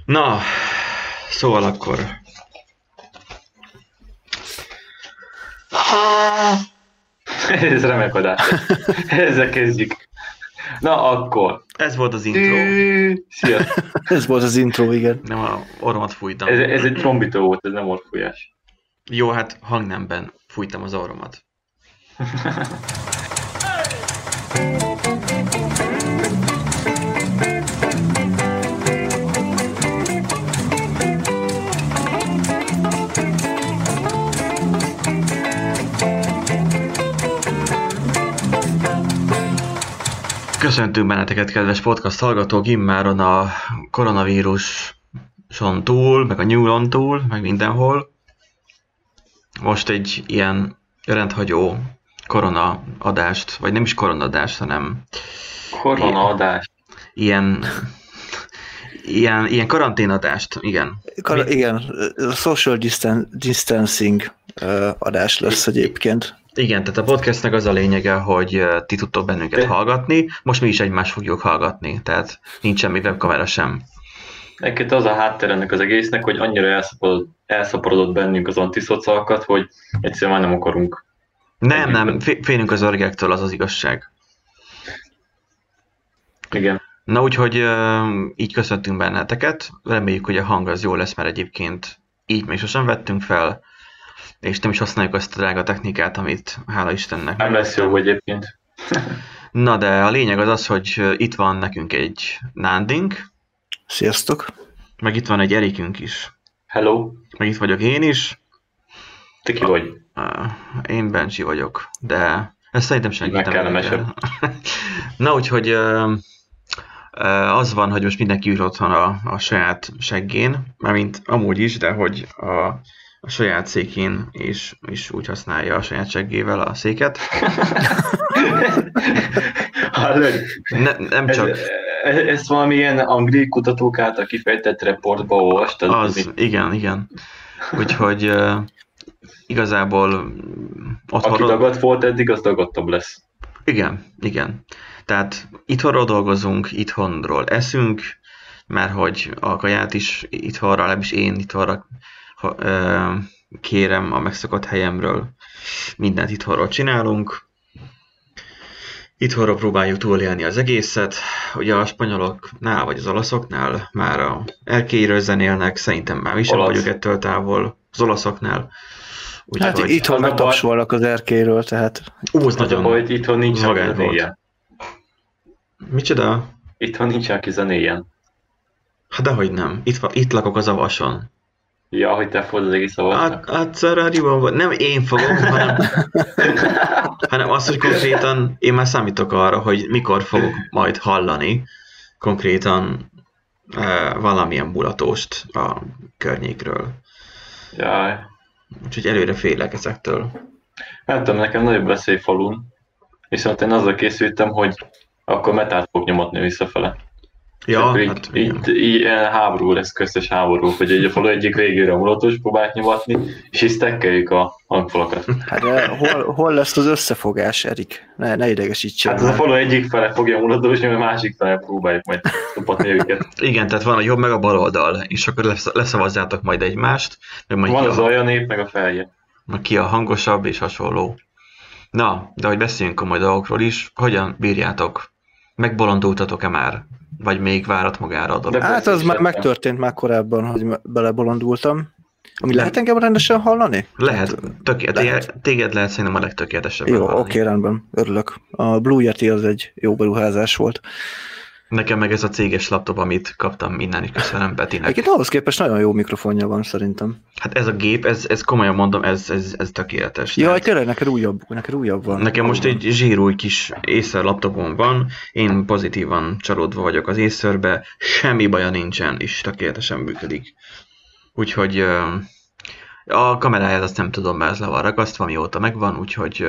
Na, szóval akkor... Ez remek adás. Ezzel kezdjük. Na akkor. Ez volt az intro. Sziasztok. Ez volt az intro, igen. Nem, a orromat fújtam. Ez egy trombita volt, ez nem orrfújás. Jó, hát hangnemben fújtam az orromat. Köszöntünk benneteket, kedves podcast hallgatók, immáron a koronavíruson túl, meg a nyúlon túl, meg mindenhol. Most egy ilyen rendhagyó korona adást, vagy nem is korona adást, hanem Korona adás. ilyen karanténadást, igen. Igen, social distancing adás lesz egyébként. Igen, tehát a podcastnek az a lényege, hogy ti tudtok bennünket hallgatni, most mi is egymást fogjuk hallgatni, tehát nincs semmi webkamera sem. Egyébként az a háttér ennek az egésznek, hogy annyira elszaporodott bennünk az antiszocialkat, hogy egyszerűen már nem akarunk. Nem, félünk az öregektől, az az igazság. Igen. Na úgyhogy így köszöntünk benneteket, reméljük, hogy a hang az jó lesz, mert egyébként így még sosem vettünk fel, és nem is használjuk azt a drága technikát, amit hála Istennek. Nem lesz jó egyébként. Na de a lényeg az az, hogy itt van nekünk egy Nándink. Sziasztok! Meg itt van egy Erikünk is. Hello. Meg itt vagyok én is. Te ki vagy? Én Benji vagyok, de ezt szerintem senki nem Megkellemesebb. Na úgyhogy az van, hogy most mindenki ül otthon a saját seggén, mármint amúgy is, de hogy a saját székén is úgy használja a saját seggével a széket. Nem csak... Ezt valamilyen angliai kutatók által kifejtett reportba olvastad? Az, igen. Úgyhogy igazából Aki dagadt volt eddig, az dagadtabb lesz. Igen. Tehát itthonról dolgozunk, itthonról eszünk, mert hogy a kaját is itthonra, legalábbis én itthonra kérem a megszokott helyemről, mindent itthonról csinálunk. Itthonról próbáljuk túlélni az egészet. Ugye a spanyoloknál vagy az olaszoknál már a erkélyről zenélnek, szerintem már mi sem vagyunk ettől távol az olaszoknál. Hát itthon megtapsolnak az erkélyről, tehát... Az nagyon hogy itthon nincs, aki zenéljen. Micsoda? Itthon nincs, aki zenéljen. Hát dehogy nem. Itt lakok az Avason. Ja, hogy te fogod az egész Avasnak. Hát Szeráriban nem én fogom, hanem az, hogy konkrétan én már számítok arra, hogy mikor fogok majd hallani konkrétan valamilyen mulatóst a környékről. Jaj. Úgyhogy előre félek ezektől. Nem tudom, nekem nagyobb veszély falun, viszont én azzal készültem, hogy akkor metált fog nyomatni visszafele. Ja, hát így háború lesz, köztes háború, hogy egy a falu egyik végére a mulatos próbálják nyomatni, és így stackeljük a hangfalakat. Hát de hol lesz az összefogás, Erik? Ne idegesítsen. Hát az a falu egyik fele fogja a mulatos, a másik fele próbáljuk majd szopatni őket. Igen, tehát van a jobb meg a bal oldal, és akkor leszavazzátok majd egymást. Meg van az alja nép, meg a felje. Meg ki a hangosabb és hasonló. Na, de hogy beszéljünk komoly dolgokról is, hogyan bírjátok? Megbolondultatok-e már? Vagy még várat magára a dolog? Hát az már megtörtént már korábban, hogy belebolondultam. Ami lehet engem rendesen hallani? Lehet. Téged lehet szerintem a legtökéletesebben jó, hallani. Oké, rendben. Örülök. A Blue Yeti az egy jó beruházás volt. Nekem meg ez a céges laptop, amit kaptam innen is, köszönöm Petinek. Egyébként ahhoz képest nagyon jó mikrofonja van szerintem. Hát ez a gép, ez komolyan mondom, ez tökéletes. Jaj, tényleg neked újabb van. Nekem most egy zsírúj kis Acer laptopom van, én pozitívan csalódva vagyok az Acerbe, semmi baja nincsen, és tökéletesen működik. Úgyhogy a kameráját azt nem tudom, mert ez le van ragasztva, mióta megvan, úgyhogy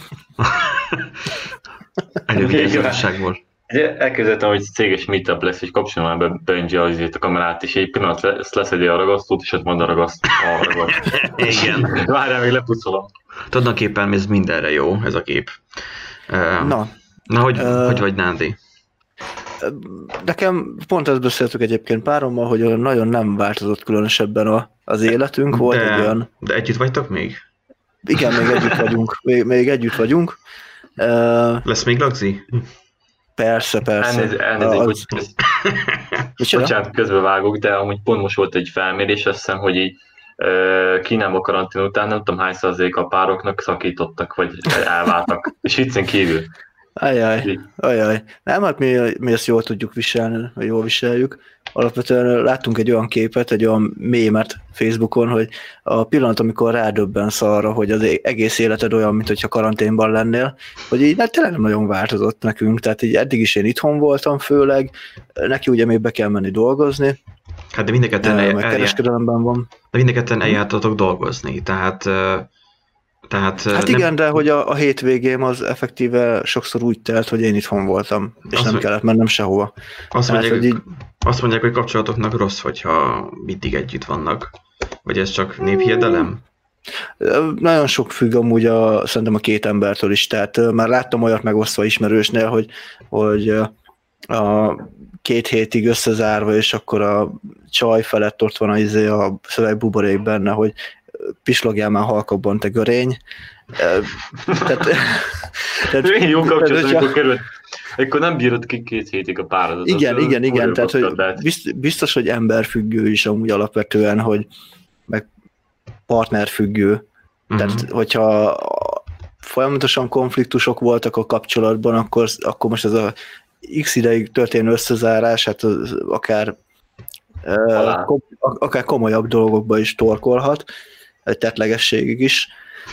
elővigyázatosságból. Elképzeltem, hogy céges meetup lesz, és kapcsolom már be Benji azért a kamerát, és egy pillanat leszedi a ragasztót, és ott van a ragasztó. Igen. Várjál, még lepucolom. Tulajdonképpen ez mindenre jó, ez a kép. Na, hogy vagy Nándi? Nekem pont ezt beszéltük egyébként párommal, hogy nagyon nem változott különösebben az életünk. Volt egy olyan... De együtt vagytok még? Igen, még együtt vagyunk. Még együtt vagyunk. Lesz még lagzi? Persze. Elnézést, bocsánat, közbevágok, de amúgy pont most volt egy felmérés, azt hiszem, hogy így Kínában karantén után nem tudom hány százalék a pároknak szakítottak, vagy elváltak. És viccen kívül. Ajaj. Nem, hát mi ezt jól tudjuk viselni, vagy jól viseljük. Alapvetően láttunk egy olyan képet, egy olyan mémet Facebookon, hogy a pillanat, amikor rádöbbensz arra, hogy az egész életed olyan, mint hogyha karanténban lennél, hogy így tényleg nem nagyon változott nekünk, tehát így eddig is én itthon voltam főleg, neki ugye még be kell menni dolgozni. Hát de mindenketten kereskedelemben van. De mindenketten eljártatok dolgozni, tehát hát igen, de hogy a hétvégém az effektíve sokszor úgy telt, hogy én itthon voltam, és nem kellett mennem sehova. Azt mondják, hogy kapcsolatoknak rossz, hogyha mindig együtt vannak. Vagy ez csak néphiedelem? Nagyon sok függ amúgy szerintem a két embertől is, tehát már láttam olyat megosztva ismerősnél, hogy a 2 hétig összezárva, és akkor a csaj felett ott van a szövegbuborék benne, hogy pislogjál már halkabban, te görény. Tehát jó kapcsolat, amikor került. Akkor nem bírod ki 2 hétig a páradat. Igen, tehát hogy biztos, hogy emberfüggő is amúgy alapvetően, hogy meg partnerfüggő. Tehát hogyha folyamatosan konfliktusok voltak a kapcsolatban, akkor most ez a X ideig történő összezárás, hát akár komolyabb dolgokba is torkolhat, egy tettlegességig is.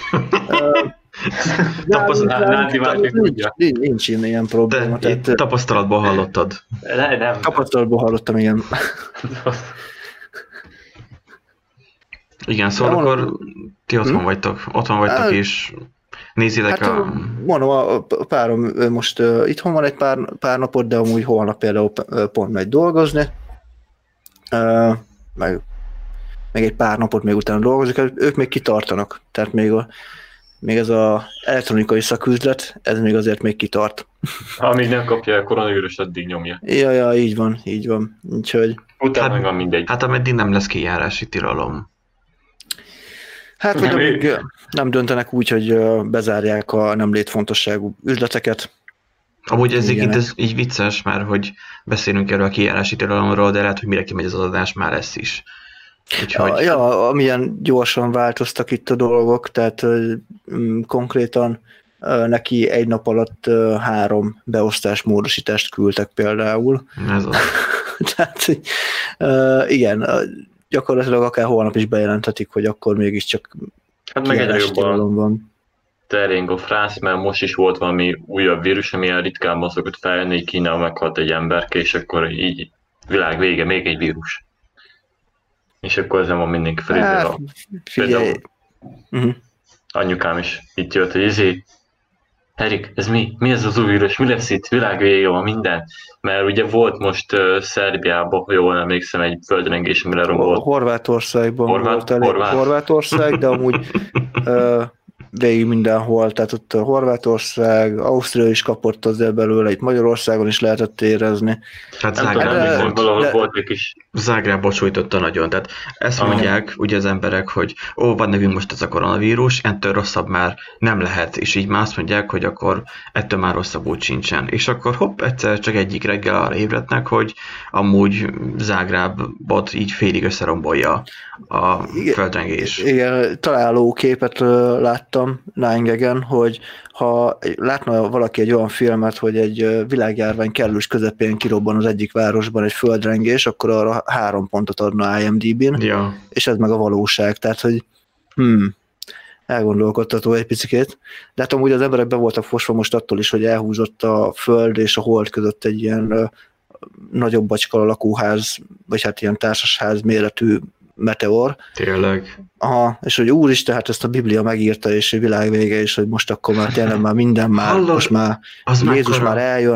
Nincs ilyen probléma. De tapasztalatból hallottad. Nem. Tapasztalatból hallottam, igen. Igen, szóval akkor ti otthon vagytok és nézitek Mondom, a párom most itthon van egy pár napot, de amúgy holnap például pont megy dolgozni. Meg egy pár napot még utána dolgozik, ők még kitartanak. Tehát még ez az elektronikai szaküzlet, ez még azért még kitart. Amíg nem kapja a koronavírus, addig nyomja. Ja, így van. Úgyhogy... Utána van mindegy. Hát ameddig nem lesz kijárási tilalom. Hát, hogy amíg nem döntenek úgy, hogy bezárják a nem létfontosságú üzleteket. Amúgy ez így vicces, mert hogy beszélünk erről a kijárási tilalomról, de lehet, hogy mire kimegy az adás, már lesz is. Úgyhogy... Ja, amilyen gyorsan változtak itt a dolgok, tehát konkrétan neki egy nap alatt 3 beosztásmódosítást küldtek például. Ez az. Tehát igen, gyakorlatilag akár holnap is bejelenthetik, hogy akkor mégiscsak hát meg egyre jobban terjeng a frász, mert most is volt valami újabb vírus, amilyen ritkán szokott feljönni, Kínában meghalt egy emberke, és akkor így világ vége, még egy vírus. És akkor ezen van mindenki felizve. Figyelj. Anyukám is itt jött, hogy Erik, ez mi? Mi ez az új vírus? Mi lesz itt? Világvége van minden. Mert ugye volt most Szerbiában, jól emlékszem, egy földrengés, amire rombolt. Horvátországban volt elég. Horvátország, de amúgy végig mindenhol, tehát ott a Horvátország, Ausztria is kapott azért belőle, itt Magyarországon is lehetett érezni. Hát Zágráb sújtotta nagyon, tehát ezt mondják ugye az emberek, hogy van nekünk most ez a koronavírus, ettől rosszabb már nem lehet, és így már azt mondják, hogy akkor ettől már rosszabb úgy sincsen. És akkor hopp, egyszer csak egyik reggel arra ébrednek, hogy amúgy Zágrábot így félig összerombolja a földrengés. Igen, találó képet láttam 9gag-en, hogy ha látna valaki egy olyan filmet, hogy egy világjárvány kellős közepén kirobban az egyik városban egy földrengés, akkor arra 3 pontot adna IMDb-n, és ez meg a valóság. Tehát, hogy elgondolkodtató egy picikét. De hát amúgy az emberek be voltak fosva most attól is, hogy elhúzott a föld és a hold között egy ilyen nagyobb bacska lakóház, vagy hát ilyen társasház méretű meteor. Tényleg. Aha, és hogy úristen, hát ezt a Biblia megírta, és a világ vége, és hogy most akkor már tényleg már minden már, most már Jézus már eljön.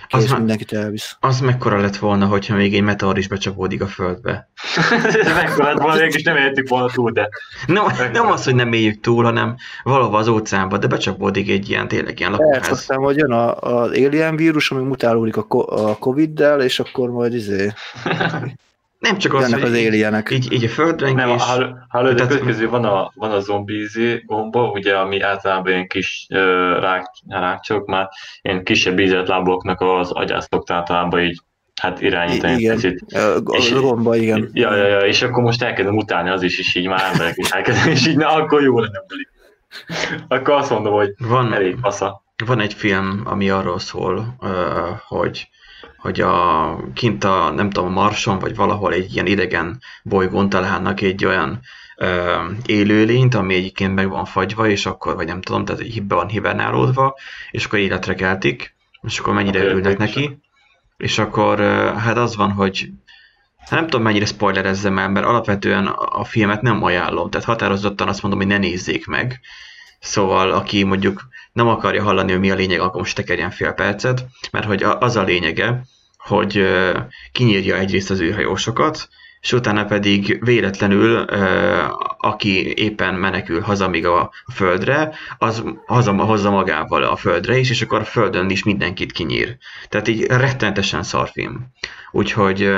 kész, mindenkit elvisz. Az mekkora lett volna, hogyha még egy meteor is becsapódik a földbe. Ez mekkora lett volna, és nem éltük volna túl, de... Nem az, hogy nem éljük túl, hanem valahol az óceánba, de becsapódik egy ilyen, tényleg ilyen lakóház. Aztán majd jön az alien vírus, ami mutálódik a Covid-del, és akkor majd Nem csak az, hogy az alienek. Így a földrengés... Nem, hallod, a következő van a zombi gomba, ugye, ami általában ilyen kis rákcsok, már ilyen kisebb ízeltláboknak az agyát szokta általában így irányítani. Igen, a gomba, igen. Ja, és akkor most elkezdem utálni az is, és így már emberek is elkezdem, és így akkor jó lenne. Akkor azt mondom, hogy elég fasza. Van egy film, ami arról szól, hogy kint nem tudom, a Marson, vagy valahol egy ilyen idegen bolygón találnak egy olyan élőlényt, ami egyébként meg van fagyva, és akkor, vagy nem tudom, tehát be van hibernálódva, és akkor életre keltik, és akkor mennyire örülnek neki. És akkor hát az van, hogy nem tudom, mennyire spoilerezzem el, mert alapvetően a filmet nem ajánlom, tehát határozottan azt mondom, hogy ne nézzék meg. Szóval, aki mondjuk nem akarja hallani, hogy mi a lényeg, akkor most tekerjen fél percet, mert hogy az a lényege, hogy kinyírja egyrészt az űrhajósokat, és utána pedig véletlenül, aki éppen menekül haza még a földre, az hozza magával a földre is, és akkor a földön is mindenkit kinyír. Tehát így rettenetesen szarfilm. Úgyhogy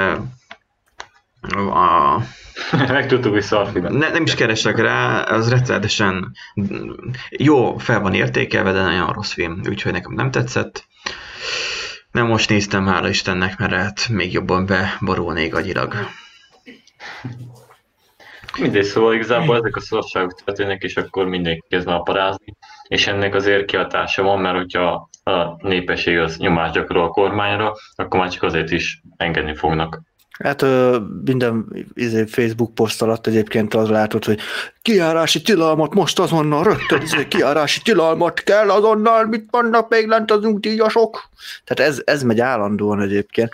megtudtuk, hogy szarfilm. Nem is keresek rá, az rettenetesen jó fel van értékelve, de nagyon rossz film, úgyhogy nekem nem tetszett. Nem most néztem, hála Istennek, mert hát még jobban beborulnék agyilag. Mindegy, szóval igazából ezek a szarságok történnek, és akkor mindenki kezd már parázni, és ennek azért kihatása van, mert hogyha a népesség az nyomást gyakorol a kormányra, akkor már csak azért is engedni fognak. Hát minden Facebook poszt alatt egyébként az látod, hogy kijárási tilalmat most azonnal rögtön, kijárási tilalmat kell azonnal, mit vannak még lent az útdíjasok. Tehát ez megy állandóan egyébként.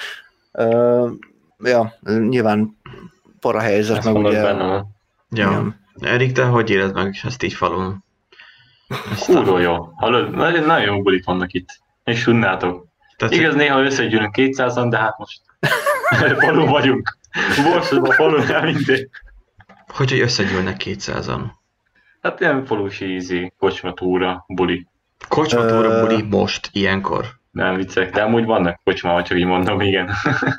Ja, nyilván para helyzet, meg ugye... Benne. Ja. Erik, te hogy éled meg ezt így falun? Kurva jó. Hallod, nagyon jó bulik vannak itt. És tudnátok. Igaz, néha összegyűlünk 200-an, de hát most falun vagyunk. Borsodban falun el mindig. Hogy összegyűlnek 200-an? Hát ilyen falusi kocsmatúra buli. Kocsmatúra buli most, ilyenkor? Nem viccek, de amúgy vannak kocsmában, csak így mondom, igen.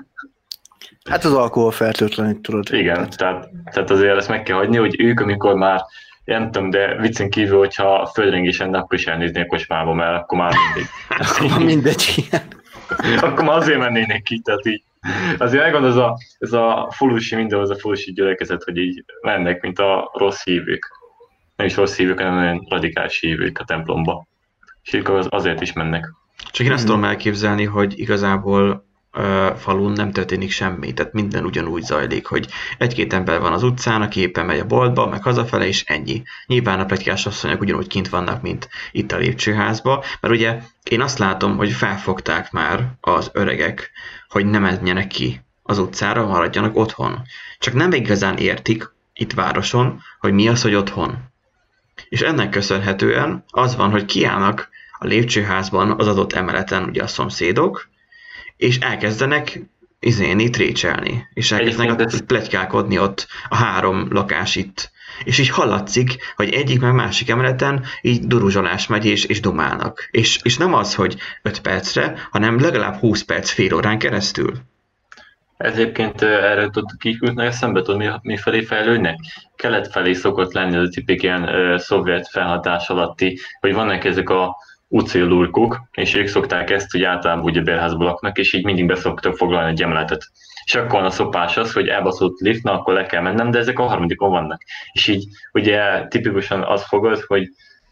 Hát az alkohol fertőtlenít, tudod. Igen, tehát azért ezt meg kell hagyni, hogy ők, amikor már, nem tudom, de viccen kívül, hogyha a földrengés lenne, akkor is elnézni a kocsmába, mert akkor már mindegy, igen. Akkor már azért mennének ki, tehát így. Azért megvan ez a falusi, mindenhoz a falusi gyülekezet, hogy így mennek, mint a rossz hívők. Nem is rossz hívők, hanem olyan radikális hívők a templomba. És azért is mennek. Csak én azt tudom elképzelni, hogy igazából falun nem történik semmi, tehát minden ugyanúgy zajlik, hogy egy-két ember van az utcán, aki éppen megy a boltba, meg hazafele, és ennyi. Nyilván a pletykás asszonyok ugyanúgy kint vannak, mint itt a lépcsőházba, mert ugye én azt látom, hogy felfogták már az öregek, hogy ne menjenek ki az utcára, maradjanak otthon. Csak nem igazán értik itt városon, hogy mi az, hogy otthon. És ennek köszönhetően az van, hogy kiállnak a lépcsőházban az adott emeleten ugye a szomszédok, és elkezdenek trécselni, és elkezdenek pletykálkodni ott a 3 lakás itt. És így hallatszik, hogy egyik meg másik emeleten így duruzsolás megy, és dumálnak. És nem az, hogy 5 percre, hanem legalább 20 perc, fél órán keresztül. Egyébként erről kiküldnek eszembe, tudod, mi felé fejlődnek? Kelet felé szokott lenni az a tipik ilyen szovjet felhatás alatti, hogy vannak ezek a utcélurkok, és ők szokták ezt, hogy általában ugye bérházból laknak, és így mindig be szoktak foglalni egy emeletet. És akkor a szopás az, hogy elbaszott lift, na akkor le kell mennem, de ezek a 3. vannak. És így ugye tipikusan az fogod, hogy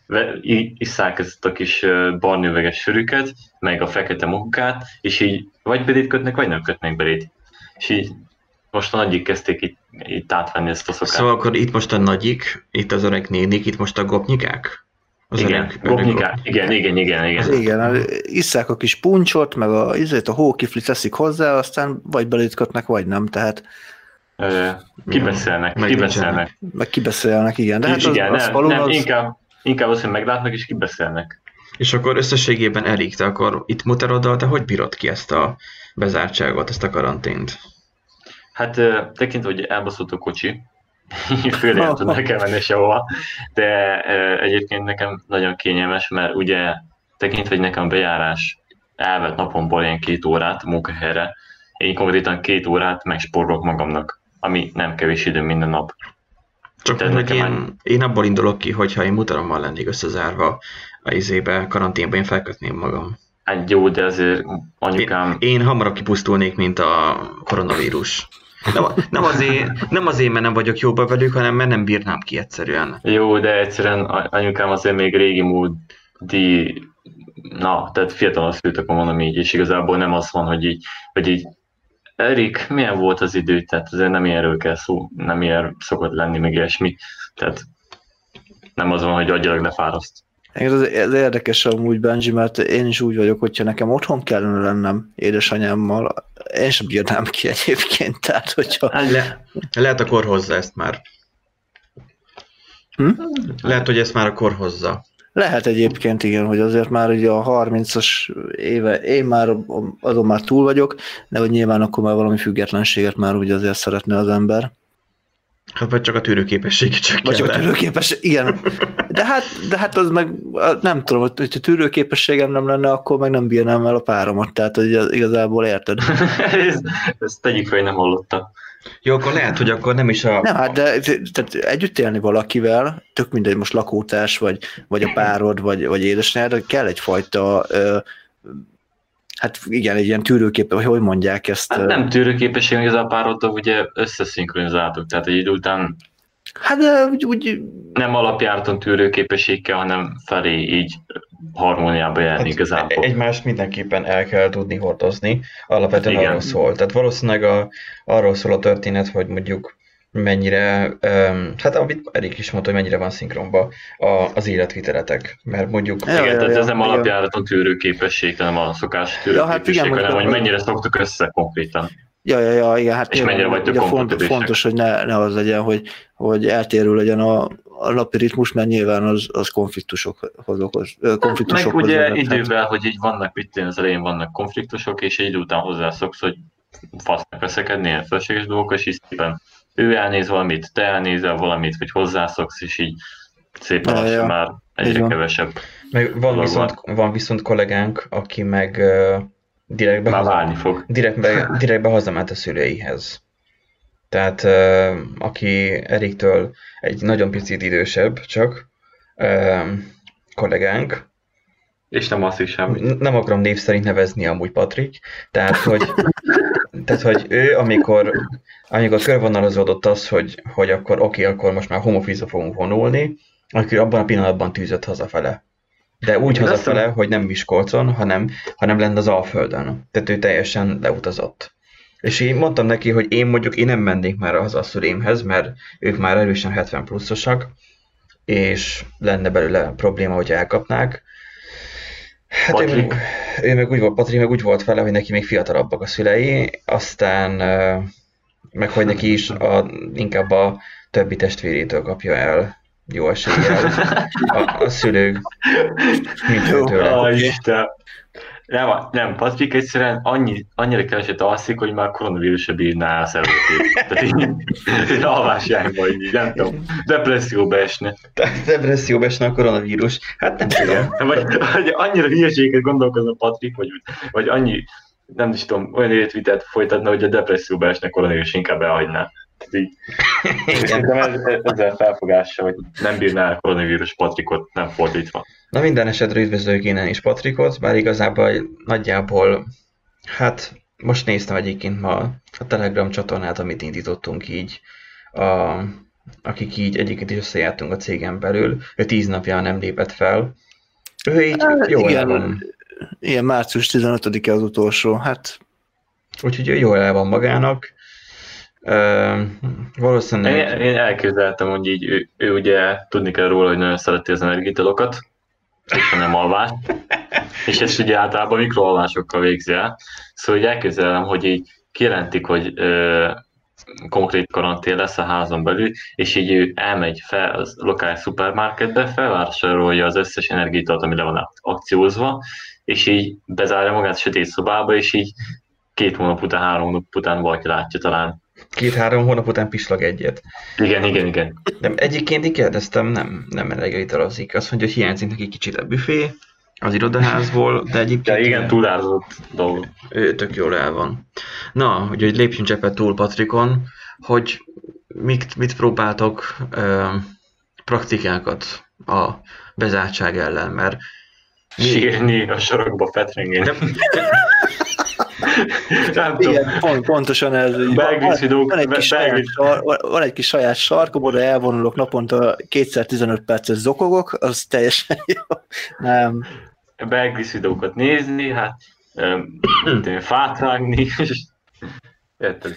isszák ezt a kis barnőveges sörüket, meg a fekete munkát, és így vagy belét kötnek, vagy nem kötnek belét. És így most a nagyik kezdték itt átvenni ezt a szokást. Szóval akkor itt most a nagyik, itt az öreg nénik, itt most a gopnyikák? Igen, gopnyikák. Igen. Igen, isszák a kis puncsot, meg a hókiflit teszik hozzá, aztán vagy belét kötnek, vagy nem, tehát... Kibeszélnek. Meg kibeszélnek, igen. De hát igen, inkább az, hogy meglátnak és kibeszélnek. És akkor összességében elég, te akkor itt Muteroddal, te hogy bírod ki ezt a bezártságot, ezt a karantént? Hát tekintve, hogy elbaszott a kocsi, főleg nem tudnak elmenni sehova, de egyébként nekem nagyon kényelmes, mert ugye tekintve, hogy nekem bejárás elvett napomból ilyen 2 órát munkahelyre, én konkrétan 2 órát megspórolok magamnak, ami nem kevés idő minden nap. Csak hogy én abból indulok ki, hogyha én Muterommal lennék összezárva a karanténban, én felkötném magam. Hát jó, de azért anyukám... Én hamarabb kipusztulnék, mint a koronavírus. Nem azért, mert nem vagyok jóba velük, hanem mert nem bírnám ki egyszerűen. Jó, de egyszerűen anyukám azért még régi módi, tehát fiatalon szült, akkor mondom így, és igazából nem az van, hogy így Erik, milyen volt az idő? Tehát azért nem ilyenről kell szó, nem ilyen szokott lenni, meg ilyesmi. Tehát nem az van, hogy agyilag lefáraszt. Ez érdekes amúgy, Benji, mert én is úgy vagyok, hogyha nekem otthon kellene lennem édesanyámmal, én sem bírnám ki egyébként, tehát hogyha... Lehet a kor hozza ezt már. Lehet, hogy ezt már a kor hozza. Lehet egyébként, igen, hogy azért már ugye a 30-as éve, én már azon már túl vagyok, de hogy nyilván akkor már valami függetlenséget már úgy azért szeretne az ember. Hát vagy csak a tűrőképességet csak vagy csak a tűrőképesség, igen. De hát az meg, nem tudom, hogy a tűrőképességem nem lenne, akkor meg nem bírnám el a páromat, tehát hogy igazából érted. Ezt tegyük fel, hogy nem hallotta. Jó, akkor lehet, hogy akkor nem is a... Nem, hát de tehát együtt élni valakivel, tök mindegy, most lakótárs, vagy a párod, vagy édesanyád, kell egyfajta, hát igen, egy ilyen tűrőkép, hogy mondják ezt? Hát nem tűrőképesség, hogy ez a pároddal ugye összeszinkronizáltuk, tehát egy idő után hát de úgy... nem alapjáraton tűrőképesség kell, hanem felé így harmóniába járni hát igazából. Egymást mindenképpen el kell tudni hordozni, alapvetően arról szól. Tehát valószínűleg arról szól a történet, hogy mondjuk mennyire, hát amit Erik is mondta, hogy mennyire van szinkronban az életviteletek, mert mondjuk... Igen, tehát ez nem alapjáraton tűrőképesség, hanem a szokás tűrőképesség, hanem hogy mennyire szoktuk össze konkrétan. Ja, igen, hát és mennyire vagytok fontos, hogy ne az legyen, hogy eltérő legyen a napi ritmus, mert nyilván az konfliktusokhoz okoz. Meg ugye idővel, hogy így vannak, az elején vannak konfliktusok, és egy idő után hozzászoksz, hogy fasznak veszekedni, ilyen fölséges dolgok, és így szépen ő elnéz valamit, te elnézel valamit, vagy hozzászoksz, és így szépen lassan már egyre kevesebb. Meg van viszont kollégánk, aki meg direktbe hazament a szüleihez. Tehát aki Eriktől egy nagyon picit idősebb csak kollégánk. És nem azt is semmi. Nem akarom név szerint nevezni amúgy Patrik. Tehát, hogy ő, amikor körvonalazódott az, hogy akkor oké, akkor most már home office-ra fogunk vonulni, akkor abban a pillanatban tűzött hazafele. De úgy hazafele, hogy nem Miskolcon, hanem lenne az Alföldön. Tehát ő teljesen leutazott. És én mondtam neki, hogy én nem mennék már haza a szüleimhez, mert ők már erősen 70 pluszosak, és lenne belőle probléma, hogy elkapnák. Hát ő meg úgy volt, Patrik meg úgy volt vele, hogy neki még fiatalabbak a szülei, aztán meg hogy neki is inkább a többi testvérétől kapja el jó eséllyel a szülők, mint őtőle. Isten! Nem, Patrik egyszerűen annyira keveset alszik, hogy már koronavírusra bírná a szervezetét. Tehát így alvásjányban, így nem tudom, depresszióba esne. Depresszióba esne a koronavírus? Hát nem tudom. Vagy annyira hülyeséget gondolkozna Patrik, vagy annyi, nem is tudom, olyan életvitelt folytatna, hogy a depresszióba esne koronavírus, inkább elhagyná. Ezzel felfogással, hogy nem bírná a koronavírus Patrikot, nem fordítva. Na minden esetre üdvözlők innen is Patrikot, bár igazából nagyjából, hát most néztem egyébként ma a Telegram csatornát, amit indítottunk így, akik így egyébként is összejártunk a cégen belül, ő 10 napja nem lépett fel. Ő így jól el van. Igen, március 15-e az utolsó, hát... Úgyhogy ő jól el van magának. Valószínűleg... Én elképzeltem, hogy így ő ugye tudni kell róla, hogy nagyon szereti az energiatalokat, és nem alvás, és ezt ugye általában mikroalvásokkal végzi el. Szóval így elképzelem, hogy így kijelentik, hogy konkrét karantén lesz a házon belül, és így ő elmegy fel a lokális szupermarketbe, felvásárolja az összes energiát, ami le van akciózva, és így bezárja magát a sötét szobába, és így 2 hónap után, 3 hónap után valaki látja talán. 2-3 hónap után pislag egyet. Igen. De egyébként így kérdeztem, nem reggelitalozik. Azt mondja, hogy hiányzik neki kicsit a büfé az irodaházból, de egyébként... Ja, igen, túlárazott dolgok. Ő tök jól el van. Na, hogy lépjünk cseppet túl Patrikon, hogy mit próbáltok praktikákat a bezártság ellen, mert... Sírni, a sorokba fetrengeni. Igen, pontosan ez. Van egy kis saját sarkom, oda elvonulok naponta 2x15 perces zokogok, az teljesen jó. Nem. Beeglis videókat nézni, hát fát vágni, és érted?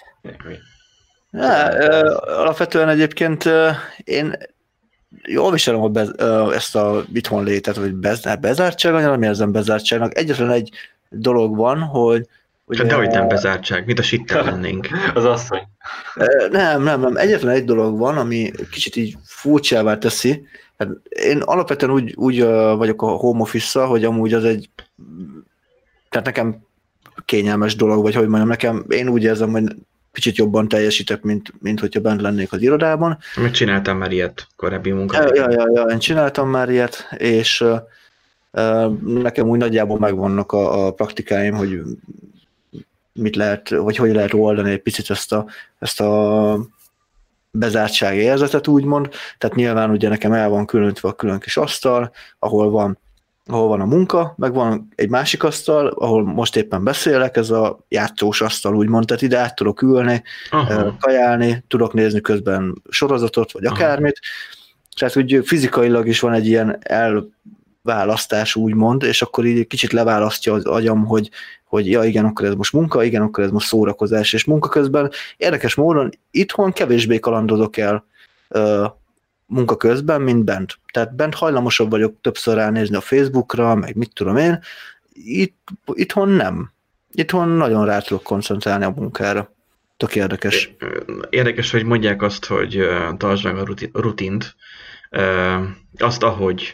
Alapvetően egyébként én jól viselem ezt a itthon létet, vagy bezártságot, nem érzem bezártságnak. Egyetlen egy dolog van, hogy dehogy nem bezártság, mint a sittel lennénk. Az asszony. Nem. Egyetlen egy dolog van, ami kicsit így furcsává teszi. Hát én alapvetően úgy vagyok a home office-szal, hogy amúgy az egy, tehát nekem kényelmes dolog, vagy hogy mondjam, én úgy érzem, hogy kicsit jobban teljesítek, mint hogyha bent lennék az irodában. Meg csináltam már ilyet korábbi munkát. Ja, én csináltam már ilyet, és nekem úgy nagyjából megvannak a praktikáim, hogy mit lehet, vagy hogy lehet oldani egy picit ezt a bezártság érzetet, úgymond. Tehát nyilván ugye nekem el van különítve a külön kis asztal, ahol van a munka, meg van egy másik asztal, ahol most éppen beszélek, ez a játszós asztal, úgymond, tehát ide át tudok ülni, kajálni, tudok nézni közben sorozatot, vagy akármit. Tehát úgy fizikailag is van egy ilyen elválasztás, úgymond, és akkor így kicsit leválasztja az agyam, hogy ja igen, akkor ez most munka, igen, akkor ez most szórakozás, és munka közben érdekes módon itthon kevésbé kalandozok el munka közben, mint bent. Tehát bent hajlamosabb vagyok többször ránézni a Facebookra, meg mit tudom én, itthon nem. Itthon nagyon rá tudok koncentrálni a munkára. Tök érdekes. Érdekes, hogy mondják azt, hogy tartsd meg a rutint. Azt, ahogy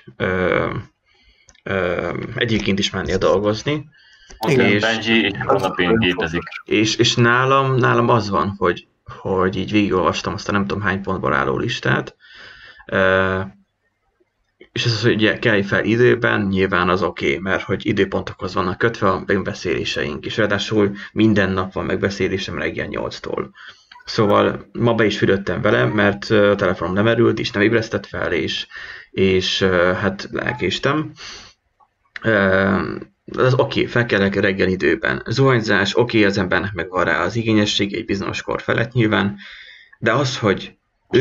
egyébként is mennél dolgozni. Igen, Benji hónapén gépezik. És nálam az van, hogy így végigolvastam azt a nem tudom hány pontból álló listát, és ez az, hogy ugye kelj fel időben, nyilván az oké, mert hogy időpontokhoz vannak kötve a megbeszéléseink, és ráadásul minden nap van megbeszélésem reggel 8-tól. Szóval ma be is fürödtem vele, mert a telefonom nem erült, és nem ébresztett fel, és hát lelkéstem. Az oké, fel kell reggel időben. Zuhanyzás, oké, az embernek meg van rá az igényesség egy bizonyos kor felett nyilván, de az, hogy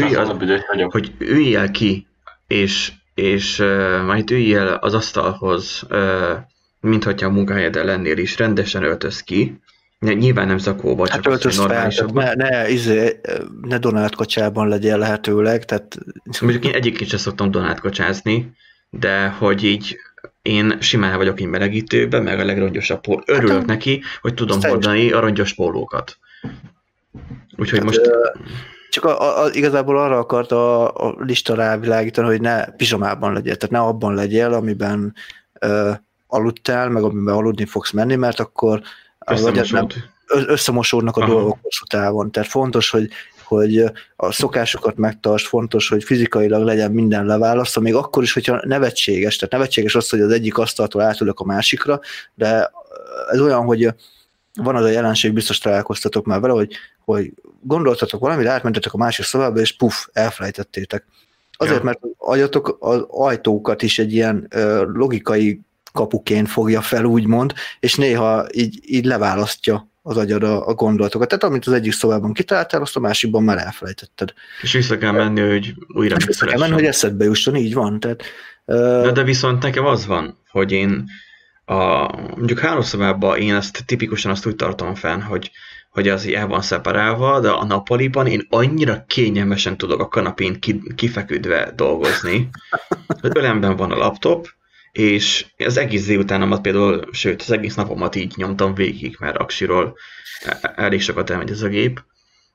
üljél ki, és majd üljél az asztalhoz, mint hogyha a munkahelyeden lennél is, rendesen öltöz ki, nyilván nem zakóba, csak az, hogy normálisabban. Ne donátkocsában legyél lehetőleg, tehát... Mondjuk én egyébként sem szoktam donátkocsázni, de hogy így én simán vagyok így melegítőben, meg a legrongyosabb örülök neki, hogy tudom hordani a rongyos pólókat. Úgyhogy most... Csak igazából arra akart a lista rávilágítani, hogy ne pizsamában legyél, tehát ne abban legyél, amiben aludtál, meg amiben aludni fogsz menni, mert akkor összemosódnak a dolgok hosszú távon. Tehát fontos, hogy a szokásokat megtartsd, fontos, hogy fizikailag legyen minden leválasztva, még akkor is, hogyha nevetséges. Tehát nevetséges az, hogy az egyik asztaltól átülök a másikra, de ez olyan, hogy van az a jelenség, biztos találkoztatok már vele, hogy gondoltatok valamit, átmentetek a másik szobába, és puff, elfelejtettétek. Azért, mert az agyatok az ajtókat is egy ilyen logikai kapuként fogja fel, úgymond, és néha így leválasztja az agyad a gondolatokat. Tehát amit az egyik szobában kitaláltál, azt a másikban már elfelejtetted. És vissza kell menni, hogy újra vissza kell menni, hogy eszedbe jusson, így van. Tehát, de viszont nekem az van, hogy én mondjuk hálószobában én ezt tipikusan azt úgy tartom fenn, hogy az el van szeparálva, de a nappaliban én annyira kényelmesen tudok a kanapén kifeküdve dolgozni, hogy ölemben van a laptop, és az egész délutánomat például, sőt, az egész napomat így nyomtam végig, mert aksiról elég sokat elmegy ez a gép,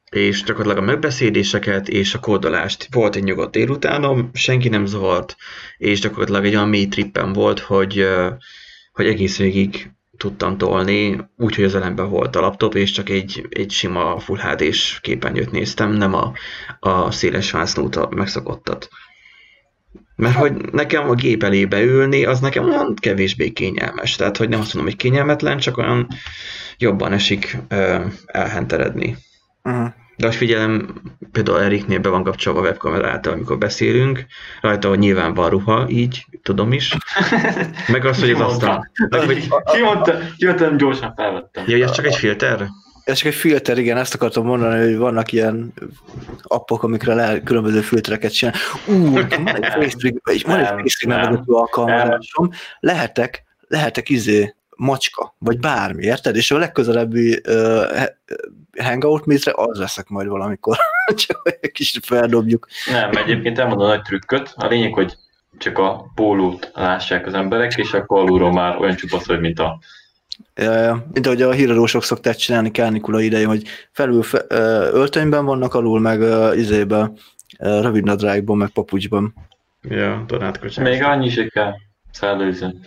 és gyakorlatilag a megbeszéléseket és a kódolást. Volt egy nyugodt délutánom, senki nem zavart, és gyakorlatilag egy olyan mély trippen volt, hogy egész végig tudtam tolni, úgyhogy az elemben volt a laptop, és csak egy sima Full HD-s képernyőt néztem, nem a széles vásznút megszokottat. Mert hogy nekem a gép elébe ülni, az nekem olyan kevésbé kényelmes. Tehát, hogy nem azt mondom, hogy kényelmetlen, csak olyan jobban esik elhenteredni. De azt figyelem, például Eriknél be van kapcsolva a webkamerától, amikor beszélünk, rajta, hogy nyilván van ruha, így tudom is. Meg az, hogy az asztal. Ki mondta, gyorsan felvettem. Ja, ez csak egy filter? Ez csak egy filter, igen, ezt akartam mondani, hogy vannak ilyen appok, amikre lehet különböző filtereket csinálni. Van egy Facebook nevezető alkalmazásom, lehetek macska, vagy bármi, érted? És a legközelebbi Hangout Meetre az leszek majd valamikor, csak egy kicsit feldobjuk. Nem, egyébként elmondom a nagy trükköt. A lényeg, hogy csak a pólót lássák az emberek, és akkor alulról már olyan csupasz vagy, mint a... Mint ahogy a híradósok szokták csinálni kánikula idején, hogy felül öltönyben vannak, alul meg rövidnadrágban, meg papucsban. Ja, Donátkocsák. Még annyi se kell szellőzni.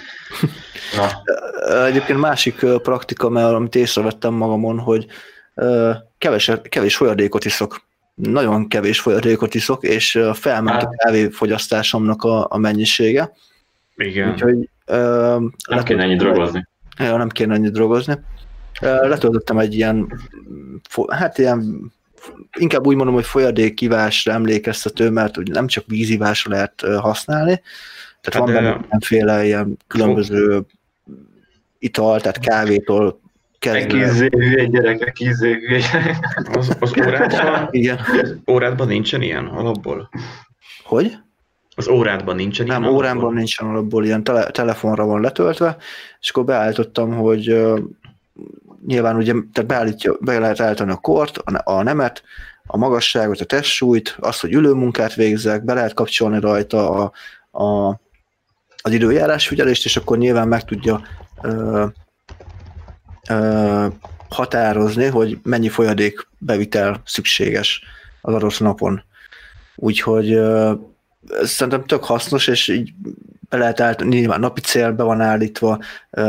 Egyébként másik praktika, mert amit észrevettem magamon, hogy kevés folyadékot iszok. Nagyon kevés folyadékot iszok, és felment a kávéfogyasztásomnak a mennyisége. Igen. Úgyhogy, nem kéne ennyi drogozni. Ja, nem kéne ennyi drogozni. Letöltöttem egy ilyen, inkább úgy mondom, hogy folyadékivásra emlékeztető, mert ugye nem csak vízivásra lehet használni, tehát van benne mindenféle ilyen különböző ital, tehát kávétól kezdve. Egy gyerekek, Az órádban? Igen. Az órádban nincsen ilyen alapból? Hogy? Az órádban nincsen ilyen Nem, órámban nincsen alapból, ilyen telefonra van letöltve, és akkor beállítottam, hogy nyilván ugye tehát be lehet állítani a kort, a nemet, a magasságot, a testsúlyt, azt, hogy ülőmunkát végzek, be lehet kapcsolni rajta az időjárásfigyelést, és akkor nyilván meg tudja határozni, hogy mennyi folyadék bevitel szükséges az adott napon. Úgyhogy szerintem tök hasznos, és így be lehet állítani, nyilván napi cél be van állítva,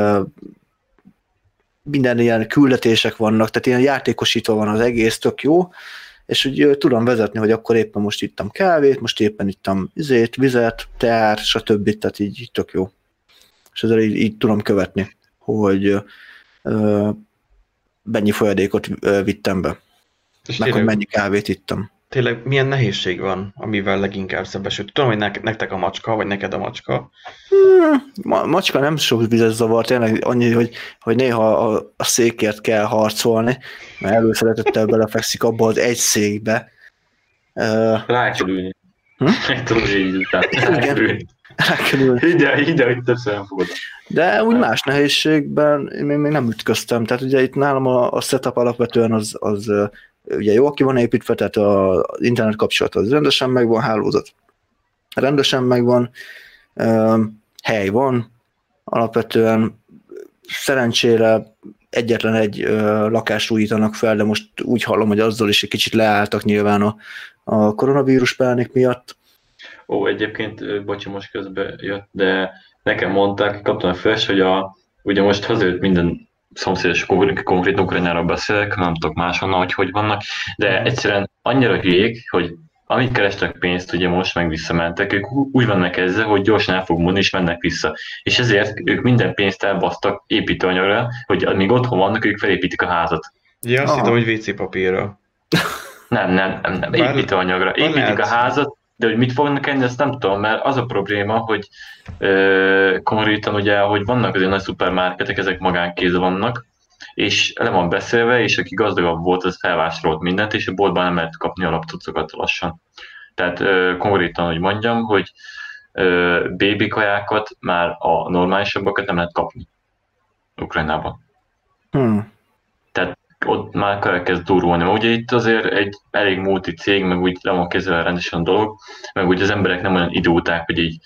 minden ilyen küldetések vannak, tehát ilyen játékosítva van az egész, tök jó, és úgy tudom vezetni, hogy akkor éppen most ittam kávét, most éppen ittam vizet, teát, stb. Tehát így tök jó. És ezzel így tudom követni, hogy mennyi folyadékot vittem be, és meg hogy mennyi kávét ittam. Tényleg milyen nehézség van, amivel leginkább szembesült? Tudom, hogy nektek a macska, vagy neked a macska. Macska nem sok vizet zavar, tényleg annyi, hogy néha a székért kell harcolni, mert előszeretettel belefekszik abba az egy székbe. Rá kell ülni. Rá kell ülni. Ide, hogy többször nem fogod. De úgy más nehézségben én még nem ütköztem. Tehát ugye itt nálam a setup alapvetően az ugye jól ki van építve, tehát az internet kapcsolat az rendesen megvan, hálózat rendesen megvan, hely van, alapvetően szerencsére egyetlen egy lakást újítanak fel, de most úgy hallom, hogy azzal is egy kicsit leálltak nyilván a koronavírus pánik miatt. Ó, egyébként, bocsi, most közben jött, de nekem mondták, kaptam a flash, hogy ugye most hazajött minden szomszédos, konkrét Ukrajnáról beszélek, nem tudok máshonnan, hogy vannak, de egyszerűen annyira hülyék, hogy amit kerestek pénzt, ugye most meg visszamentek, ők úgy vannak ezzel, hogy gyorsan el fog mondani, és mennek vissza. És ezért ők minden pénzt elbasztak építőanyagra, hogy amíg otthon vannak, ők felépítik a házat. Ja, azt hittem, hogy WC papírra. Nem, építőanyagra. Építik a házat, de hogy mit fognak enni, azt nem tudom, mert az a probléma, hogy konkrétan ugye, hogy vannak azért nagy szupermarketek, ezek magánkézben vannak, és le van beszélve, és aki gazdagabb volt, az felvásárolt mindent, és a boltban nem lehet kapni alapcuccokat lassan. Tehát konkrétan, hogy mondjam, hogy baby kajákat, már a normálisabbakat nem lehet kapni Ukrajnában. Tehát ott már kezd durulni. Ugye itt azért egy elég multi cég, meg úgy le van kezelve rendesen a dolog, meg úgy az emberek nem olyan idióták, hogy így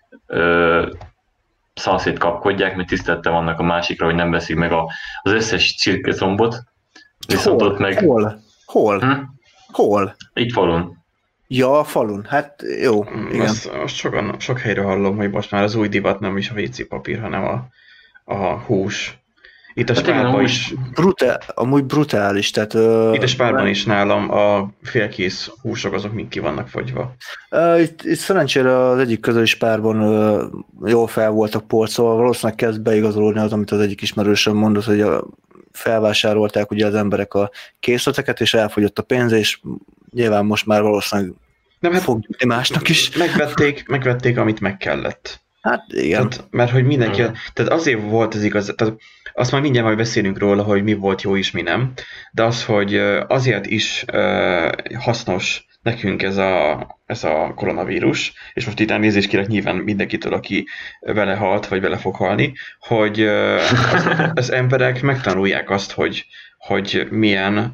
szanszét kapkodják, mert tisztelettel vannak a másikra, hogy nem veszik meg az összes cirkezombot. Viszont ott meg... Hol? Hol? Hol? Itt falun. Ja, a falun. Hát jó, igen. Most sok helyről hallom, hogy most már az új divat nem is a WC papír, hanem a hús. Itt a Spárban is... Amúgy brutális, tehát... Itt a Spárban is nálam a félkész húsok azok mind ki vannak fogyva. Itt szerencsére az egyik közeli Spárban jól fel voltak polcolva, valószínűleg kezd beigazolódni az, amit az egyik ismerősöm mondott, hogy felvásárolták ugye az emberek a készleteket, és elfogyott a pénz, és nyilván most már valószínűleg fogjuk másnak is. Megvették, amit meg kellett. Hát igen. Tehát, mert hogy mindenki, tehát azért volt ez igaz, tehát azt már mindjárt majd beszélünk róla, hogy mi volt jó és mi nem, de az, hogy azért is hasznos nekünk ez a koronavírus, és most itt elnézést kérek nyilván mindenkitől, aki vele halt, vagy vele fog halni, hogy az emberek megtanulják azt, hogy milyen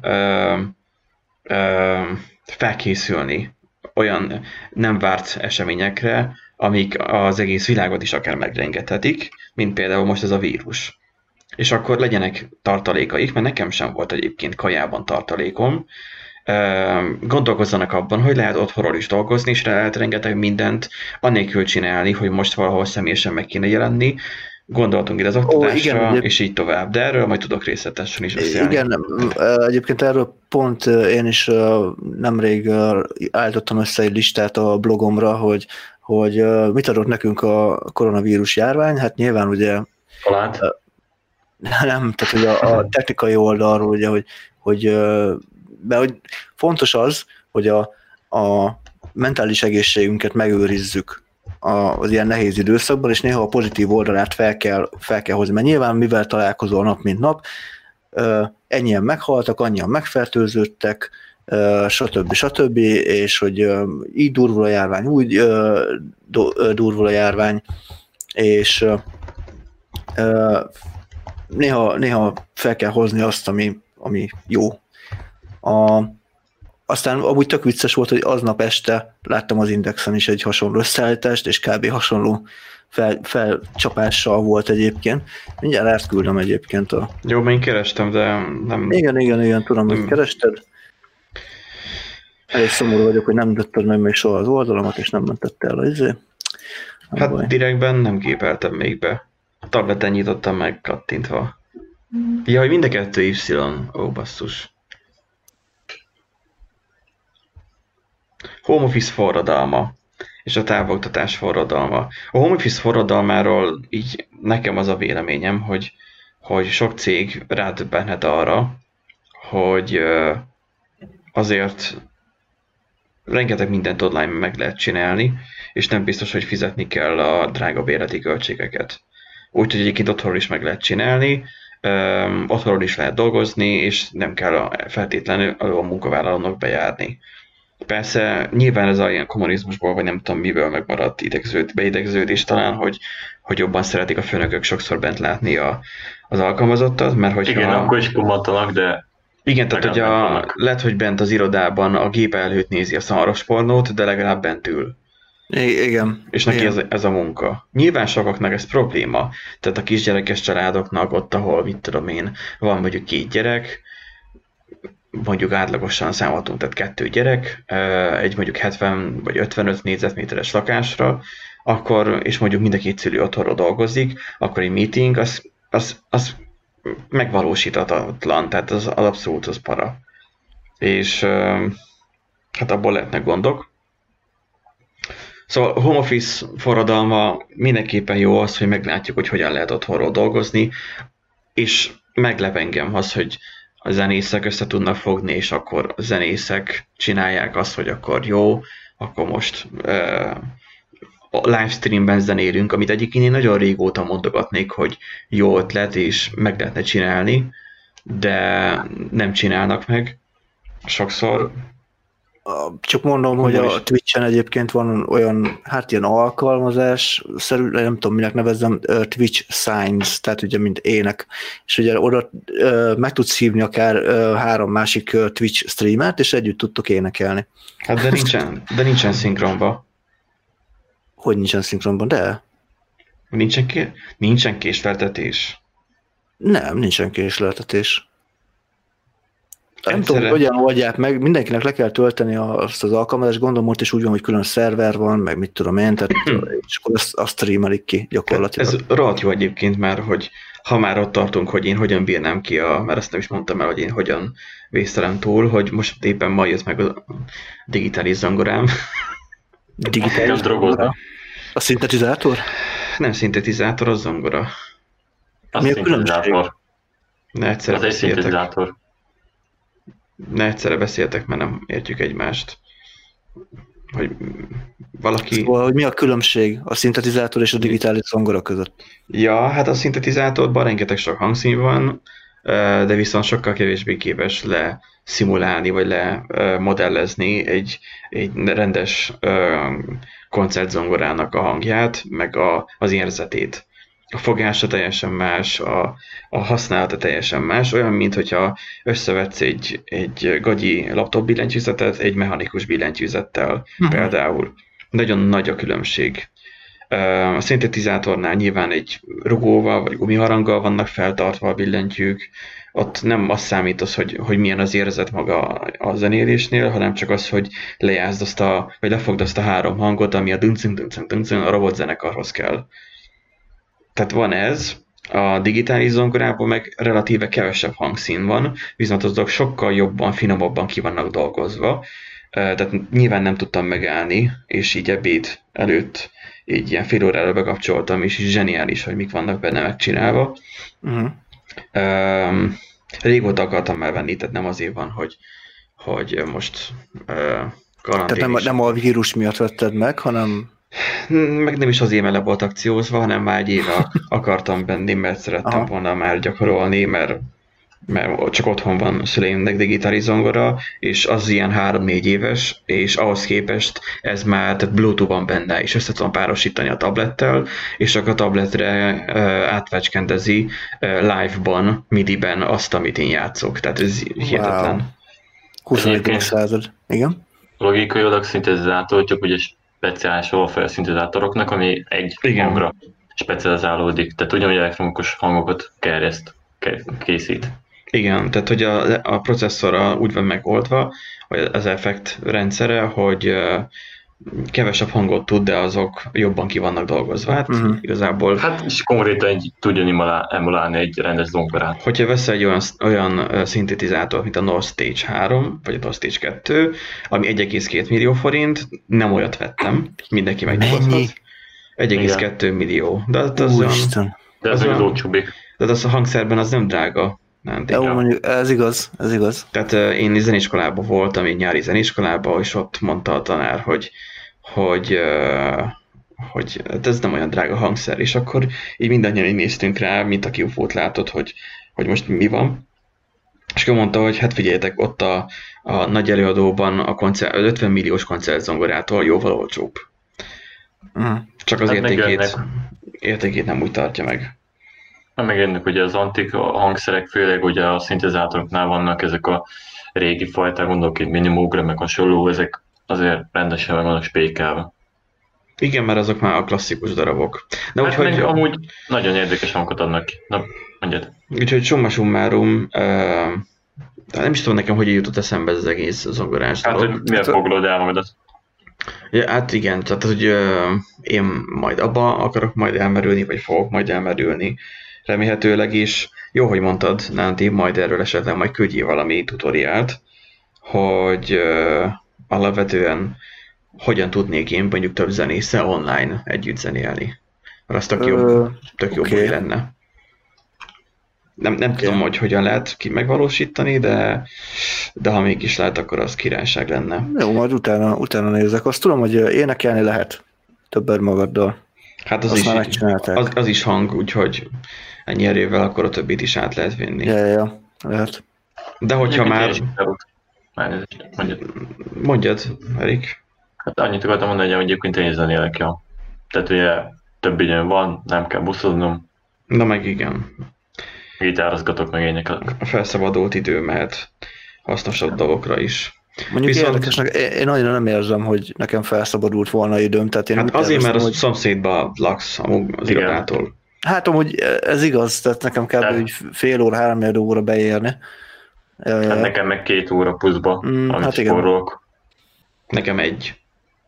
felkészülni olyan nem várt eseményekre, amik az egész világot is akár megrengethetik, mint például most ez a vírus. És akkor legyenek tartalékaik, mert nekem sem volt egyébként kajában tartalékom. Gondolkozzanak abban, hogy lehet otthonról is dolgozni, és lehet rengeteg mindent annélkül csinálni, hogy most valahol személyesen meg kéne jelenni. Gondoltunk ide az oktatásra, igen, és így tovább, de erről majd tudok részletesen is beszélni. Igen, egyébként erről pont én is nemrég állítottam össze egy listát a blogomra, hogy mit adott nekünk a koronavírus járvány, hát nyilván ugye... Talált? Nem, tehát hogy a technikai oldalról ugye, hogy fontos az, hogy a mentális egészségünket megőrizzük az ilyen nehéz időszakban, és néha a pozitív oldalát fel kell hozni, mert nyilván mivel találkozol nap mint nap, ennyien meghaltak, annyian megfertőződtek, stb. És hogy így durvul a járvány, úgy durvul a járvány, és néha fel kell hozni azt, ami jó. Aztán amúgy tök vicces volt, hogy aznap este láttam az Indexen is egy hasonló összeállítást, és kb. Hasonló felcsapással volt egyébként. Mindjárt átküldöm egyébként a... Jó, mert én kerestem, de nem... Igen, tudom, hogy kerested. Elég szomorú vagyok, hogy nem tetted meg még soha az oldalamat, és nem mentette el az Hát direktben nem gépeltem még be. A tableten nyitottam meg kattintva. Ja, hogy mind a kettő Y. Ó, basszus. Home office forradalma és a távoktatás forradalma. A home office forradalmáról így nekem az a véleményem, hogy sok cég rádöbbenhet arra, hogy azért rengeteg mindent online meg lehet csinálni, és nem biztos, hogy fizetni kell a drága bérleti költségeket. Úgyhogy egyébként otthonról is meg lehet csinálni, otthonról is lehet dolgozni, és nem kell feltétlenül a munkavállalónak bejárni. Persze nyilván ez ilyen kommunizmusból, vagy nem tudom miből megmaradt beidegződés talán, hogy jobban szeretik a főnökök sokszor bent látni az alkalmazottat, mert hogyha... Igen, akkor is kumantanak, de... Igen, tehát hogy lehet, hogy bent az irodában a gép előtt nézi a szaros pornót, de legalább bent ül. Igen. És neki ez a munka. Nyilván sokaknak ez probléma. Tehát a kisgyerekes családoknak ott, ahol, mit tudom én, van mondjuk 2 gyerek, mondjuk átlagosan számoltunk, tehát 2 gyerek, egy mondjuk 70 vagy 55 négyzetméteres lakásra, akkor, és mondjuk mind a 2 szülő otthonról dolgozik, akkor egy meeting, az megvalósítatlan, tehát az abszolút az para. És hát abból lehetnek gondok. Szóval a home office forradalma mindenképpen jó az, hogy meglátjuk, hogy hogyan lehet otthonról dolgozni, és meglep engem az, hogy a zenészek össze tudnak fogni, és akkor a zenészek csinálják azt, hogy akkor jó, akkor most a livestreamben zenélünk, amit egyébként én nagyon régóta mondogatnék, hogy jó ötlet, és meg lehetne csinálni, de nem csinálnak meg sokszor. Csak mondom, hogy a Twitch-en egyébként van olyan, hát ilyen alkalmazás, nem tudom, minek nevezzem, Twitch Signs, tehát ugye mint ének, és ugye oda meg tudsz hívni akár 3 másik Twitch streamert, és együtt tudtok énekelni. Hát de nincsen szinkronban. Hogy nincsen szinkronban, de... Nincsen késleltetés? Nem, nincsen késleltetés. Nem tudom, hogy hogyan oldják meg, mindenkinek le kell tölteni azt az alkalmazást, gondolom most is úgy van, hogy külön szerver van, meg mit tudom én, tehát, és akkor azt streamelik ki gyakorlatilag. Ez rohadt jó egyébként már, hogy ha már ott tartunk, hogy én hogyan bírnám ki, mert ezt nem is mondtam el, hogy én hogyan vésztelem túl, hogy most éppen ma jött meg a digitális zongorám. Digitális zongora? A szintetizátor? Nem szintetizátor, az zongora. A szintetizátor. Ne egyszerre az egy szintetizátor. Ne egyszerre beszéltek, mert nem értjük egymást. Hogy valaki... Szóval, hogy mi a különbség a szintetizátor és a digitális zongora között? Ja, hát a szintetizátorban rengeteg sok hangszín van, de viszont sokkal kevésbé képes leszimulálni, vagy lemodellezni egy rendes koncertzongorának a hangját, meg az érzetét. A fogása teljesen más, a használata teljesen más, olyan, mint hogyha összevetsz egy gagyi laptop billentyűzetet egy mechanikus billentyűzettel például. Nagyon nagy a különbség. A szintetizátornál nyilván egy rugóval vagy gumiharanggal vannak feltartva a billentyűk, ott nem azt számít hogy milyen az érzet maga a zenélésnél, hanem csak az, hogy lejázd vagy lefogd azt a 3 hangot, ami a döncön a robotzenekarhoz kell. Tehát van ez, a digitális zongorában meg relatíve kevesebb hangszín van, viszont azok sokkal jobban, finomabban ki vannak dolgozva. Tehát nyilván nem tudtam megállni, és így ebéd előtt így ilyen fél órára bekapcsoltam, és így zseniális, hogy mik vannak benne megcsinálva. Régóta akartam elvenni, tehát nem azért van, hogy most karantén. Tehát nem a vírus miatt vetted meg, hanem... Meg nem is azért, mert le volt akciózva, hanem már egy éve akartam venni, mert szerettem volna már gyakorolni, mert csak otthon van szüleimnek digitális zongora, és az ilyen 3-4 éves, és ahhoz képest ez már tehát Bluetooth-ban benne, és össze tudom párosítani a tablettel, és csak a tabletre átvecskendezi live-ban, MIDI-ben azt, amit én játszok. Tehát ez hihetetlen. 21. század. Igen? Logikailag szintetizátor, csak ugye speciális Wolfram szintetizátoroknak, ami egy hangra specializálódik. Tehát ugyanúgy elektronikus hangokat készít. Igen, tehát hogy a processzora úgy van megoldva, vagy az effekt rendszere, hogy kevesebb hangot tud, de azok jobban ki vannak dolgozva. Hát igazából... Hát és konkrétan tudjon emulálni egy rendes zongorát. Hogyha veszel egy olyan szintetizátort, mint a North Stage 3, vagy a North Stage 2, ami 1,2 millió forint, nem olyat vettem, mindenki megnyugodhat. 1,2 millió. De az Úristen. De ez az olcsóbbik. De az a hangszerben az nem drága. Jó, mondjuk, ez igaz. Tehát én zeniskolában voltam, egy nyári zeniskolában, és ott mondta a tanár, hogy ez nem olyan drága hangszer, és akkor így mindannyian így néztünk rá, mint aki UFO-t látott, hogy most mi van. És akkor mondta, hogy hát figyeljetek, ott a nagy előadóban az 50 milliós koncertzongorától jóval olcsóbb. Csak az értékét nem úgy tartja meg. Meg ennek ugye az antik hangszerek, főleg ugye a szintetizátoroknál vannak ezek a régi fajták, gondolok itt Minimoogre, meg hasonló, ezek azért rendesen meg vannak spékelve. Igen, mert azok már a klasszikus darabok. De hát úgyhogy amúgy nagyon érdekes hangokat adnak ki. Na, mondjad. Úgyhogy summa summarum, nem is tudom nekem, hogy jutott eszembe ez az egész zongorás dolog. Hát, hogy miért foglod el magadat? Ja, hát igen, tehát hogy én majd abba akarok majd elmerülni, vagy fogok majd elmerülni. Remélhetőleg is. Jó, hogy mondtad, Nánti, majd erről esetleg majd küldjél valami tutoriált, hogy alapvetően hogyan tudnék én mondjuk több zenésszel online együtt zenélni. Mert az tök jó buli lenne. Nem tudom, hogy hogyan lehet megvalósítani, de ha mégis lehet, akkor az királyság lenne. Jó, majd utána nézek. Azt tudom, hogy énekelni lehet többet magaddal. Hát az is hang, úgyhogy ennyi erővel akkor a többit is át lehet vinni. Ja, lehet. De hogyha már... Mondjad, Erik. Hát annyit akartam mondani, hogy egyébként én zenélek, jó. Tehát ugye több időm van, nem kell buszoznom. Na meg igen. Gitározgatok, meg énekelek. A felszabadult idő mehet hasznosabb dolgokra is. Mondjuk érdekesnek, én annyira nem érzem, hogy nekem felszabadult volna időm. Tehát én hát azért, mert a szomszédba laksz az irodától. Hát amúgy ez igaz, tehát nekem kell fél óra, 3 óra beérni. Hát nekem meg 2 óra pluszba, amit hát spórolok. Nekem 1.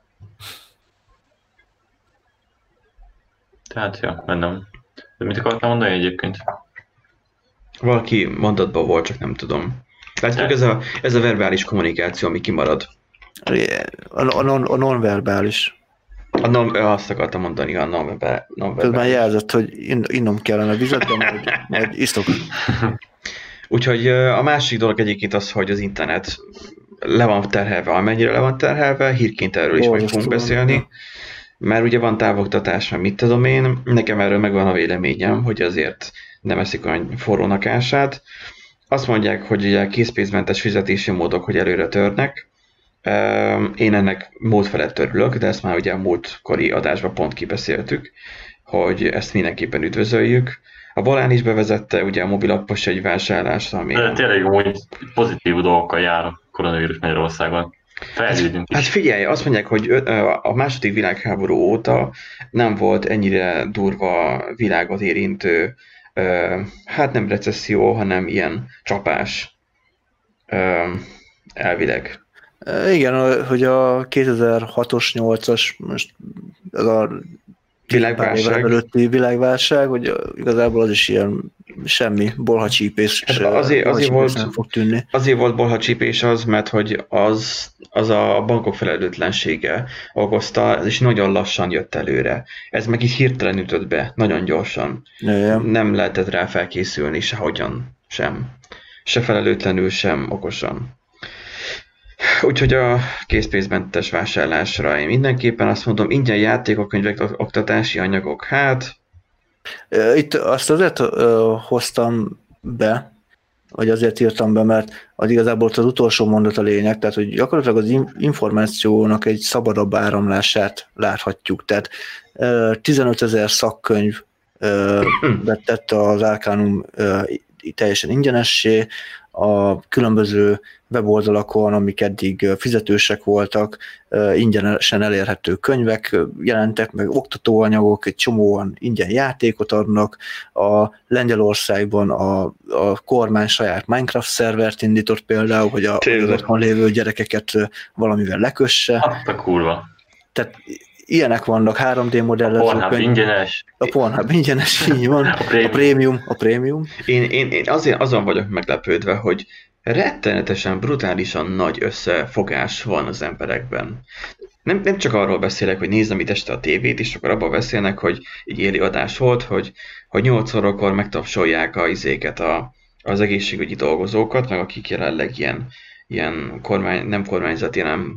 Tehát, ja, mennem. De mit akartam mondani egyébként? Valaki mondatban volt, csak nem tudom. Látjuk, ez a verbális kommunikáció, ami kimarad. A non-verbális. Azt akartam mondani, a non-verbális. Tehát már jelzett, hogy innom kellene vizet, de majd isztok. Úgyhogy a másik dolog egyébként az, hogy az internet le van terhelve, amennyire le van terhelve, hírként erről is majd fogunk beszélni. Mert ugye van távoktatás, mert mit tudom én, nekem erről megvan a véleményem, hogy azért nem eszik olyan forrónak ását. Azt mondják, hogy ugye készpénzmentes fizetési módok, hogy előre törnek. Én ennek mód felett örülök, de ezt már ugye a múltkori adásban pont kibeszéltük, hogy ezt mindenképpen üdvözöljük. A Balán is bevezette ugye a mobilappos egy vásárlást, ami... De tényleg úgy pozitív dolgokkal jár a koronavírus Magyarországon. Hát figyelj, azt mondják, hogy a második világháború óta nem volt ennyire durva világot érintő, hát nem recesszió, hanem ilyen csapás elvileg. Igen, hogy a 2006-os, 8-as, most ez a világválság. Előtti világválság, hogy igazából az is ilyen semmi bolhacsípés, hát azért volt, nem fog tűnni. Azért volt bolhacsípés az, mert hogy az a bankok felelőtlensége okozta, és nagyon lassan jött előre. Ez meg így hirtelen ütött be, nagyon gyorsan. Nem lehetett rá felkészülni sehogyan sem. Se felelőtlenül, sem okosan. Úgyhogy a készpénzmentes vásárlásra én mindenképpen azt mondom, ingyen játékok, oktatási anyagok, hát... Itt azt azért hoztam be, vagy azért írtam be, mert az igazából az utolsó mondat a lényeg, tehát hogy gyakorlatilag az információnak egy szabadabb áramlását láthatjuk. Tehát 15 000 szakkönyv tett az Arcanum teljesen ingyenessé, a különböző weboldalakon, amik eddig fizetősek voltak, ingyenesen elérhető könyvek jelentek, meg oktatóanyagok, egy csomóan ingyen játékot adnak. A Lengyelországban a kormány saját Minecraft szervert indított például, hogy az otthon lévő gyerekeket valamivel lekösse. Azt a kurva. Tehát ilyenek vannak, 3D modellező könyv. A Pornhub ingyenes. A Pornhub ingyenes, így van. A prémium. Én azon vagyok meglepődve, hogy rettenetesen, brutálisan nagy összefogás van az emberekben. Nem csak arról beszélek, hogy nézem itt este a tévét, és akkor abban beszélnek, hogy egy élő adás volt, hogy 8 órakor megtapsolják az egészségügyi dolgozókat, meg akik jelenleg ilyen nem kormányzati, hanem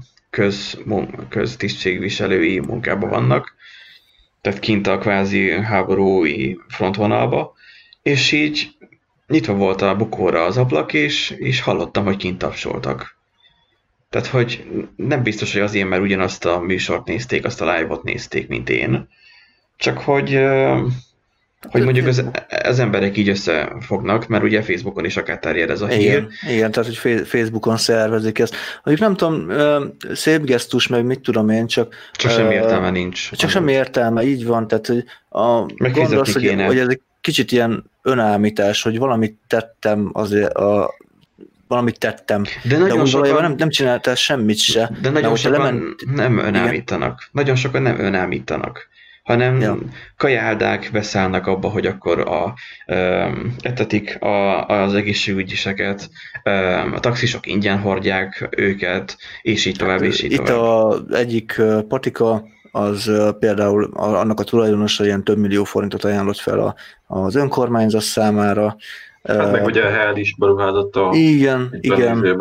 köztisztségviselői munkában vannak, tehát kint a kvázi háborúi frontvonalba, és így nyitva volt a bukóra az ablak, és hallottam, hogy kint tapsoltak. Tehát, hogy nem biztos, hogy azért, mert ugyanazt a műsort nézték, azt a live-ot nézték, mint én, csak hogy mondjuk az emberek így összefognak, mert ugye Facebookon is akár terjed ez a hír. Igen, tehát hogy Facebookon szervezik ezt. Mondjuk nem tudom, szép gesztus, meg mit tudom én, csak semmi értelme nincs. Csak semmi értelme, így van, tehát hogy gondolsz, hogy ez egy kicsit ilyen önállítás, hogy valamit tettem valamit tettem. De nagyon sokan nem csináltál semmit se. De nagyon sokan nem önállítanak. Igen. Nagyon sokan nem önállítanak, hanem kajáldák beszállnak abba, hogy akkor etetik az egészségügyiseket, a taxisok ingyen hordják őket, és így tovább, és így tovább. Itt az egyik patika, az például annak a tulajdonosa ilyen több millió forintot ajánlott fel az önkormányzat számára. Hát meg ugye a Held is beruházott a... Igen.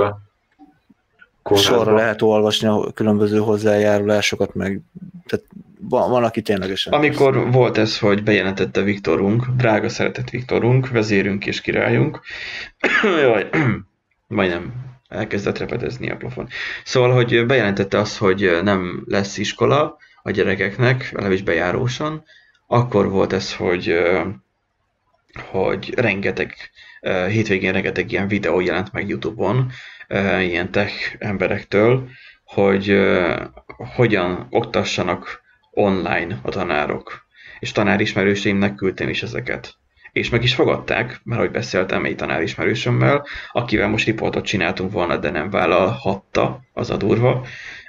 Sorra lehet olvasni a különböző hozzájárulásokat, meg tehát van, aki ténylegesen... Amikor volt ez, hogy bejelentette Viktorunk, drága szeretett Viktorunk, vezérünk és királyunk, jaj, majdnem elkezdett repedezni a plafon. Szóval, hogy bejelentette azt, hogy nem lesz iskola a gyerekeknek, legalábbis bejárósan, akkor volt ez, hogy hétvégén rengeteg ilyen videó jelent meg YouTube-on, ilyen tech emberektől, hogy hogyan oktassanak online a tanárok. És tanárismerőseimnek küldtem is ezeket. és meg is fogadták, mert ahogy beszéltem egy tanárismerősömmel, akivel most riportot csináltunk volna, de nem vállalhatta, az a durva.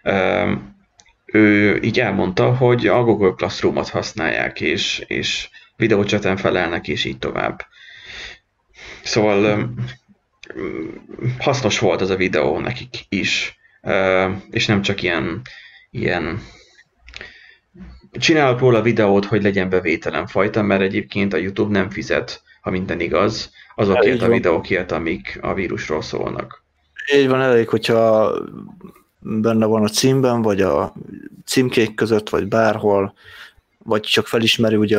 Ő így elmondta, hogy a Google Classroom-ot használják, és videócsaten felelnek, és így tovább. Szóval hasznos volt az a videó nekik is, és nem csak ilyen csinálok róla videót, hogy legyen bevételem fajta, mert egyébként a YouTube nem fizet, ha minden igaz, azokért a videókért, amik a vírusról szólnak. Így van, elég, hogyha benne van a címben, vagy a címkék között, vagy bárhol, vagy csak felismeri ugye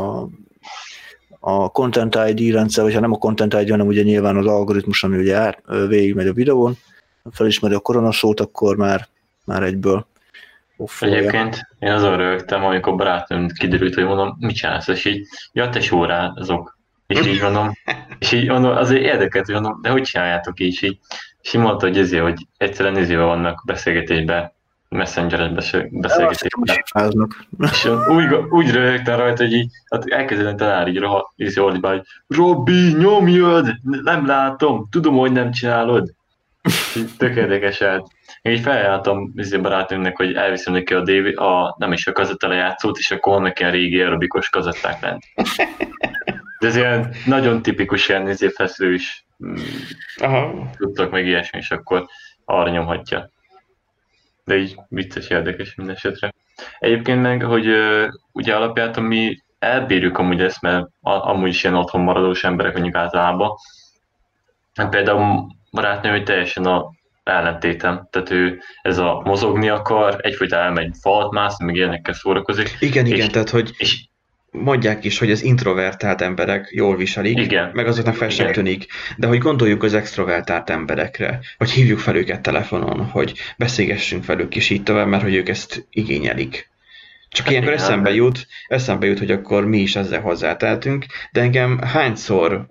a Content ID rendszer, vagy ha nem a Content ID, hanem ugye nyilván az algoritmus, ami ugye végigmegy a videón, felismeri a koronaszót, akkor már egyből offolja. Egyébként én azon rögtem, amikor barátom kiderült, hogy mondom, mit csinálsz, és így, ja, te sórázok. És így mondom, azért érdekelt, hogy mondom, de hogy csináljátok így? És így mondta, hogy egyszerűen vannak beszélgetésben, messengeres beszélgetésben. És úgy röhögtem rajta, hogy így elkezdődött tanár így ordibál, hogy Robi, nyomjad! Nem látom, tudom, hogy nem csinálod. Tök érdekes állt. Én így felajánlottam barátunknak, hogy elviszem neki nem is a kazettelejátszót, és akkor vannak ilyen régi aerobikus kazetták lent. De ez ilyen nagyon tipikus ilyen feszülős tudtak meg ilyesmi, és akkor arra nyomhatja. De így vicces, érdekes minden esetre. Egyébként meg, hogy ugye alapjában mi elbírjuk amúgy ezt, mert amúgy is ilyen otthon maradós emberek mondjuk általában. Például barátnőm, hogy teljesen a ellentétem. Tehát ő ez a mozogni akar, egyfajta elmegy falat mászni, meg ilyenekkel szórakozik. Igen, tehát hogy mondják is, hogy az introvertált emberek jól viselik, igen, meg azoknak fel sem tűnik. De hogy gondoljuk az extrovertált emberekre, hogy hívjuk fel őket telefonon, hogy beszélgessünk velük is így tovább, mert hogy ők ezt igényelik. Csak ilyenkor eszembe jut, hogy akkor mi is ezzel hozzáteltünk, de engem hányszor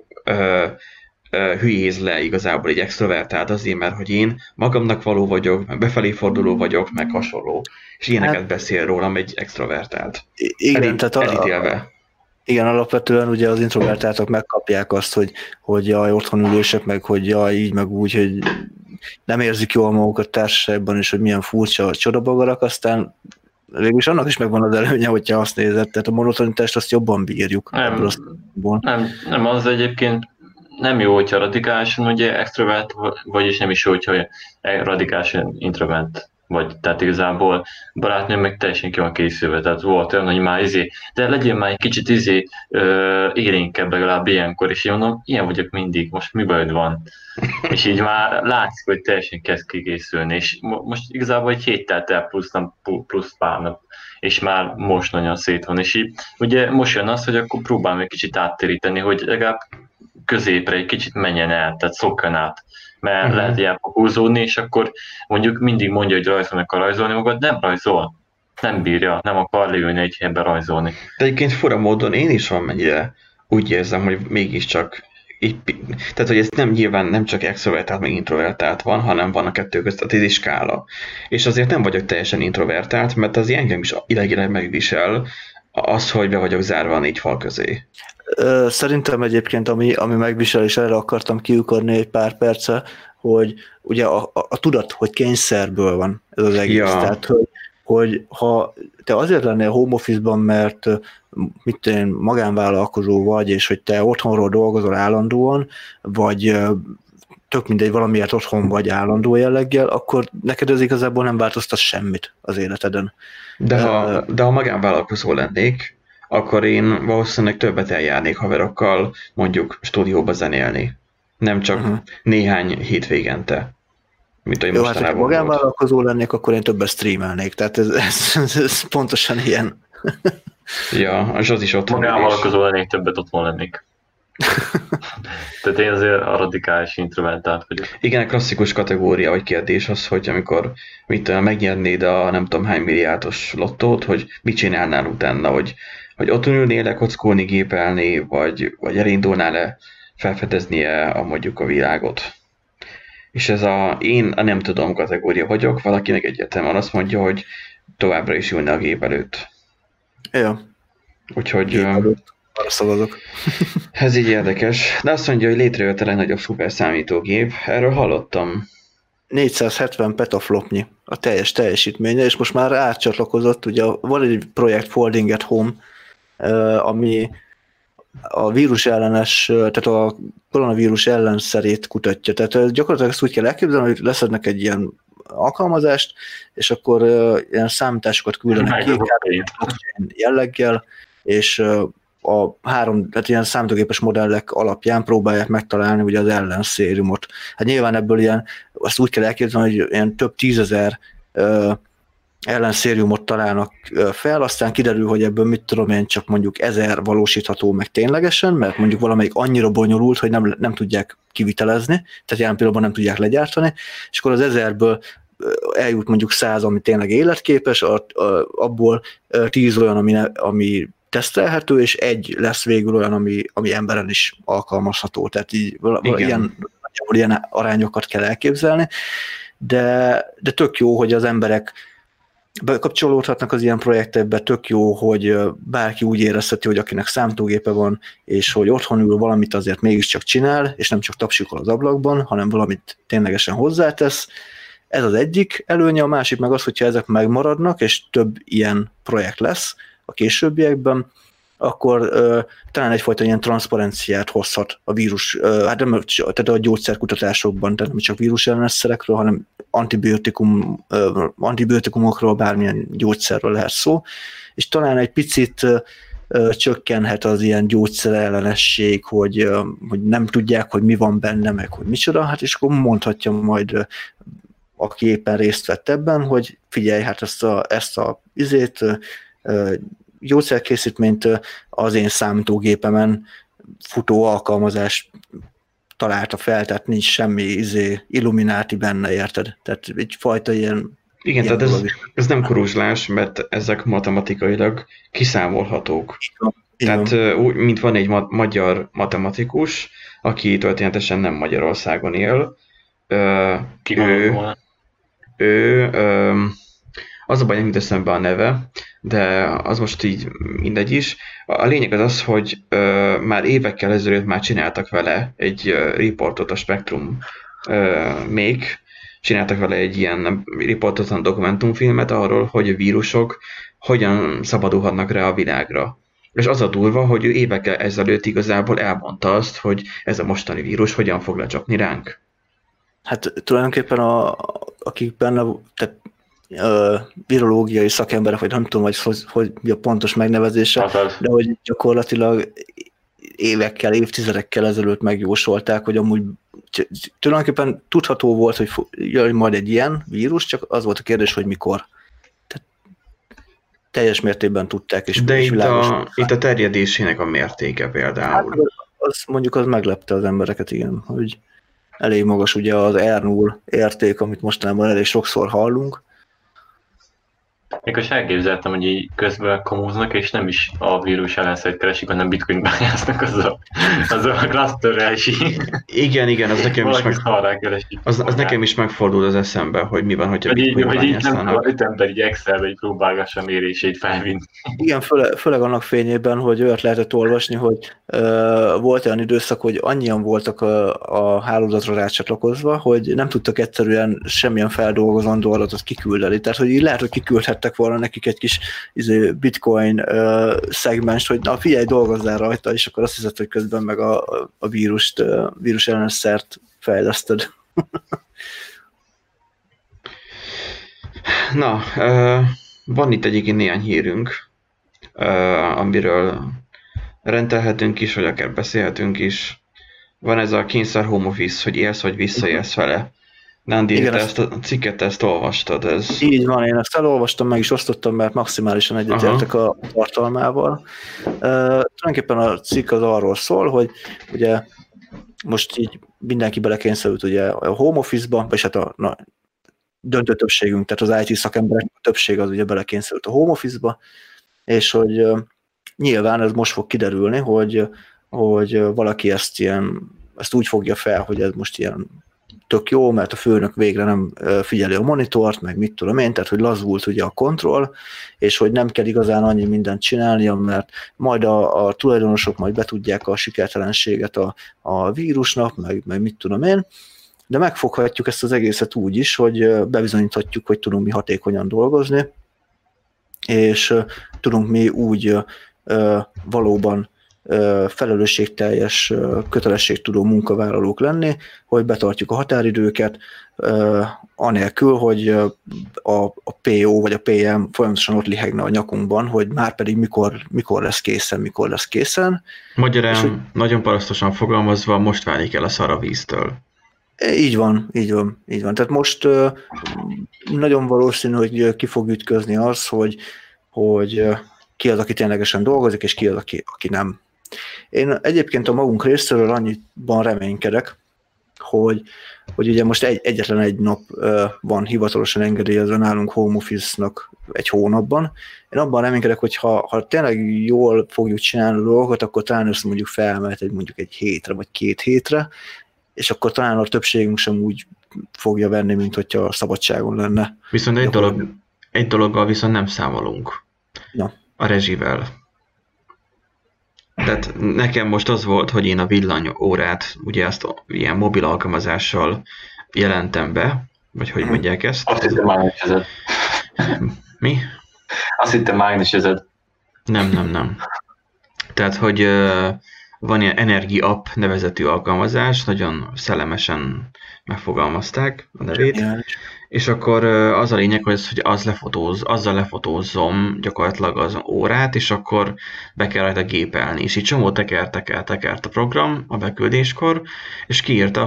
hülyéz le igazából egy extrovertált azért, mert hogy én magamnak való vagyok, meg befelé forduló vagyok, meg hasonló. És ilyeneket beszél rólam egy extrovertált. Igen, elítélve. Igen, alapvetően ugye az introvertáltak megkapják azt, hogy jaj, otthon ülősek, meg hogy jaj, így, meg úgy, hogy nem érzik jól magukat társaságban, és hogy milyen furcsa csodabagarak, aztán végülis annak is megvan az előnye, hogyha azt nézed, tehát a monotonitást azt jobban bírjuk. Nem, az egyébként nem jó, hogyha radikálisan ugye extrovert, vagyis nem is jó, hogyha radikálisan introvert vagy. Tehát igazából barátnőm meg teljesen ki van készülve, tehát volt olyan, hogy már de legyen már egy kicsit élénkebb legalább ilyenkor, és én mondom, ilyen vagyok mindig, most mi bajod van? És így már látszik, hogy teljesen kezd kikészülni, és most igazából egy hét telt el plusz pár nap, és már most nagyon szét van, és így ugye most jön az, hogy akkor próbálom egy kicsit áttéríteni, hogy legalább középre egy kicsit menjen el, tehát szokjon át, mert lehet ilyenkor húzódni, és akkor mondjuk mindig mondja, hogy rajzolni akar rajzolni magad, nem rajzol, nem bírja, nem akar leülni egy helyben rajzolni. De egyébként fura módon én is valamennyire úgy érzem, hogy mégiscsak tehát, hogy ez nyilván nem csak extrovertált, meg introvertált van, hanem van a kettő között a 10 skála. És azért nem vagyok teljesen introvertált, mert az engem is idegileg megvisel az, hogy be vagyok zárva a 4 fal közé. Szerintem egyébként, ami megvisel, és erre akartam kiukorni egy pár perce, hogy ugye a tudat, hogy kényszerből van ez az egész. Ja. Tehát, hogy ha te azért lennél home office-ban, mert magánvállalkozó vagy, és hogy te otthonról dolgozol állandóan, vagy tök mindegy, valamiért otthon vagy állandó jelleggel, akkor neked ez igazából nem változtat semmit az életeden. De ha magánvállalkozó lennék, akkor én valószínűleg többet eljárnék haverokkal, mondjuk stúdióba zenélni. Nem csak néhány hétvégente, mint ahogy mostanában hát, ha magánvállalkozó lennék, akkor én többet streamelnék. Tehát ez pontosan ilyen. Ja, és az is ott van. Magánvállalkozó lennék, többet otthon lennék. Tehát én azért a radikális introvertált vagyok. Igen, a klasszikus kategória, vagy kérdés az, hogy amikor megnyernéd a nem tudom hány milliárdos lottót, hogy mit csinálnál utána, hogy ott ülnél-e kockolni, gépelni, vagy elindulnál-e felfedeznie mondjuk a világot. És ez én a nem tudom kategória vagyok, valakinek egyértelműen azt mondja, hogy továbbra is ülne a gép előtt. Ja. Úgyhogy Arra szavazok. Ez így érdekes. De azt mondja, hogy létrejött a legnagyobb szuperszámítógép. Erről hallottam. 470 petaflopnyi a teljes teljesítménye, és most már átcsatlakozott, ugye van egy projekt Folding at Home, ami a vírus ellenes, tehát a koronavírus ellenszerét kutatja. Tehát gyakorlatilag ezt úgy kell elképzelni, hogy leszednek egy ilyen alkalmazást, és akkor ilyen számításokat küldenek ki, jelleggel, és tehát ilyen számítógépes modellek alapján próbálják megtalálni ugye az ellenszériumot. Hát nyilván ebből ilyen, azt úgy kell elképzelni, hogy ilyen több tízezer ellenszériumot találnak fel, aztán kiderül, hogy ebből mit tudom én, csak mondjuk 1000 valósítható meg ténylegesen, mert mondjuk valamelyik annyira bonyolult, hogy nem tudják kivitelezni, tehát jelen pillanatban nem tudják legyártani, és akkor az 1000-ből eljut mondjuk 100, ami tényleg életképes, abból 10 olyan, ami tesztelhető, és egy lesz végül olyan, ami emberen is alkalmazható. Tehát így ilyen arányokat kell elképzelni, de tök jó, hogy az emberek bekapcsolódhatnak az ilyen projektekbe, tök jó, hogy bárki úgy érezheti, hogy akinek számítógépe van, és hogy otthon ül valamit azért mégiscsak csinál, és nem csak tapsikol az ablakban, hanem valamit ténylegesen hozzátesz. Ez az egyik előnye, a másik meg az, hogyha ezek megmaradnak, és több ilyen projekt lesz a későbbiekben, akkor talán egyfajta ilyen transzparenciát hozhat a vírus, hát nem tehát a gyógyszerkutatásokban, tehát nem csak vírusellenes szerekről, hanem antibiotikumokról, bármilyen gyógyszerről lehet szó, és talán egy picit csökkenhet az ilyen gyógyszerellenesség, hogy nem tudják, hogy mi van benne, meg hogy micsoda, hát és akkor mondhatja majd, aki éppen részt vett ebben, hogy figyelj, hát ezt a gyógyszerkészítményt az én számítógépemen futó alkalmazás találta fel, tehát nincs semmi Illuminati benne, érted? Tehát egyfajta ilyen... Igen, ilyen tehát ez nem kuruzslás, mert ezek matematikailag kiszámolhatók. Igen. Tehát úgy, mint van egy magyar matematikus, aki történetesen nem Magyarországon él, az a baj, nem jut eszembe a neve, de az most így mindegy is. A lényeg az, hogy már évekkel ezelőtt már csináltak vele egy riportot, a Spektrum még csináltak vele egy ilyen riportot, dokumentumfilmet arról, hogy a vírusok hogyan szabadulhatnak rá a világra. És az a durva, hogy ő évekkel ezelőtt igazából elmondta azt, hogy ez a mostani vírus hogyan fog lecsapni ránk. Hát tulajdonképpen akik benne, tehát virológiai szakemberek, vagy nem tudom, hogy a pontos megnevezése, de hogy gyakorlatilag évekkel, évtizedekkel ezelőtt megjósolták, hogy amúgy tulajdonképpen tudható volt, hogy jön majd egy ilyen vírus, csak az volt a kérdés, hogy mikor. Tehát teljes mértékben tudták, és de itt a terjedésének a mértéke például. Hát, az meglepte az embereket, igen, hogy elég magas ugye az R0 érték, amit mostanában elég sokszor hallunk. Mikor is elképzeltem, hogy így közben komóznak, és nem is a vírus ellenszert keresik, hanem bitcoin bányásznak azzal a clusterrel is. Igen, az nekem is megfordul az eszembe, hogy mi van, hogyha bitcoin bányásztanak. Hogy így ember így Excelbe így próbálgassa a mérését felvinni. Igen, főleg annak fényében, hogy olyat lehetett olvasni, hogy volt olyan időszak, hogy annyian voltak a hálózatra rácsatlakozva, hogy nem tudtak egyszerűen semmilyen feldolgozandó adatot kiküldeni. Tehát, hogy így lehet, hogy kiküldhettek volna nekik egy kis bitcoin szegmens, hogy na figyelj, dolgozzál rajta, és akkor azt hiszed, hogy közben meg a vírus ellenes szert fejleszted. Na, van itt egyébként néhány hírünk, amiről rendelhetünk is, vagy akár beszélhetünk is. Van ez a kényszer home office, hogy élsz vagy visszaélsz vele. Nandi, igen, ezt a cikket, ezt olvastad. Ez... Így van, én ezt elolvastam, meg is osztottam, mert maximálisan egyetértek a tartalmával. Tulajdonképpen a cikk az arról szól, hogy ugye most így mindenki belekényszerült ugye a home office-ba, és hát a döntő többségünk, tehát az IT szakemberek többség az ugye belekényszerült a home office-ba, és hogy nyilván ez most fog kiderülni, hogy valaki ezt úgy fogja fel, hogy ez most ilyen tök jó, mert a főnök végre nem figyeli a monitort, meg mit tudom én, tehát hogy lazult ugye a kontroll, és hogy nem kell igazán annyi mindent csinálnia, mert majd a tulajdonosok majd betudják a sikertelenséget a vírusnak, meg mit tudom én, de megfoghatjuk ezt az egészet úgy is, hogy bebizonyíthatjuk, hogy tudunk mi hatékonyan dolgozni, és tudunk mi úgy valóban felelősségteljes, kötelességtudó munkavállalók lenni, hogy betartjuk a határidőket, anélkül, hogy a PO vagy a PM folyamatosan ott lihegne a nyakunkban, hogy már pedig mikor lesz készen. Magyarán, nagyon parasztosan fogalmazva, most válik el a szar a víztől. Így van. Tehát most nagyon valószínű, hogy ki fog ütközni az, hogy ki az, aki ténylegesen dolgozik, és ki az, aki nem. Én egyébként a magunk részéről annyiban reménykedek, hogy ugye most egyetlen egy nap van hivatalosan engedélyezve nálunk home office-nak egy hónapban. Én abban reménykedek, hogy ha tényleg jól fogjuk csinálni a dolgokat, akkor talán ezt mondjuk felmehet mondjuk egy hétre, vagy 2 hétre, és akkor talán a többségünk sem úgy fogja venni, mint hogyha szabadságon lenne. Viszont egy dologgal viszont nem számolunk. Na. A rezsivel. Tehát nekem most az volt, hogy én a villanyórát, ugye ezt ilyen mobil alkalmazással jelentem be, vagy hogy mondják ezt? Azt hittem mágnesezed. Mi? Azt hittem mágnesezed. Nem. Tehát, hogy van ilyen Energy App nevezetű alkalmazás, nagyon szellemesen megfogalmazták a nevét, és akkor az a lényeg, hogy azzal lefotózzom gyakorlatilag az órát, és akkor be kell rajta gépelni, és így csomó tekert a program a beküldéskor, és kiírta,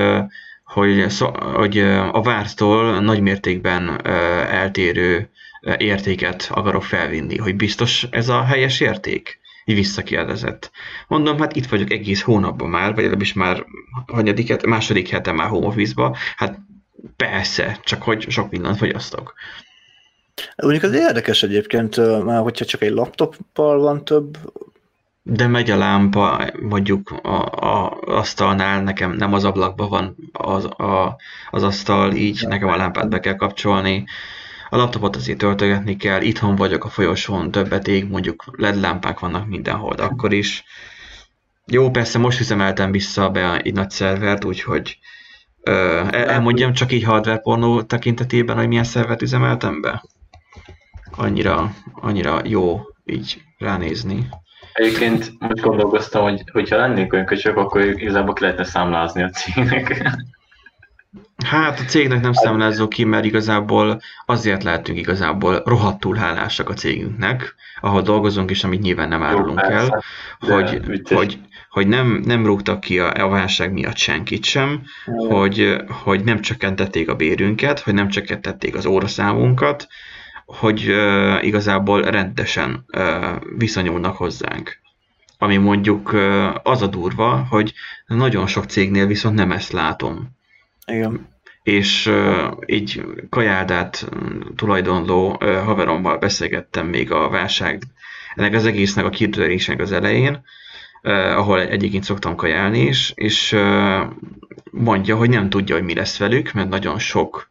hogy a vártól nagymértékben eltérő értéket akarok felvinni, hogy biztos ez a helyes érték? Így visszakérdezett. Mondom, hát itt vagyok egész hónapban már, vagy legalábbis már második hete már home office-ba. Hát persze, csak hogy sok mindent fogyasztok. Mondjuk az érdekes egyébként, már hogyha csak egy laptoppal van több. De megy a lámpa, mondjuk az asztalnál, nekem nem az ablakban van az asztal, így nekem a lámpát be kell kapcsolni. A laptopot azért töltögetni kell, itthon vagyok a folyosón, többet ég, mondjuk LED lámpák vannak mindenhol, de akkor is. Jó, persze most üzemeltem vissza be egy nagy szervert, úgyhogy elmondjam csak így hardware pornó tekintetében, hogy milyen szervert üzemeltem be. Annyira jó így ránézni. Egyébként most gondolkoztam, hogy ha lennék olyan köcsök, akkor igazából ki lehetne számlázni a cégnek. Hát a cégnek nem számlázok ki, mert igazából azért lehetünk igazából rohadtul hálásak a cégünknek, ahol dolgozunk, és amit nyilván nem árulunk el, hogy nem rúgtak ki a válság miatt senkit sem, hogy nem csökkentették a bérünket, hogy nem csökkentették az óraszámunkat, hogy igazából rendesen viszonyulnak hozzánk. Ami mondjuk az a durva, hogy nagyon sok cégnél viszont nem ezt látom. Igen. És így Kajárdát tulajdonló haverommal beszélgettem még a válság, ennek az egésznek a kitörésnek az elején, ahol egyébként szoktam kajálni is, és mondja, hogy nem tudja, hogy mi lesz velük, mert nagyon sok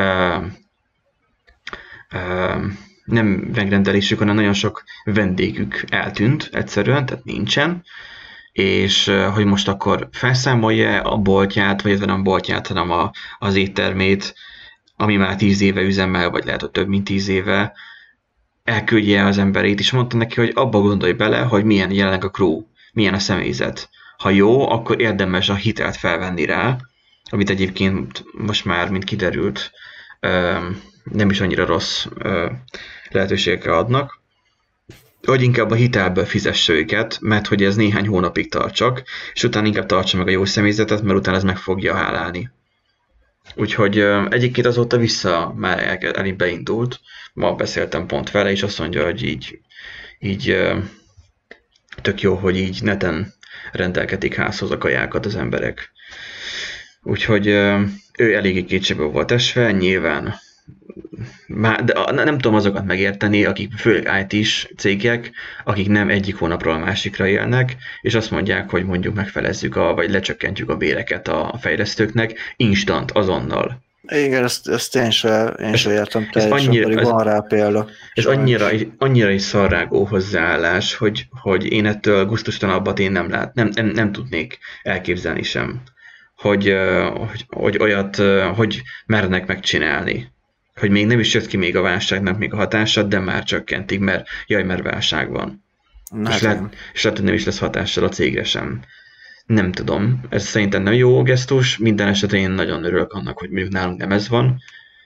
nem megrendelésük, hanem nagyon sok vendégük eltűnt egyszerűen, tehát nincsen, és hogy most akkor felszámolja a boltját, vagy nem boltját, hanem az éttermét, ami már 10 éve üzemel, vagy lehet, hogy több mint 10 éve, elküldje az emberét, és mondta neki, hogy abba gondolj bele, hogy milyen jelenleg a crew, milyen a személyzet. Ha jó, akkor érdemes a hitelt felvenni rá, amit egyébként most már, mint kiderült, nem is annyira rossz lehetőségekre adnak, hogy inkább a hitelből fizesse őket, mert hogy ez néhány hónapig tart csak, és utána inkább tartsa meg a jó személyzetet, mert utána ez meg fogja hálálni. Úgyhogy egyébként azóta vissza már beindult, ma beszéltem pont vele, és azt mondja, hogy így tök jó, hogy így neten rendelkedik házhoz a kajákat az emberek. Úgyhogy ő eléggé kétségbe volt esve, nyilván de nem tudom azokat megérteni, akik főleg IT-s cégek, akik nem egyik hónapról a másikra élnek, és azt mondják, hogy mondjuk megfelezzük, vagy lecsökkentjük a béreket a fejlesztőknek instant, azonnal. Igen, ezt én se értem teljesen, pedig van rá példa. Ez annyira is szarrágó hozzáállás, hogy én ettől gusztustalanabbat én nem tudnék elképzelni sem. Hogy olyat, hogy mernek megcsinálni. Hogy még nem is jött ki még a válságnak még a hatása, de már csökkentik, mert válság van. És lehet, hogy nem is lesz hatással a cégre sem. Nem tudom, ez szerintem nem jó gesztus, minden esetben én nagyon örülök annak, hogy mondjuk nálunk nem ez van.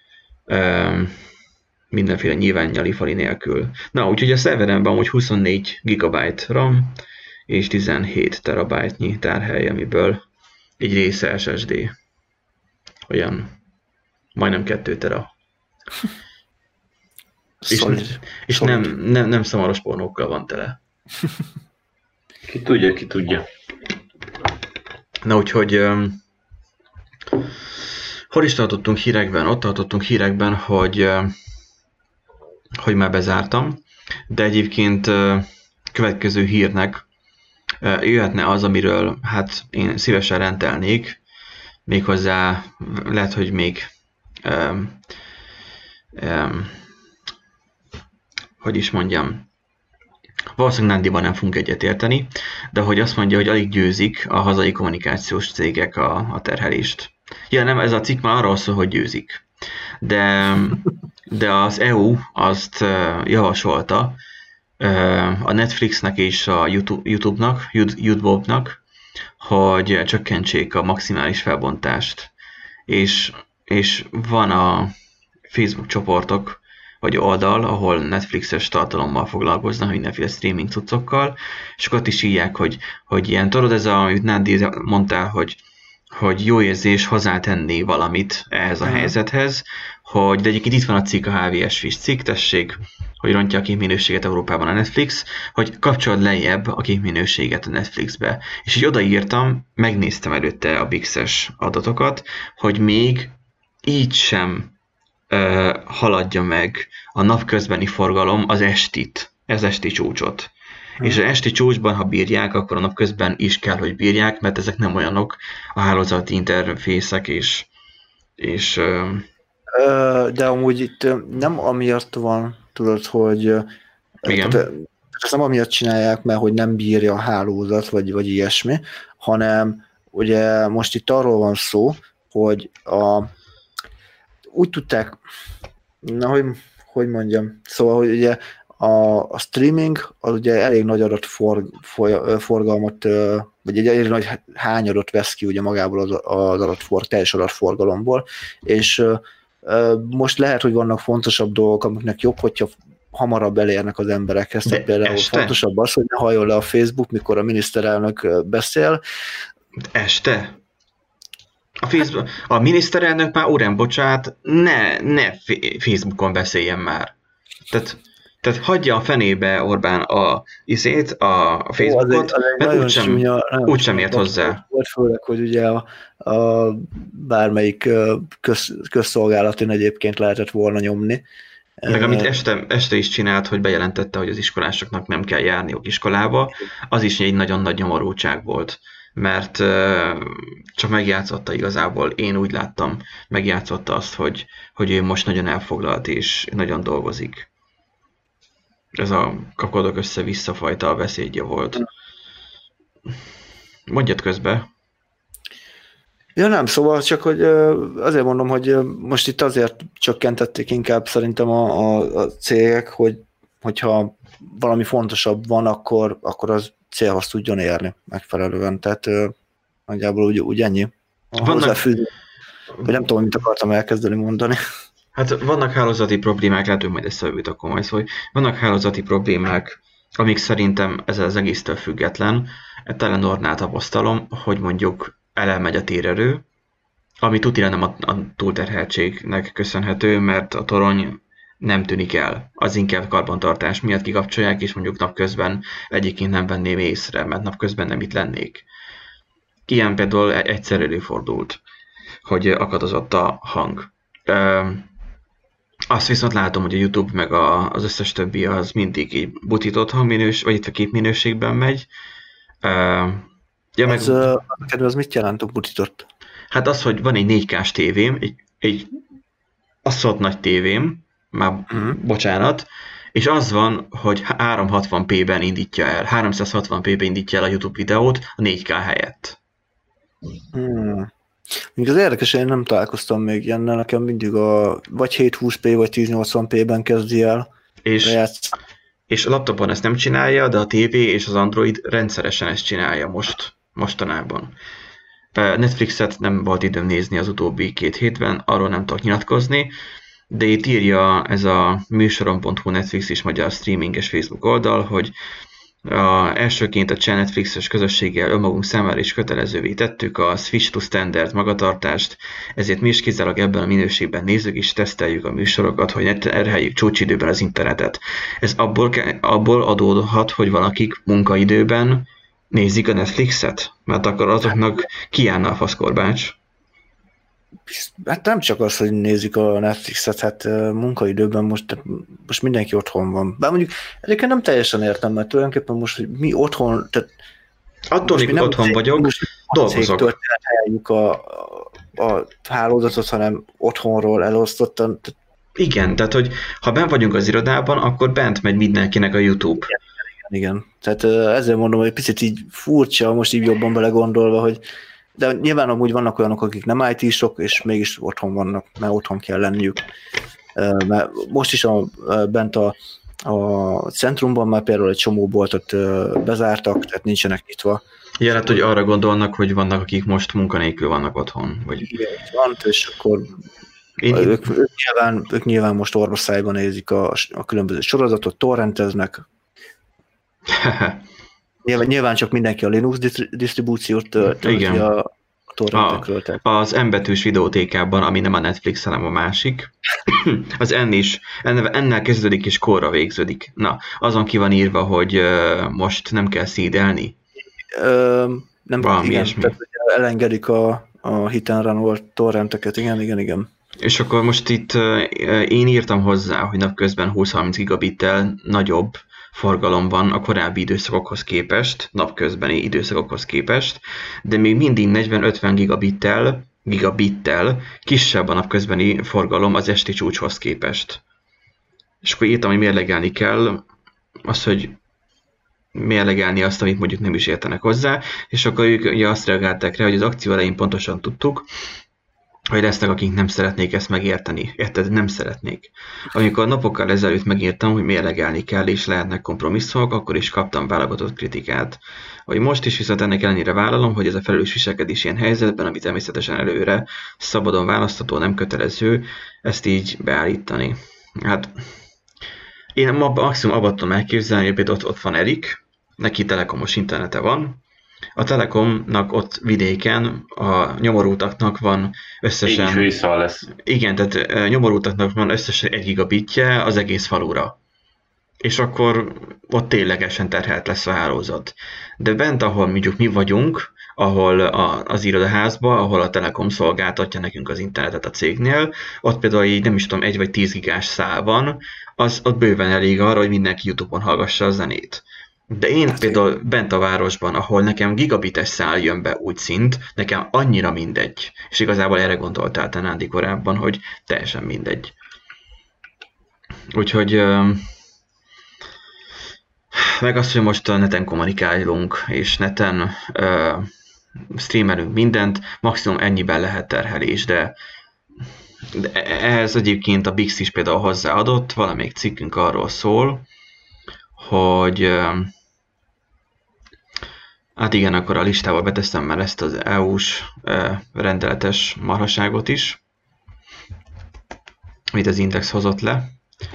Mindenféle nyilván nyalifali nélkül. Na, úgyhogy a szerveren van, hogy 24 GB RAM és 17 terabájtnyi tárhely, amiből egy része SSD. Olyan majdnem 2 tera. És nem szamaros pornókkal van tele. Ki tudja. Na úgyhogy hol is tartottunk hírekben? Ott tartottunk hírekben, hogy már bezártam, de egyébként következő hírnek jöhetne az, amiről hát én szívesen rendelnék, méghozzá lehet, hogy még hogy is mondjam, valószínűleg Nándiban nem fogunk egyetérteni, de hogy azt mondja, hogy alig győzik a hazai kommunikációs cégek a terhelést. Ja, nem, ez a cikk már arról szól, hogy győzik. De az EU azt javasolta a Netflixnek és a YouTube-nak, hogy csökkentsék a maximális felbontást. És van a Facebook csoportok, vagy oldal, ahol Netflixes tartalommal foglalkoznak, mindenféle streaming cuccokkal, és akkor ott is írják, hogy ilyen, tudod, ez amit Nándi mondtál, hogy jó érzés hozzátenni valamit ehhez a helyzethez, de egyébként itt van a cikk, a HVS cikk, tessék, hogy rontja a képminőséget Európában a Netflix, hogy kapcsolod lejjebb a képminőséget a Netflixbe. És így odaírtam, megnéztem előtte a Bixes adatokat, hogy még így sem haladja meg a napközbeni forgalom az esti csúcsot. És az esti csúcsban, ha bírják, akkor a napközben is kell, hogy bírják, mert ezek nem olyanok a hálózati interfészek de amúgy itt nem amiatt van, tudod, hogy ezt nem amiatt csinálják, mert hogy nem bírja a hálózat, vagy ilyesmi, hanem ugye most itt arról van szó, hogy úgy tudták, hogy mondjam, szóval, hogy ugye a streaming az ugye elég nagy adatforgalmat, vagy egy elég nagy hányadat vesz ki ugye magából az teljes adatforgalomból, és most lehet, hogy vannak fontosabb dolgok, amiknek jobb, hogyha hamarabb elérnek az emberekhez. Tehát például fontosabb az, hogy ne hajol le a Facebook, mikor a miniszterelnök beszél. Este? A miniszterelnök már uram, bocsát, ne Facebookon beszéljen már. Tehát hagyja a fenébe Orbán a Facebookot, mert úgysem ért hozzá. Volt főleg, hogy ugye a bármelyik közszolgálatin egyébként lehetett volna nyomni. Meg amit este is csinált, hogy bejelentette, hogy az iskolásoknak nem kell járniuk iskolába, az is egy nagyon nagy nyomorultság volt. Mert csak megjátszotta igazából, én úgy láttam, megjátszotta azt, hogy ő most nagyon elfoglalt és nagyon dolgozik. Ez a kapkodok össze-vissza fajta beszédje volt. Mondjad közbe. Ja nem, szóval csak, hogy azért mondom, hogy most itt azért csökkentették inkább szerintem a cégek, hogyha valami fontosabb van, akkor az célhoz tudjon érni megfelelően. Tehát nagyjából úgy ennyi. Hozzáfűzni. Nem tudom, mit akartam elkezdeni mondani. Hát vannak hálózati problémák, lehet, hogy majd ezt akkor majd szól. Vannak hálózati problémák, amik szerintem ez az egésztől független. Telenornál tapasztalom, hogy mondjuk elmegy a térerő, ami tutira nem a túlterheltségnek köszönhető, mert a torony nem tűnik el. Az inkább karbantartás miatt kikapcsolják, és mondjuk napközben egyébként nem venném észre, mert napközben nem itt lennék. Ilyen például egyszer előfordult, hogy akadozott a hang. Azt viszont látom, hogy a YouTube meg az összes többi az mindig így butított hangminős, vagy itt a képminőségben megy. Ja, az mit jelent a butított? Hát az, hogy van egy 4K-s tévém, egy asszolt nagy tévém, már bocsánat, és az van, hogy 360p-ben indítja el, 360p-ben indítja el a YouTube videót a 4K helyett. Még az érdekes, én nem találkoztam még ilyennel, nekem mindig vagy 720p, vagy 1080p-ben kezdi el. És a laptopon ezt nem csinálja, de a TV és az Android rendszeresen ezt csinálja mostanában. Netflixet nem volt időm nézni az utóbbi 2 hétben, arról nem tudok nyilatkozni, de itt írja ez a műsorom.hu Netflix és magyar streaminges Facebook oldal, hogy elsőként a cseh Netflixes közösséggel önmagunk számára is kötelezővé tettük a Switch to Standard magatartást, ezért mi is kizárólag ebben a minőségben nézzük és teszteljük a műsorokat, hogy ne terheljük csúcsidőben az internetet. Ez abból adódhat, hogy valakik munkaidőben nézik a Netflixet, mert akkor azoknak kiállna a faszkorbács. Hát nem csak az, hogy nézik a Netflixet, hát munkaidőben most mindenki otthon van. Bár mondjuk egyébként nem teljesen értem, mert tulajdonképpen most, hogy mi otthon, tehát attól, hogy otthon vagyok, dolgozok. Terheljük a hálózatot, hanem otthonról elosztottan. Igen, tehát hogy ha bent vagyunk az irodában, akkor bent megy mindenkinek a YouTube. Igen. Tehát ezzel mondom, hogy picit így furcsa, most így jobban belegondolva, hogy de nyilván amúgy vannak olyanok, akik nem IT-sok, és mégis otthon vannak, mert otthon kell lenniük. Mert most is bent a centrumban már például egy csomó boltot bezártak, tehát nincsenek nyitva. Ja, hát, hogy arra gondolnak, hogy vannak, akik most munkanélkül vannak otthon. Vagy... Igen, van, és akkor ők nyilván most orvosszájban nézik a különböző sorozatot, torrenteznek. Nyilván csak mindenki a Linux disztribúciót tölti a torrentekről. Az M-betűs videótékában, ami nem a Netflix, hanem a másik, az N is, ennel kezdődik és korra végződik. Na, azon ki van írva, hogy most nem kell szídelni. Nem, valami igen, tehát elengedik a hiten run torrenteket, igen. És akkor most itt én írtam hozzá, hogy napközben 20-30 gigabittel nagyobb forgalom van a korábbi időszakokhoz képest, napközbeni időszakokhoz képest, de még mindig 40-50 gigabittel kisebb a napközbeni forgalom az esti csúcshoz képest. És akkor írtam, hogy mérlegelni kell azt, hogy mérlegelni azt, amit mondjuk nem is értenek hozzá, és akkor ők ugye azt reagálták rá, hogy az akció elején pontosan tudtuk, hogy lesznek, akik nem szeretnék ezt megérteni. Érted? Nem szeretnék. Amikor napokkal ezelőtt megírtam, hogy mérlegelni kell, és lehetnek kompromisszumok, akkor is kaptam válogatott kritikát. Hogy most is viszont ennek ellenére vállalom, hogy ez a felelős viselkedés ilyen helyzetben, ami természetesen előre szabadon választható, nem kötelező, ezt így beállítani. Hát én maximum abban tudom elképzelni, hogy például ott van Erik, neki telekomos internete van, a Telekomnak ott vidéken a nyomorultaknak van összesen... Így lesz. Igen, tehát nyomorultaknak van összesen 1 gigabitje az egész falura. És akkor ott ténylegesen terhelt lesz a hálózat. De bent, ahol mondjuk mi vagyunk, ahol az irodaházban, ahol a Telekom szolgáltatja nekünk az internetet a cégnél, ott például így nem is tudom, 1 vagy 10 gigás szál van, az ott bőven elég arra, hogy mindenki YouTube-on hallgassa a zenét. De én például bent a városban, ahol nekem gigabites szál jön be úgy szint, nekem annyira mindegy. És igazából erre gondoltál te, Nándi, korábban, hogy teljesen mindegy. Úgyhogy meg azt, hogy most a neten kommunikálunk, és neten streamelünk mindent, maximum ennyiben lehet terhelés, de ehhez egyébként a Bix is például hozzáadott, valamelyik cikkünk arról szól, hogy hát igen, akkor a listába beteszem már ezt az EU-s rendeletes marhaságot is, amit az Index hozott le.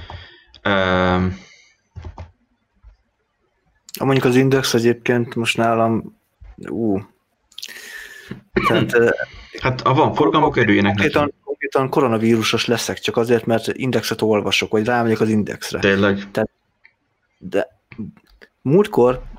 Mondjuk az Index egyébként most nálam tehát, hát ha van forgalmuk, örüljenek neki. Konkrétan koronavírusos leszek, csak azért, mert Indexet olvasok, vagy rámegyek az Indexre. Tényleg? De múltkor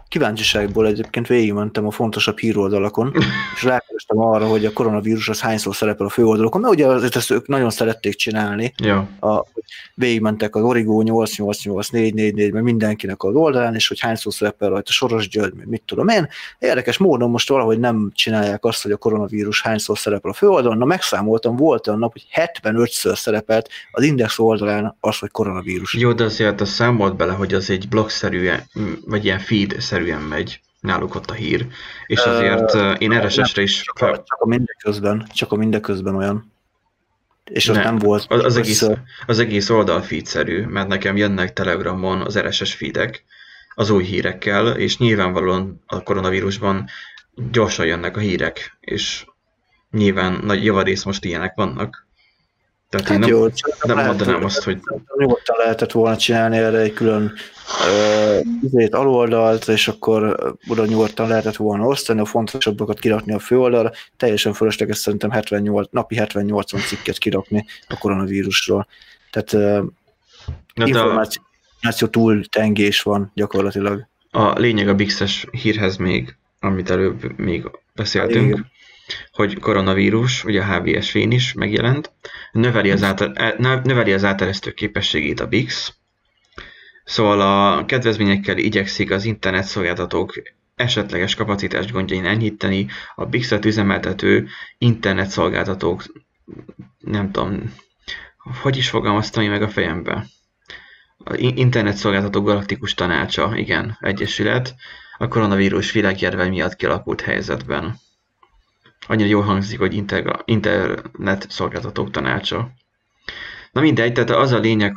kíváncsiságból egyébként végigmentem a fontosabb híroldalakon, és rákerestem arra, hogy a koronavírus az hányszor szerepel a főoldalokon, mert ugye azért ezt ők nagyon szerették csinálni. Ja. Végigmentek az Origo 888, 444, meg mindenkinek az oldalán, és hogy hányszor szerepel rajta Soros György, meg mit tudom én. Érdekes módon most valahogy nem csinálják azt, hogy a koronavírus hányszor szerepel a főoldalon. Na, megszámoltam, volt olyan nap, hogy 75-ször szerepelt az Index oldalán az, hogy koronavírus. Jó, de azért azt számolt bele, hogy az egy blogszerűen, vagy ilyen feed-szerűen megy náluk ott a hír. És azért én RSS-re is... Csak a mindeközben olyan. És az nem volt. Az egész oldal feed-szerű, mert nekem jönnek Telegramon az RSS feedek az új hírekkel, és nyilvánvalóan a koronavírusban gyorsan jönnek a hírek, és nyilván nagy javarész most ilyenek vannak. Tehát hát én nem mondanám azt, hogy... Nyugodtan lehetett volna csinálni erre egy külön aloldalt, és akkor oda nyugodtan lehetett volna osztani, a fontosabbakat kirakni a főoldalra. Teljesen fölösleges szerintem napi 78 cikket kirakni a koronavírusról. Tehát információ túltengés van gyakorlatilag. A lényeg a Bix-es hírhez még, amit előbb még beszéltünk, igen, hogy koronavírus, ugye a HVSV-n is megjelent, növeli az áteresztő képességét a Bix, szóval a kedvezményekkel igyekszik az internetszolgáltatók esetleges kapacitás gondjain enyhíteni, a Bix-et üzemeltető internetszolgáltatók, nem tudom, hogy is fogalmaztam én meg a fejembe. A internetszolgáltatók galaktikus tanácsa, igen, egyesület, a koronavírus világjárvány miatt kialakult helyzetben. Annyira jól hangzik, hogy internet szolgáltatók tanácsa. Na mindegy, tehát az a lényeg,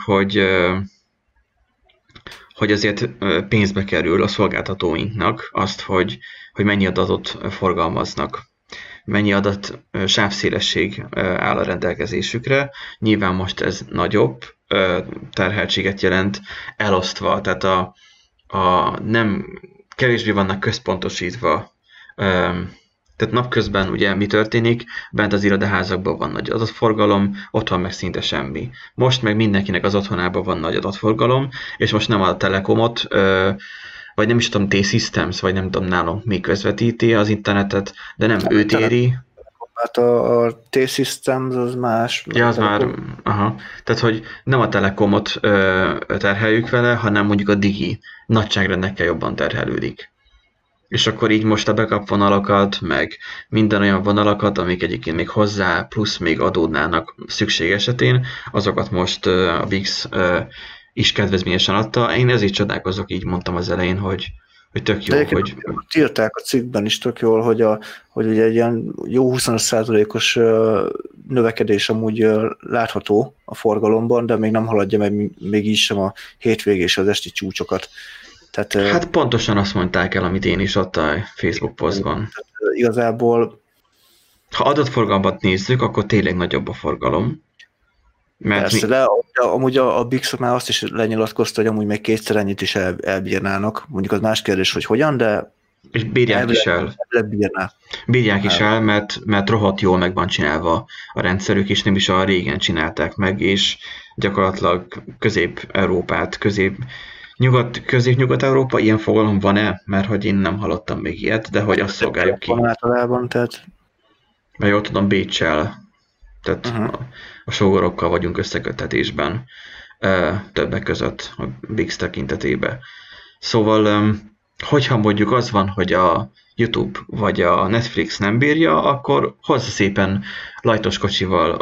hogy azért pénzbe kerül a szolgáltatóinknak azt, hogy mennyi adatot forgalmaznak. Mennyi adat sávszélesség áll a rendelkezésükre. Nyilván most ez nagyobb terheltséget jelent elosztva, tehát nem kevésbé vannak központosítva. Tehát napközben ugye mi történik? Bent az irodaházakban van nagy adatforgalom, otthon meg szinte semmi. Most meg mindenkinek az otthonában van nagy adatforgalom, és most nem a Telekomot, vagy nem is tudom, T-Systems, vagy nem tudom nálunk mi közvetíti az internetet, de nem őt éri. Hát a T-Systems az más. Ja, az már, aha. Tehát, hogy nem a Telekomot terheljük vele, hanem mondjuk a Digi nagyságrendekkel jobban terhelődik. És akkor így most a backup vonalakat, meg minden olyan vonalakat, amik egyébként még hozzá plusz még adódnának szükség esetén, azokat most a Bix is kedvezményesen adta. Én ezért csodálkozok, így mondtam az elején, hogy tök jó, hogy... Írták a cikkben is tök jól, hogy ugye egy ilyen jó 25%-os növekedés amúgy látható a forgalomban, de még nem haladja meg még így sem a hétvégé és az esti csúcsokat. Tehát, hát pontosan azt mondták el, amit én is ott a Facebook posztban. Igazából... Ha adatforgalmat nézzük, akkor tényleg nagyobb a forgalom. Mert persze, de amúgy a Bix már azt is lenyilatkozta, hogy amúgy még kétszer ennyit is elbírnának. Mondjuk az más kérdés, hogy hogyan, de... És bírják is el. Bírják is el, mert rohadt jól meg van csinálva a rendszerük, és nem is a régen csinálták meg, és gyakorlatilag Közép-Európát, Közép-Nyugat-Európa ilyen fogalom van-e? Mert hogy én nem hallottam még ilyet, de hogy azt szolgáljuk ki. Általában, tehát... Mert jól tudom, Béccsel, tehát a sógorokkal vagyunk összeköttetésben többek között a Bix tekintetében. Szóval, hogyha mondjuk az van, hogy a YouTube vagy a Netflix nem bírja, akkor hozza szépen lajtos kocsival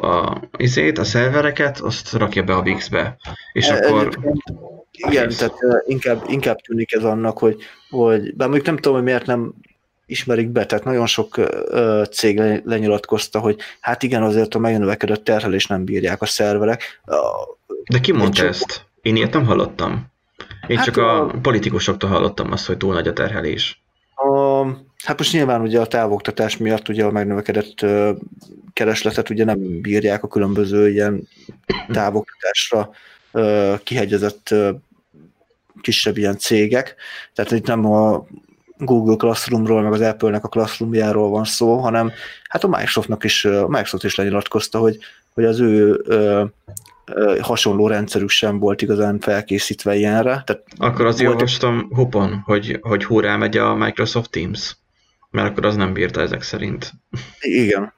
a szervereket, azt rakja be a Bixbe. És akkor... Igen, tehát inkább tűnik ez annak, hogy bár mondjuk nem tudom, hogy miért nem ismerik be, tehát nagyon sok cég lenyilatkozta, hogy hát igen, azért a megnövekedett terhelés nem bírják a szerverek. De ki mondta ezt? Én ilyet nem hallottam. Én hát csak a politikusoktól hallottam azt, hogy túl nagy a terhelés. Hát most nyilván ugye a távoktatás miatt ugye a megnövekedett keresletet ugye nem bírják a különböző ilyen távoktatásra kihegyezett kisebb ilyen cégek. Tehát itt nem a Google Classroomról, meg az Apple-nek a Classroomjáról van szó, hanem hát a Microsoft is lenyilatkozta, hogy az ő hasonló rendszerük sem volt igazán felkészítve ilyenre. Tehát akkor az olvastam Hopon, hogy hurrá megy a Microsoft Teams, mert akkor az nem bírta ezek szerint. Igen.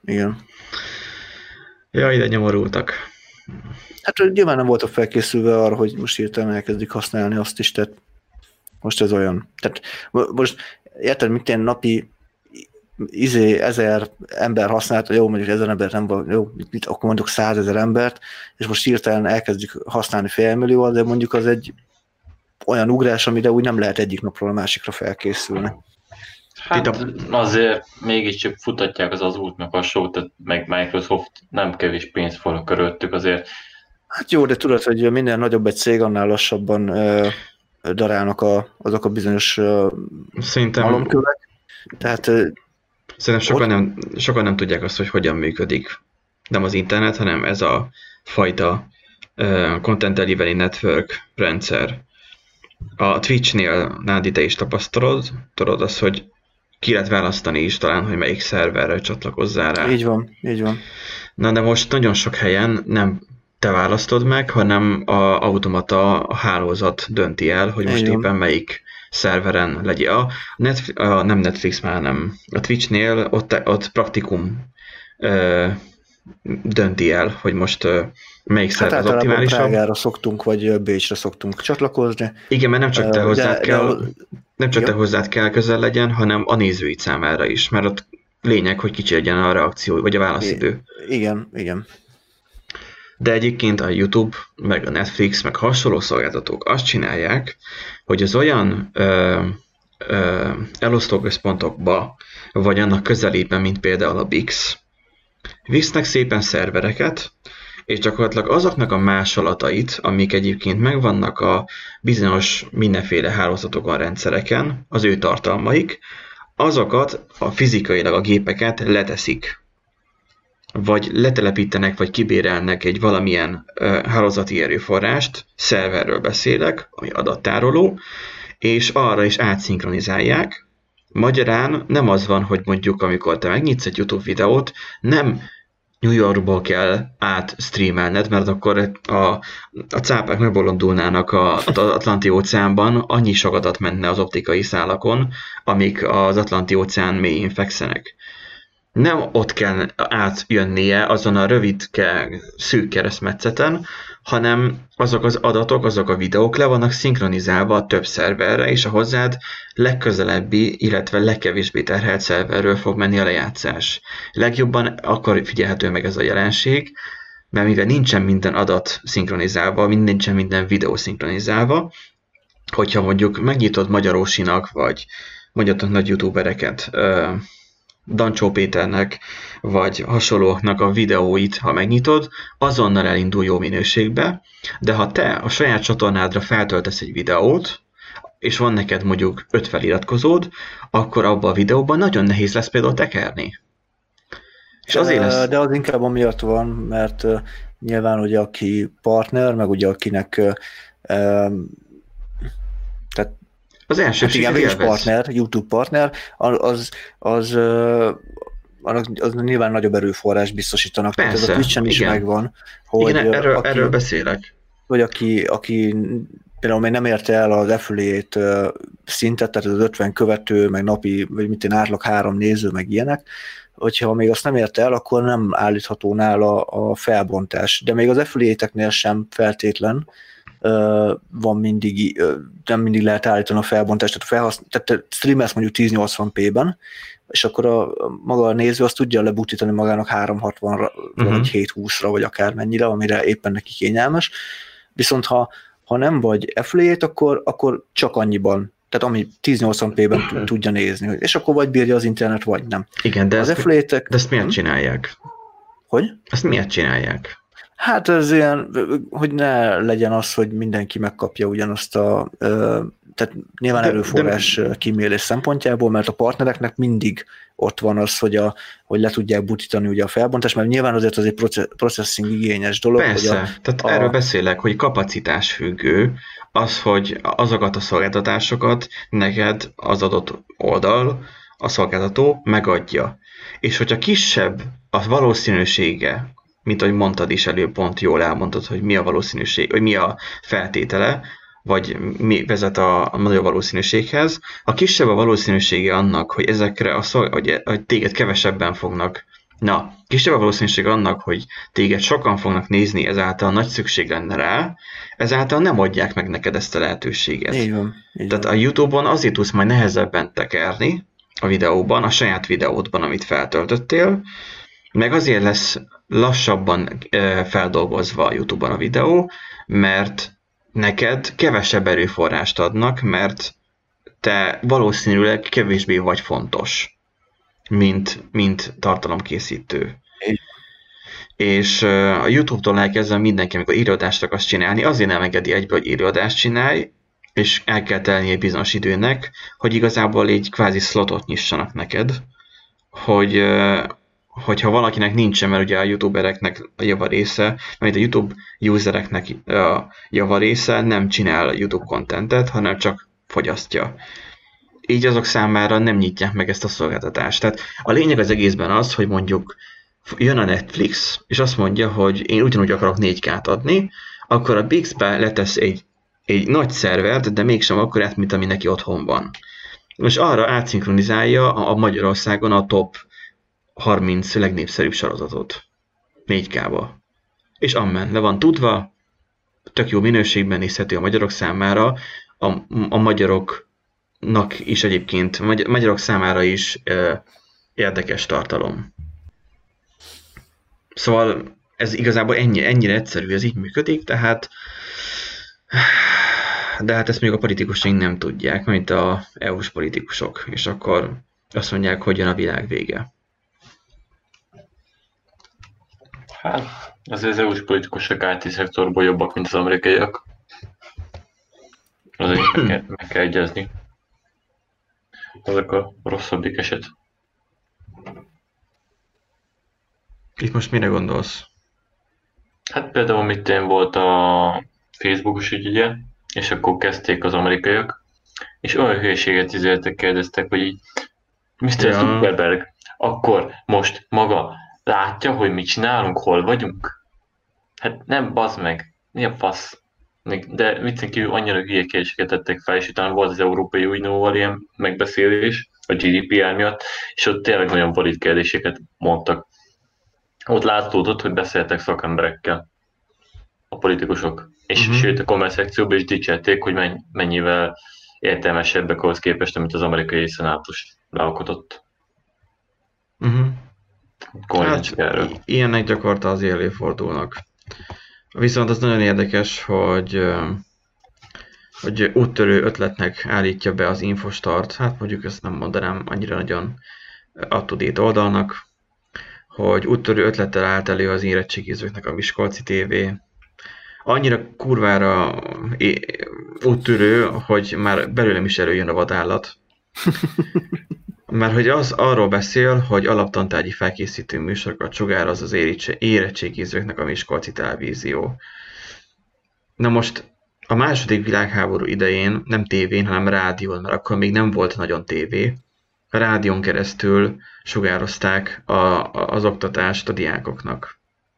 Ja, ide nyomorultak. Hát nyilván nem voltak felkészülve arra, hogy most hirtelen elkezdik használni azt is, tehát most ez olyan. Tehát most érted, mint ilyen napi 1000 ember használta, jó, mondjuk 1000 ember nem van, jó, akkor mondjuk 100 000 embert, és most hirtelen elkezdik használni 500 000, de mondjuk az egy olyan ugrás, amire úgy nem lehet egyik napról a másikra felkészülni. Hát azért mégiscsak futatják az út, meg sót, meg Microsoft nem kevés pénzt forog körülöttük azért. Hát jó, de tudod, hogy minden nagyobb egy cég, annál lassabban darálnak azok a bizonyos malomkövek. Tehát szerintem sokan nem tudják azt, hogy hogyan működik. Nem az internet, hanem ez a fajta Content Delivery Network rendszer. A Twitch-nél, Nádi, te is tudod azt, hogy ki lehet választani is talán, hogy melyik szerverre csatlakozzál rá. Így van. Na de most nagyon sok helyen nem te választod meg, hanem a automata, a hálózat dönti el, hogy most éppen melyik szerveren legyen. Nem Netflix már nem. A Twitch-nél ott praktikum dönti el, hogy most melyik szerver az optimálisabb. Hát Prágára szoktunk, vagy Bécsre szoktunk csatlakozni. Igen, mert nem csak te hozzád kell közel legyen, hanem a nézőid számára is, mert ott lényeg, hogy kicsi legyen a reakció, vagy a válaszidő. Igen. De egyébként a YouTube, meg a Netflix, meg hasonló szolgáltatók azt csinálják, hogy az olyan elosztóközpontokba, vagy annak közelében, mint például a Bix, visznek szépen szervereket, és gyakorlatilag azoknak a másolatait, amik egyébként megvannak a bizonyos mindenféle hálózatokon, rendszereken, az ő tartalmaik, azokat fizikailag a gépeket leteszik. Vagy letelepítenek, vagy kibérelnek egy valamilyen hálózati erőforrást, szerverről beszélek, ami adattároló, és arra is átszinkronizálják. Magyarán nem az van, hogy mondjuk, amikor te megnyitsz egy YouTube videót, nem New Yorkból kell átstreamelned, mert akkor a cápák megbolondulnának az Atlanti-óceánban, annyi sok adat menne az optikai szálakon, amik az Atlanti-óceán mélyén fekszenek. Nem ott kell átjönnie azon a rövidke, szűk keresztmetszeten, hanem azok az adatok, azok a videók le vannak szinkronizálva a több szerverre, és a hozzád legközelebbi, illetve legkevésbé terhelt szerverről fog menni a lejátszás. Legjobban akkor figyelhető meg ez a jelenség, mert mivel nincsen minden adat szinkronizálva, nincsen minden videó szinkronizálva, hogyha mondjuk megnyitod Magyarósinak, vagy mondjatok nagy youtubereket, Dancsó Péternek, vagy hasonlóknak a videóit, ha megnyitod, azonnal elindul jó minőségbe, de ha te a saját csatornádra feltöltesz egy videót, és van neked mondjuk 5 feliratkozód, akkor abban a videóban nagyon nehéz lesz például tekerni. És azért lesz... De az inkább amiatt van, mert nyilván ugye aki partner, meg ugye akinek tehát az elsőséget élvez. Partner, YouTube partner, az nyilván nagyobb erőforrás biztosítanak. Persze, tehát ez a Twitch-en is megvan. Hogy igen, erről beszélek. Hogy aki például még nem érte el az affiliate szintet, tehát az 50 követő, meg napi, vagy átlag 3 néző, meg ilyenek, hogyha még azt nem érte el, akkor nem állítható nála a felbontás. De még az affiliate-eknél sem feltétlen van mindig, nem mindig lehet állítani a felbontást, tehát te streamelsz mondjuk 1080p-ben, és akkor maga a néző azt tudja lebutítani magának 360-ra, vagy 720-ra, vagy akármennyire, amire éppen neki kényelmes. Viszont ha nem vagy affiliate, akkor csak annyiban, tehát ami 1080p-ben tudja nézni, és akkor vagy bírja az internet, vagy nem. Igen, de ezt miért csinálják? Hogy? Ezt miért csinálják? Hát ez ilyen, hogy ne legyen az, hogy mindenki megkapja ugyanazt tehát nyilván erőforrás kímélés szempontjából, mert a partnereknek mindig ott van az, hogy le tudják butítani ugye a felbontást, mert nyilván azért az egy processing igényes dolog. Persze, tehát erről beszélek, hogy kapacitás függő, az, hogy azokat a szolgáltatásokat neked az adott oldal, a szolgáltató megadja. És hogyha kisebb a valószínűsége mint ahogy mondtad is előbb, pont jól elmondtad, hogy mi a valószínűség, vagy mi a feltétele, vagy mi vezet a nagyobb valószínűséghez. A kisebb a valószínűsége annak, hogy ezekre hogy téged kevesebben fognak. Kisebb a valószínűség annak, hogy téged sokan fognak nézni, ezáltal nagy szükség lenne rá, ezáltal nem adják meg neked ezt a lehetőséget. Így van. Tehát a YouTube-on azért tudsz majd nehezebben tekerni a videóban, a saját videódban, amit feltöltöttél, meg azért lesz lassabban feldolgozva a YouTube-on a videó, mert neked kevesebb erőforrást adnak, mert te valószínűleg kevésbé vagy fontos, mint tartalomkészítő. És a YouTube-tól elkezdve mindenki, amikor előadást akarsz csinálni, azért nem engedi egyből, hogy előadást csinálj, és el kell telni egy bizonyos időnek, hogy igazából egy kvázi slotot nyissanak neked, hogyha valakinek nincsen, mert ugye a youtubereknek a javarésze, mert a YouTube usereknek a javarésze nem csinál YouTube contentet, hanem csak fogyasztja. Így azok számára nem nyitják meg ezt a szolgáltatást. Tehát a lényeg az egészben az, hogy mondjuk jön a Netflix, és azt mondja, hogy én ugyanúgy akarok 4K-t adni, akkor a Bix-be letesz egy nagy szervert, de mégsem akkorát, mint ami neki otthon van. Most arra átszinkronizálja a Magyarországon a top 30 legnépszerűbb sorozatot 4K-ba. És amen, le van tudva, tök jó minőségben nézhető a magyarok számára, a magyaroknak is egyébként, magyarok számára is érdekes tartalom. Szóval ez igazából ennyire egyszerű, ez így működik, tehát de hát ezt még a politikusok nem tudják, mint a EU-s politikusok, és akkor azt mondják, hogy jön a világ vége. Hát, azért az EU-s politikusok IT szektorból jobbak, mint az amerikaiak. Azért meg kell egyezni. Ezek a rosszabbik eset. Itt most mire gondolsz? Hát például amit én volt a Facebookos ügy, ugye, és akkor kezdték az amerikaiak, és olyan hülyeséget kérdeztek, hogy így Mr. Zuckerberg, akkor most maga látja, hogy mit csinálunk, hol vagyunk? Hát nem, bazd meg, mi a fasz? De viccen kívül annyira hülye kérdéseket tettek fel, és utána volt az Európai Unióval ilyen megbeszélés a GDPR miatt, és ott tényleg nagyon valid kérdéseket mondtak. Ott látszódott, hogy beszéltek szakemberekkel a politikusok. És sőt a komment szekcióban is dicsérték, hogy mennyivel értelmesebbek ahhoz képest, amit az amerikai szenátus lealkotott. Hát, ilyenek gyakorta az előfordulnak. Viszont az nagyon érdekes, hogy úttörő ötletnek állítja be az Infostart, hát mondjuk ezt nem mondanám annyira nagyon up-to-date oldalnak, hogy úttörő ötlettel állt elő az érettségizőknek a Miskolci TV. Annyira kurvára úttörő, hogy már belőlem is előjön a vadállat. Mert hogy az arról beszél, hogy alaptantárgyi felkészítő műsorokat sugároz az érettségizőknek a Miskolci Televízió. Na most a második világháború idején nem tévén, hanem rádión, mert akkor még nem volt nagyon tévé. A rádión keresztül sugározták az oktatást a diákoknak.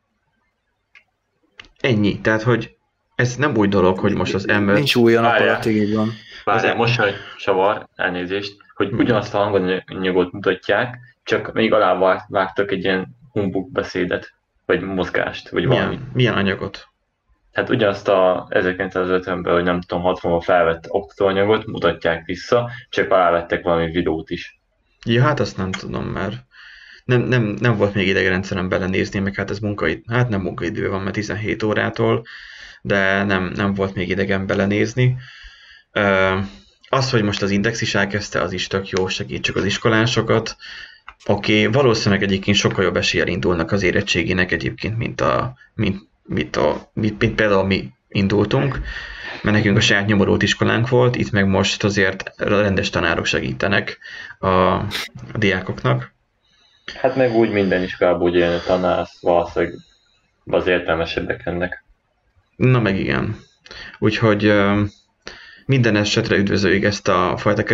Ennyi. Tehát, hogy ez nem új dolog, hogy most az ember... Nincs új a nap alatt, így van. Várjál, most hogy csavar, elnézést, hogy ugyanazt a hanganyagot mutatják, csak még alá vágtak egy ilyen humbug beszédet, vagy mozgást, vagy valami. Milyen anyagot? Hát ugyanazt a 1950-ben, vagy nem tudom, 60-ban felvett oktatóanyagot mutatják vissza, csak alávettek valami videót is. Ja, hát azt nem tudom, mert nem volt még idegrendszerem belenézni, meg hát ez nem munkaidő van, mert 17 órától, de nem volt még idegen belenézni. Az, hogy most az Index is elkezdte, az is tök jó, segítsük az iskolásokat. Oké, valószínűleg egyébként sokkal jobb eséllyel indulnak az érettségének egyébként, mint például mi indultunk, mert nekünk a saját nyomorult iskolánk volt, itt meg most azért rendes tanárok segítenek a diákoknak. Hát meg úgy minden iskolában úgy jön a tanár, valószínűleg az értelmesebbek ennek. Na meg igen. Úgyhogy minden esetre üdvözöljük ezt a fajta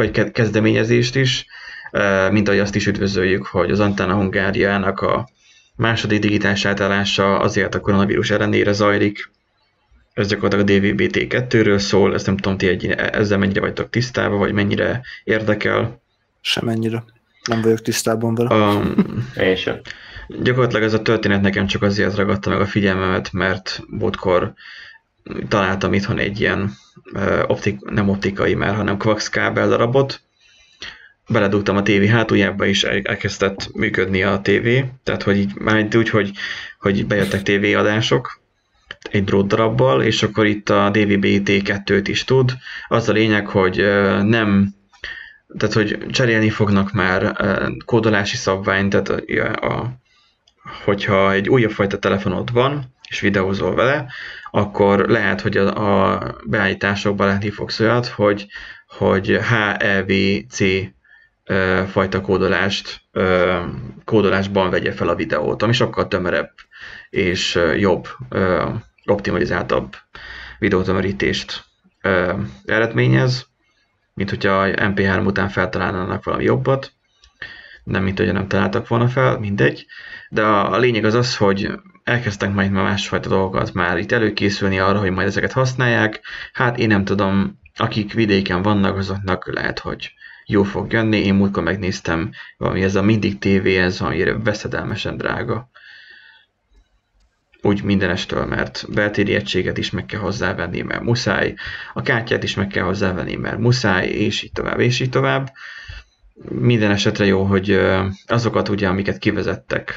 kezdeményezést is, mint ahogy azt is üdvözöljük, hogy az Antenna Hungáriának második digitális átállása azért a koronavírus ellenére zajlik. Ez gyakorlatilag a DVB-T2-ről szól, ezt nem tudom, ti ezzel mennyire vagytok tisztában, vagy mennyire érdekel. Semennyire. Nem vagyok tisztában vele. Én sem. Gyakorlatilag ez a történet nekem csak azért ragadta meg a figyelmemet, mert múltkor találtam itthon egy ilyen nem optikai már, hanem coax kábel darabot. Beledugtam a tévé hátuljába, és elkezdett működni a tévé. Tehát, hogy így, már úgy, hogy bejöttek tévéadások egy drót darabbal, és akkor itt a DVB-T2-t is tud. Az a lényeg, hogy nem, tehát, hogy cserélni fognak már kódolási szabványt, tehát hogyha egy újabb fajta telefonod van, és videózol vele, akkor lehet, hogy a beállításokban látni fogsz olyat, hogy HEVC fajta kódolásban vegye fel a videót, ami sokkal tömörebb és jobb, optimalizáltabb videótömörítést eredményez, mint hogyha MP3 után feltalálnának valami jobbat, nem mint hogyha nem találtak volna fel, mindegy. De a lényeg az az, hogy elkezdtek majd másfajta dolgokat már itt előkészülni arra, hogy majd ezeket használják. Hát én nem tudom, akik vidéken vannak, azoknak lehet, hogy jó fog jönni. Én múltkor megnéztem valami, ez a Mindig TV, ez amire veszedelmesen drága. Úgy mindenestől, mert beltéri egységet is meg kell hozzávenni, mert muszáj, a kártyát is meg kell hozzávenni, mert muszáj, és így tovább, és így tovább. Minden esetre jó, hogy azokat ugye, amiket kivezettek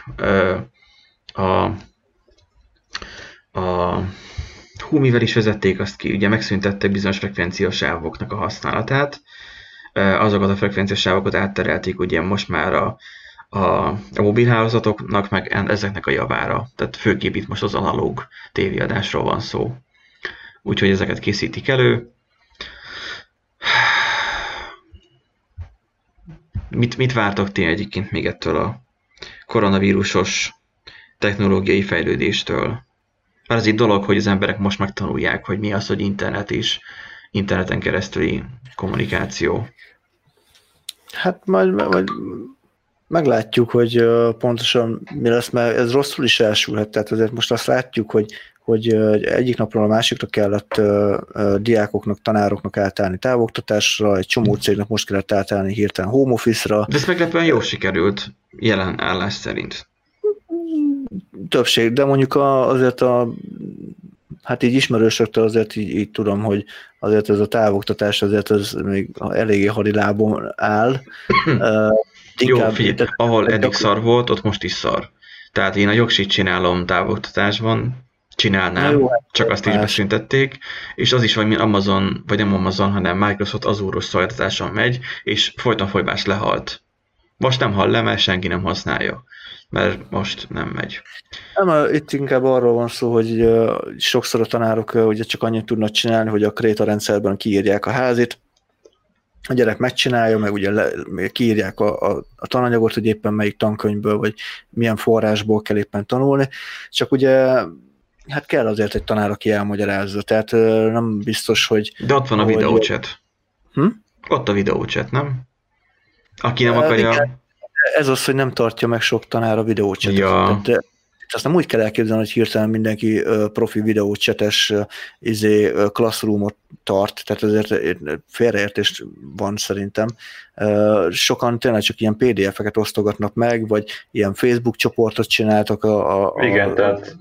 mivel is vezették azt ki, ugye megszüntettek bizonyos frekvenciasávoknak a használatát, azokat a frekvenciasávokat átterelték ugye most már a mobilhálózatoknak, meg ezeknek a javára. Tehát főképp itt most az analóg tévéadásról van szó. Úgyhogy ezeket készítik elő. Mit vártok ti egyébként még ettől a koronavírusos technológiai fejlődéstől? Már az itt dolog, hogy az emberek most megtanulják, hogy mi az, hogy internet és interneten keresztüli kommunikáció. Hát majd meglátjuk, hogy pontosan mi lesz, mert ez rosszul is elsülhet. Tehát azért most azt látjuk, hogy egyik napról a másikra kellett diákoknak, tanároknak átállni távoktatásra, egy csomó cégnek most kellett átállni hirtelen home office-ra. De ez meglepően jól sikerült jelen állás szerint. Többség, de mondjuk azért hát így ismerősöktől azért így tudom, hogy azért ez a távoktatás azért ez még eléggé hadilábon áll. Jó, figyelj, ahol eddig szar volt, ott most is szar. Tehát én a jogsit csinálom távoktatásban, csinálnám, jó, csak azt is beszüntették, és az is valami Amazon, vagy nem Amazon, hanem Microsoft Azure-os szolgáltatáson megy, és folyton folybás lehalt. Most nem hall le, mert senki nem használja, mert most nem megy. Nem, itt inkább arról van szó, hogy sokszor a tanárok ugye csak annyit tudnak csinálni, hogy a Kréta rendszerben kiírják a házit, a gyerek megcsinálja, meg ugye kiírják a tananyagot, hogy éppen melyik tankönyvből, vagy milyen forrásból kell éppen tanulni, csak ugye hát kell azért egy tanár, aki elmagyarázza, tehát nem biztos, hogy... De ott van a videóchat. Ott a videóchat, nem? Aki nem akarja... Igen, ez az, hogy nem tartja meg sok tanár a videócsatot. Ja. Tehát, azt nem úgy kell elképzelni, hogy hirtelen mindenki profi videócsates classroomot tart, tehát ezért félreértés van szerintem. Sokan tényleg csak ilyen PDF-eket osztogatnak meg, vagy ilyen Facebook csoportot csináltak. Igen,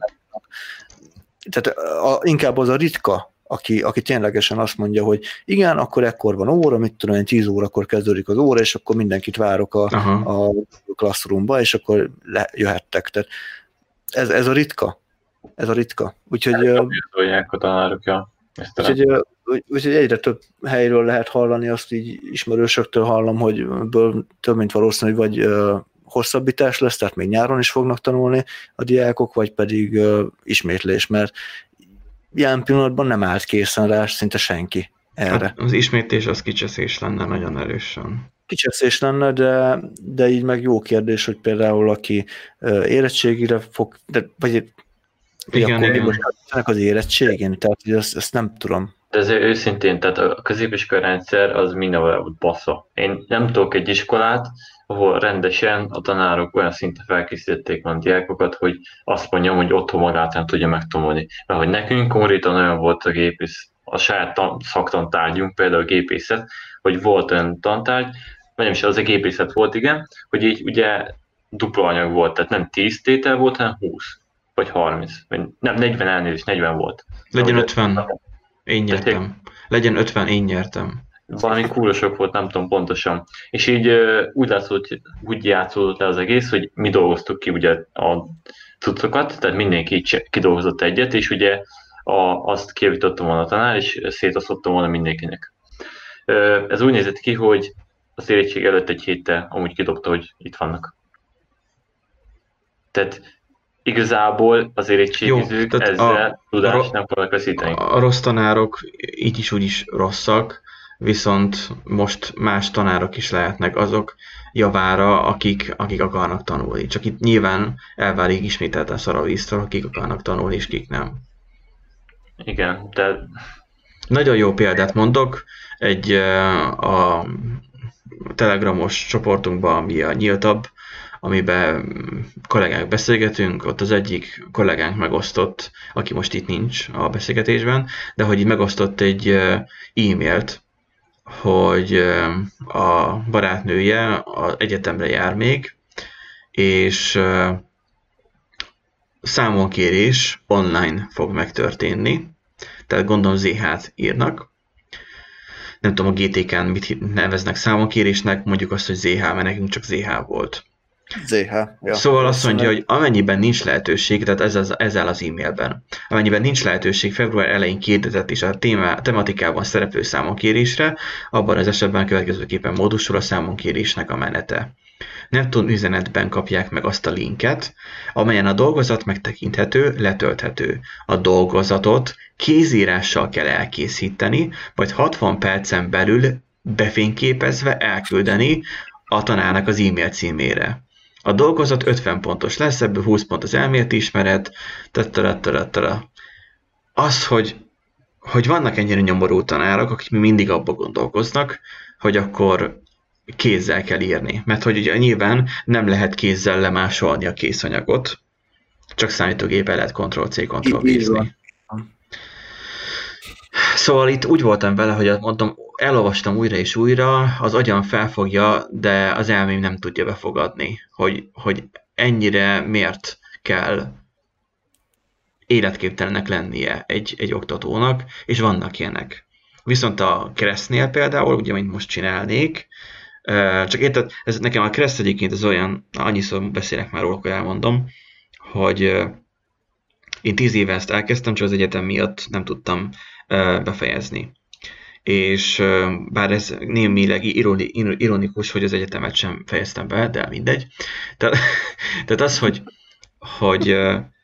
tehát inkább az a ritka, aki ténylegesen azt mondja, hogy igen, akkor ekkor van óra, mit tudom én, 10 órakor kezdődik az óra, és akkor mindenkit várok a classroomba, és akkor jöhettek. Tehát ez a ritka. Ez a ritka. Úgyhogy a tanárok, ja. Úgyhogy egyre több helyről lehet hallani, azt így ismerősöktől hallom, hogy több mint valószínű, hogy vagy hosszabbítás lesz, tehát még nyáron is fognak tanulni a diákok, vagy pedig ismétlés, mert ilyen pillanatban nem állt készen rá szinte senki erre. Hát az ismétlés az kicseszés lenne nagyon erősen. Kicseszés lenne, de így meg jó kérdés, hogy például aki érettségire vagy igen. az érettségén, tehát ezt nem tudom. De ez őszintén, tehát a középiskola rendszer az mindenhol volt bassza. Én nem tudok egy iskolát, ahol rendesen a tanárok olyan szinten felkészítették a diákokat, hogy azt mondjam, hogy otthon magát nem tudja megtanulni. Mert hogy nekünk konkrétan olyan volt a gépész, a saját szaktantárgyunk, például a gépészet, hogy volt olyan tantárgy, vagy nem is az a gépészet volt, igen, hogy így ugye dupla anyag volt, tehát nem 10 tétel volt, hanem 20, vagy 30, vagy nem, 40 elnézést, 40 volt. Legyen 50, én nyertem. Legyen 50, én nyertem. Valami kúrosok volt, nem tudom pontosan. És így úgy látszott, úgy játszódott le az egész, hogy mi dolgoztuk ki ugye a cuccokat, tehát mindenki kidolgozott egyet, és ugye azt kijavítottam volna a tanár, és szétosztottam volna mindenkinek. Ez úgy nézett ki, hogy az érettség előtt egy héttel amúgy kidobta, hogy itt vannak. Tehát igazából az érettségizők ezzel tudást nem fognak veszíteni. A rossz tanárok így is úgy is rosszak, viszont most más tanárok is lehetnek azok javára, akik akarnak tanulni. Csak itt nyilván elválik ismételten szar a víztől, akik akarnak tanulni, és kik nem. Igen, de... Nagyon jó példát mondok, a telegramos csoportunkban, ami a nyíltabb, amiben kollégák beszélgetünk, ott az egyik kollégánk megosztott, aki most itt nincs a beszélgetésben, de hogy így megosztott egy e-mailt, hogy a barátnője az egyetemre jár még, és számonkérés online fog megtörténni, tehát gondolom ZH-t írnak. Nem tudom a GTK-n mit neveznek számonkérésnek, mondjuk azt, hogy ZH, mert nekünk csak ZH volt. ZH, ja. Szóval azt mondja, hogy amennyiben nincs lehetőség, tehát ez áll az e-mailben, amennyiben nincs lehetőség február elején kihirdetett és a tematikában szereplő számonkérésre, abban az esetben következőképpen módosul a számonkérésnek a menete. Neptun üzenetben kapják meg azt a linket, amelyen a dolgozat megtekinthető, letölthető. A dolgozatot kézírással kell elkészíteni, majd 60 percen belül befényképezve elküldeni a tanárnak az e-mail címére. A dolgozat 50 pontos lesz, ebből 20 pont az elméleti ismeret, az, hogy vannak ennyire nyomorú tanárok, akik mindig abba gondolkoznak, hogy akkor kézzel kell írni. Mert hogy ugye nyilván nem lehet kézzel lemásolni a készanyagot, csak számítógéppel lehet Ctrl-C, Ctrl-V-zni. Szóval itt úgy voltam vele, hogy mondtam, elolvastam újra és újra, az agyam felfogja, de az elmém nem tudja befogadni, hogy ennyire miért kell életképtelennek lennie egy oktatónak, és vannak ilyenek. Viszont a Keresztnél például, ugye, mint most csinálnék, csak érted, ez nekem a Kereszt egyébként az olyan, annyiszor beszélek már róla, hogy elmondom, hogy én 10 éve ezt elkezdtem, csak az egyetem miatt nem tudtam befejezni. És bár ez némileg ironikus, hogy az egyetemet sem fejeztem be, de mindegy. Tehát az, hogy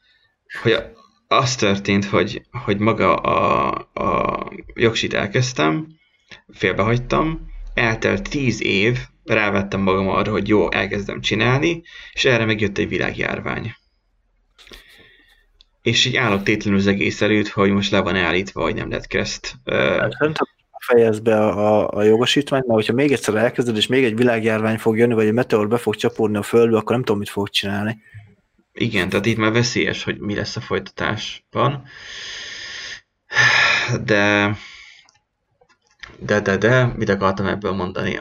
az történt, hogy maga a jogsit elkezdtem, félbehagytam, eltelt 10 év, rávettem magam arra, hogy jó, elkezdem csinálni, és erre megjött egy világjárvány. És így állok tétlenül az egész előtt, hogy most le van állítva, vagy nem lehet kereszt. Nem fejezd be a jogosítványt, mert hogyha még egyszer elkezded, és még egy világjárvány fog jönni, vagy egy meteor be fog csapódni a földbe, akkor nem tudom, mit fog csinálni. Igen, tehát itt már veszélyes, hogy mi lesz a folytatásban. De mit akartam ebből mondani?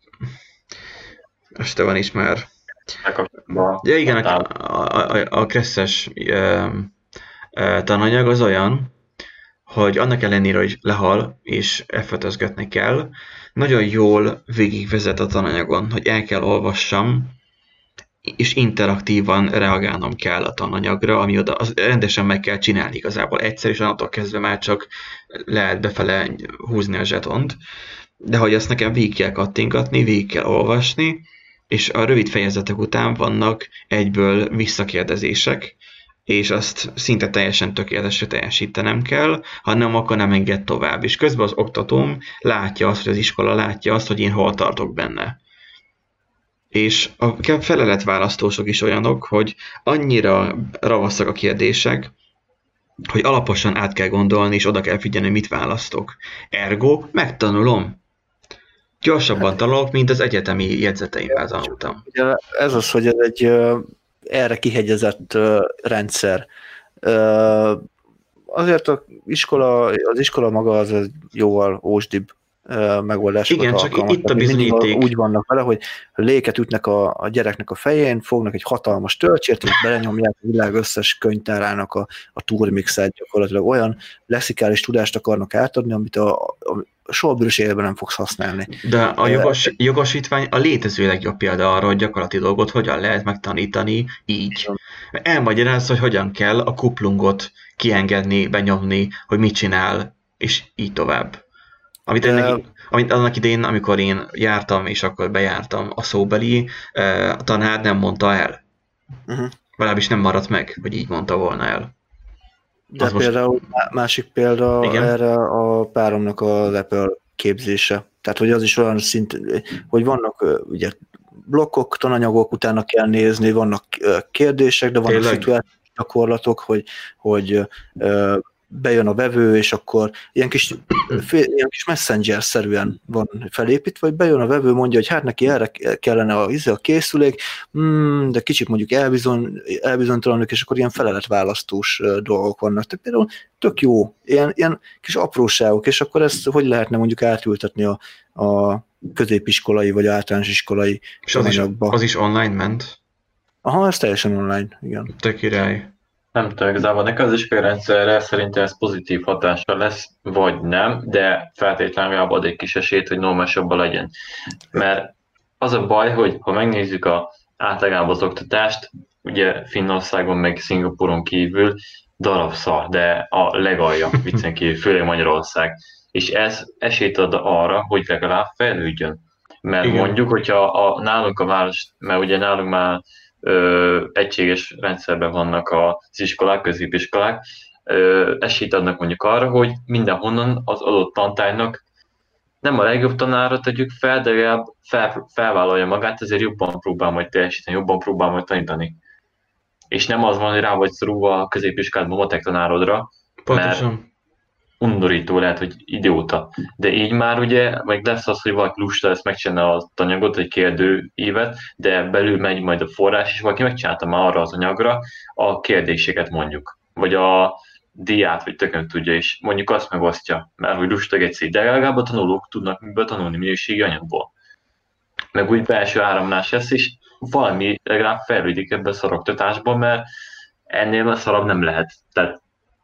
Este van is már. Ja igen, a Kresszes tananyag az olyan, hogy annak ellenére, hogy lehal és F5-özgetni kell, nagyon jól végigvezet a tananyagon, hogy el kell olvassam, és interaktívan reagálnom kell a tananyagra, ami oda rendesen meg kell csinálni igazából. Egyszer is annatól kezdve már csak lehet befele húzni a zsetont, de hogy azt nekem végig kell kattingatni, végig kell olvasni, és a rövid fejezetek után vannak egyből visszakérdezések, és azt szinte teljesen tökéletesre teljesítenem kell, ha nem, akkor nem enged tovább. És közben az oktatóm látja azt, hogy az iskola látja azt, hogy én hol tartok benne. És a feleletválasztósok is olyanok, hogy annyira ravaszak a kérdések, hogy alaposan át kell gondolni, és oda kell figyelni, mit választok. Ergo, megtanulom. Gyorsabban tanulok, mint az egyetemi jegyzeteimvel tanultam. Ez az, hogy ez egy erre kihegyezett rendszer. Azért az iskola maga az egy jóval ósdibb megoldás. Igen, csak itt a bizonyíték. Úgy vannak vele, hogy léket ütnek a gyereknek a fején, fognak egy hatalmas töltsért, és belenyomják a világ összes könyvtárának a turmixet, gyakorlatilag olyan lexikális tudást akarnak átadni, amit a soha bűnös életben nem fogsz használni. De a jogosítvány a létező legjobb példa arra, hogy gyakorlati dolgot hogyan lehet megtanítani így. Elmagyarázza, hogy hogyan kell a kuplungot kiengedni, benyomni, hogy mit csinál, és így tovább. Amit annak idején, amikor én jártam, és akkor bejártam a szóbeli, a tanár nem mondta el. Valábbis nem maradt meg, hogy így mondta volna el. De az például másik példa igen? Erre a páromnak az Apple képzése. Tehát, hogy az is olyan szint, hogy vannak ugye blokkok, tananyagok, utána kell nézni, vannak kérdések, de vannak szituációs gyakorlatok, hogy bejön a vevő, és akkor ilyen kis messenger-szerűen van felépítve, vagy bejön a vevő, mondja, hogy hát neki erre kellene a készülék, de kicsit mondjuk elbizonytalanok, és akkor ilyen feleletválasztós dolgok vannak. Tehát például tök jó, ilyen kis apróságok, és akkor ezt hogy lehetne mondjuk átültetni a középiskolai, vagy általános iskolai anyagba. Az is online ment? Aha, ez teljesen online, igen. Tök király. Nem tudom, igazából nekem az iskolai rendszerre szerintem ez pozitív hatással lesz, vagy nem, de feltétlenül ad egy kis esélyt, hogy normálisabban legyen. Mert az a baj, hogy ha megnézzük általában az oktatást, ugye Finnországon meg Szingapúron kívül darabszar, de a legalja viccen kívül, főleg Magyarország. És ez esélyt ad arra, hogy legalább fejlődjön. Mert igen. Mondjuk, hogyha nálunk a város, mert ugye nálunk már egységes rendszerben vannak az iskolák, középiskolák, esélyt adnak mondjuk arra, hogy mindenhonnan az adott tantárgynak nem a legjobb tanára tegyük fel, de legalább felvállalja magát, ezért jobban próbál majd teljesíteni, jobban próbál majd tanítani. És nem az van, hogy rá vagy szorulva a középiskoládban matek tanárodra, mert undorító lehet, hogy idióta. De így már ugye, meg lesz az, hogy valaki lusta lesz megcsinálni a anyagot, egy kérdőívet, de belül megy majd a forrás, és valaki megcsinálta már arra az anyagra a kérdéseket mondjuk. Vagy a diát, vagy tökön tudja, és mondjuk azt megosztja, mert hogy lusta egy de legalább a tanulók tudnak miből tanulni minőségi anyagból. Meg úgy belső áramlás lesz, és valami legalább fejlődik ebbe a szaroktatásban, mert ennél a szarabb nem lehet. Tehát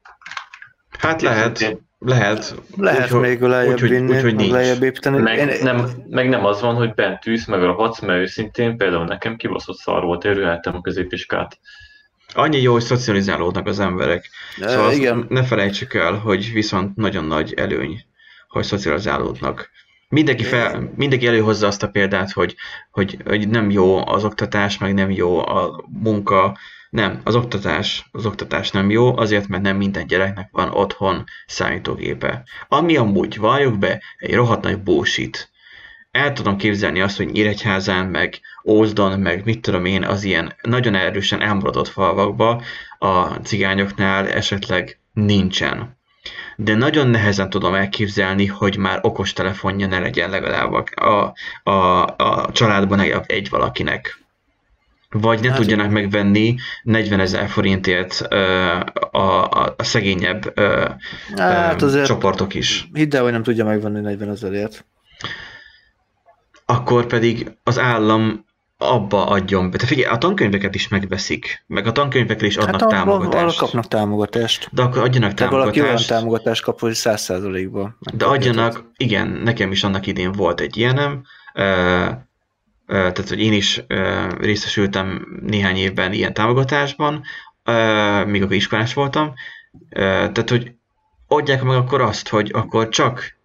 hát lehet úgy, még lejjebb vinni, lejjebb építeni. Meg nem az van, hogy bent ülsz, meg rahatsz, mert őszintén például nekem kibaszott szar volt, érülhettem a középiskát. Annyi jó, hogy szocializálódnak az emberek. Szóval igen. Ne felejtsük el, hogy viszont nagyon nagy előny, hogy szocializálódnak. Mindenki előhozza azt a példát, hogy nem jó az oktatás, meg nem jó a munka. Nem, az oktatás nem jó, azért, mert nem minden gyereknek van otthon számítógépe. Ami amúgy, valljuk be, egy rohadt nagy bullshit. El tudom képzelni azt, hogy Nyíregyházán, meg Ózdon, meg mit tudom én, az ilyen nagyon erősen elmaradott falvakba a cigányoknál esetleg nincsen. De nagyon nehezen tudom elképzelni, hogy már okostelefonja ne legyen legalább a családban egy valakinek. Vagy ne tudjanak megvenni 40 000 forintért a szegényebb csoportok is. Hidd el, hogy nem tudja megvenni 40 000-ért. Akkor pedig az állam abba adjon be. Te figyelj, a tankönyveket is megveszik, meg a tankönyvekre is adnak támogatást. Arra kapnak támogatást. De akkor adjanak támogatást. Valaki olyan támogatást kap, hogy 100%-ban. De adjanak, igen, nekem is annak idén volt egy ilyenem, tehát, hogy én is részesültem néhány évben ilyen támogatásban, míg akkor iskolás voltam. Tehát, hogy adják meg akkor azt, hogy akkor csak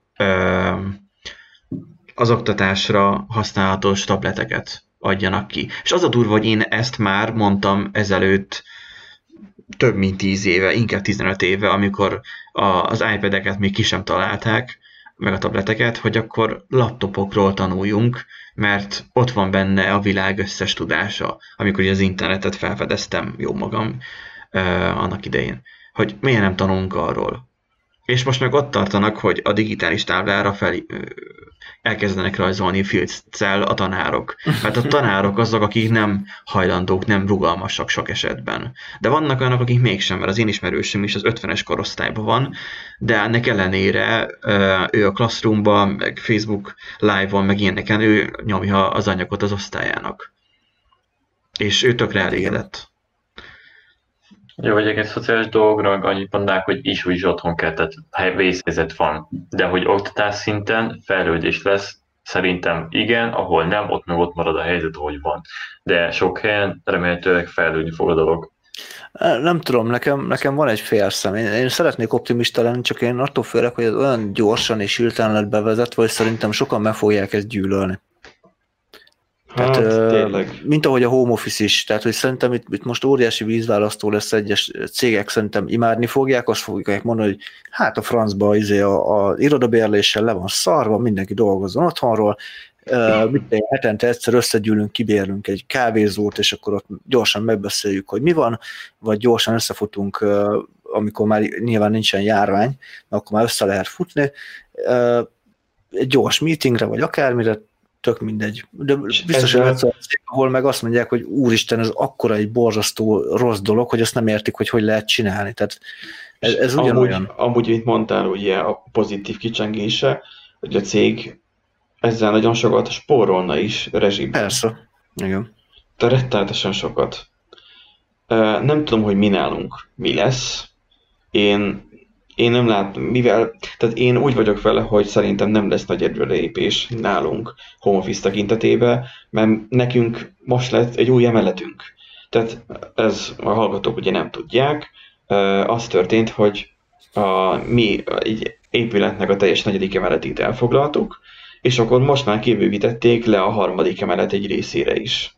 az oktatásra használhatós tableteket adjanak ki. És az a durva, hogy én ezt már mondtam ezelőtt több mint 10 éve, inkább 15 éve, amikor az iPad-eket még ki sem találták, meg a tableteket, hogy akkor laptopokról tanuljunk, mert ott van benne a világ összes tudása, amikor az internetet felfedeztem jó magam annak idején. hogy miért nem tanulunk arról. És most meg ott tartanak, hogy a digitális táblára elkezdenek rajzolni filccel a tanárok. Mert a tanárok azok, akik nem hajlandók, nem rugalmasak sok esetben. De vannak olyanok, akik mégsem, mert az én ismerősöm is az 50-es korosztályban van, de ennek ellenére ő a Classroomban, meg Facebook Live-on, meg ilyeneken, ő nyomja az anyagot az osztályának. És ő tökre elégedett. Jó, hogy egy szociális dologra annyit mondták, hogy is otthon kell, tehát vészhelyzet van. De hogy oktatás szinten fejlődés lesz, szerintem igen, ahol nem, ott meg ott marad a helyzet, ahogy van. De sok helyen remélhetőleg fejlődni fog a dolog. Nem tudom, nekem van egy félszem. Én szeretnék optimista lenni, csak én attól félek, hogy ez olyan gyorsan és hirtelen lett bevezetve, hogy szerintem sokan meg fogják ezt gyűlölni. Tehát, mint ahogy a home office is, tehát hogy szerintem itt most óriási vízválasztó lesz, egyes cégek szerintem imádni fogják, azt fogják mondani, hogy hát a francba az irodabérléssel le van szarva, mindenki dolgozzon otthonról, hetente egyszer összegyűlünk, kibérlünk egy kávézót, és akkor ott gyorsan megbeszéljük, hogy mi van, vagy gyorsan összefutunk, amikor már nyilván nincsen járvány, akkor már össze lehet futni, egy gyors meetingre, vagy akármire, tök mindegy. De biztos, hogy lesz, ahol meg azt mondják, hogy úristen, ez akkora egy borzasztó rossz dolog, hogy ezt nem értik, hogy lehet csinálni. Tehát ez ugyanolyan. Amúgy, mint mondtál, ugye a pozitív kicsengése, hogy a cég ezzel nagyon sokat spórolna is rezsiben. Persze, igen. De rettenetesen sokat. Nem tudom, hogy mi nálunk mi lesz. Én nem látom, tehát én úgy vagyok vele, hogy szerintem nem lesz nagy előrelépés nálunk home office tekintetében, mert nekünk most lett egy új emeletünk. Tehát ez a hallgatók ugye nem tudják. Az történt, hogy mi egy épületnek a teljes 4. emeletét elfoglaltuk, és akkor most már kibővítették le a 3. emelet egy részére is.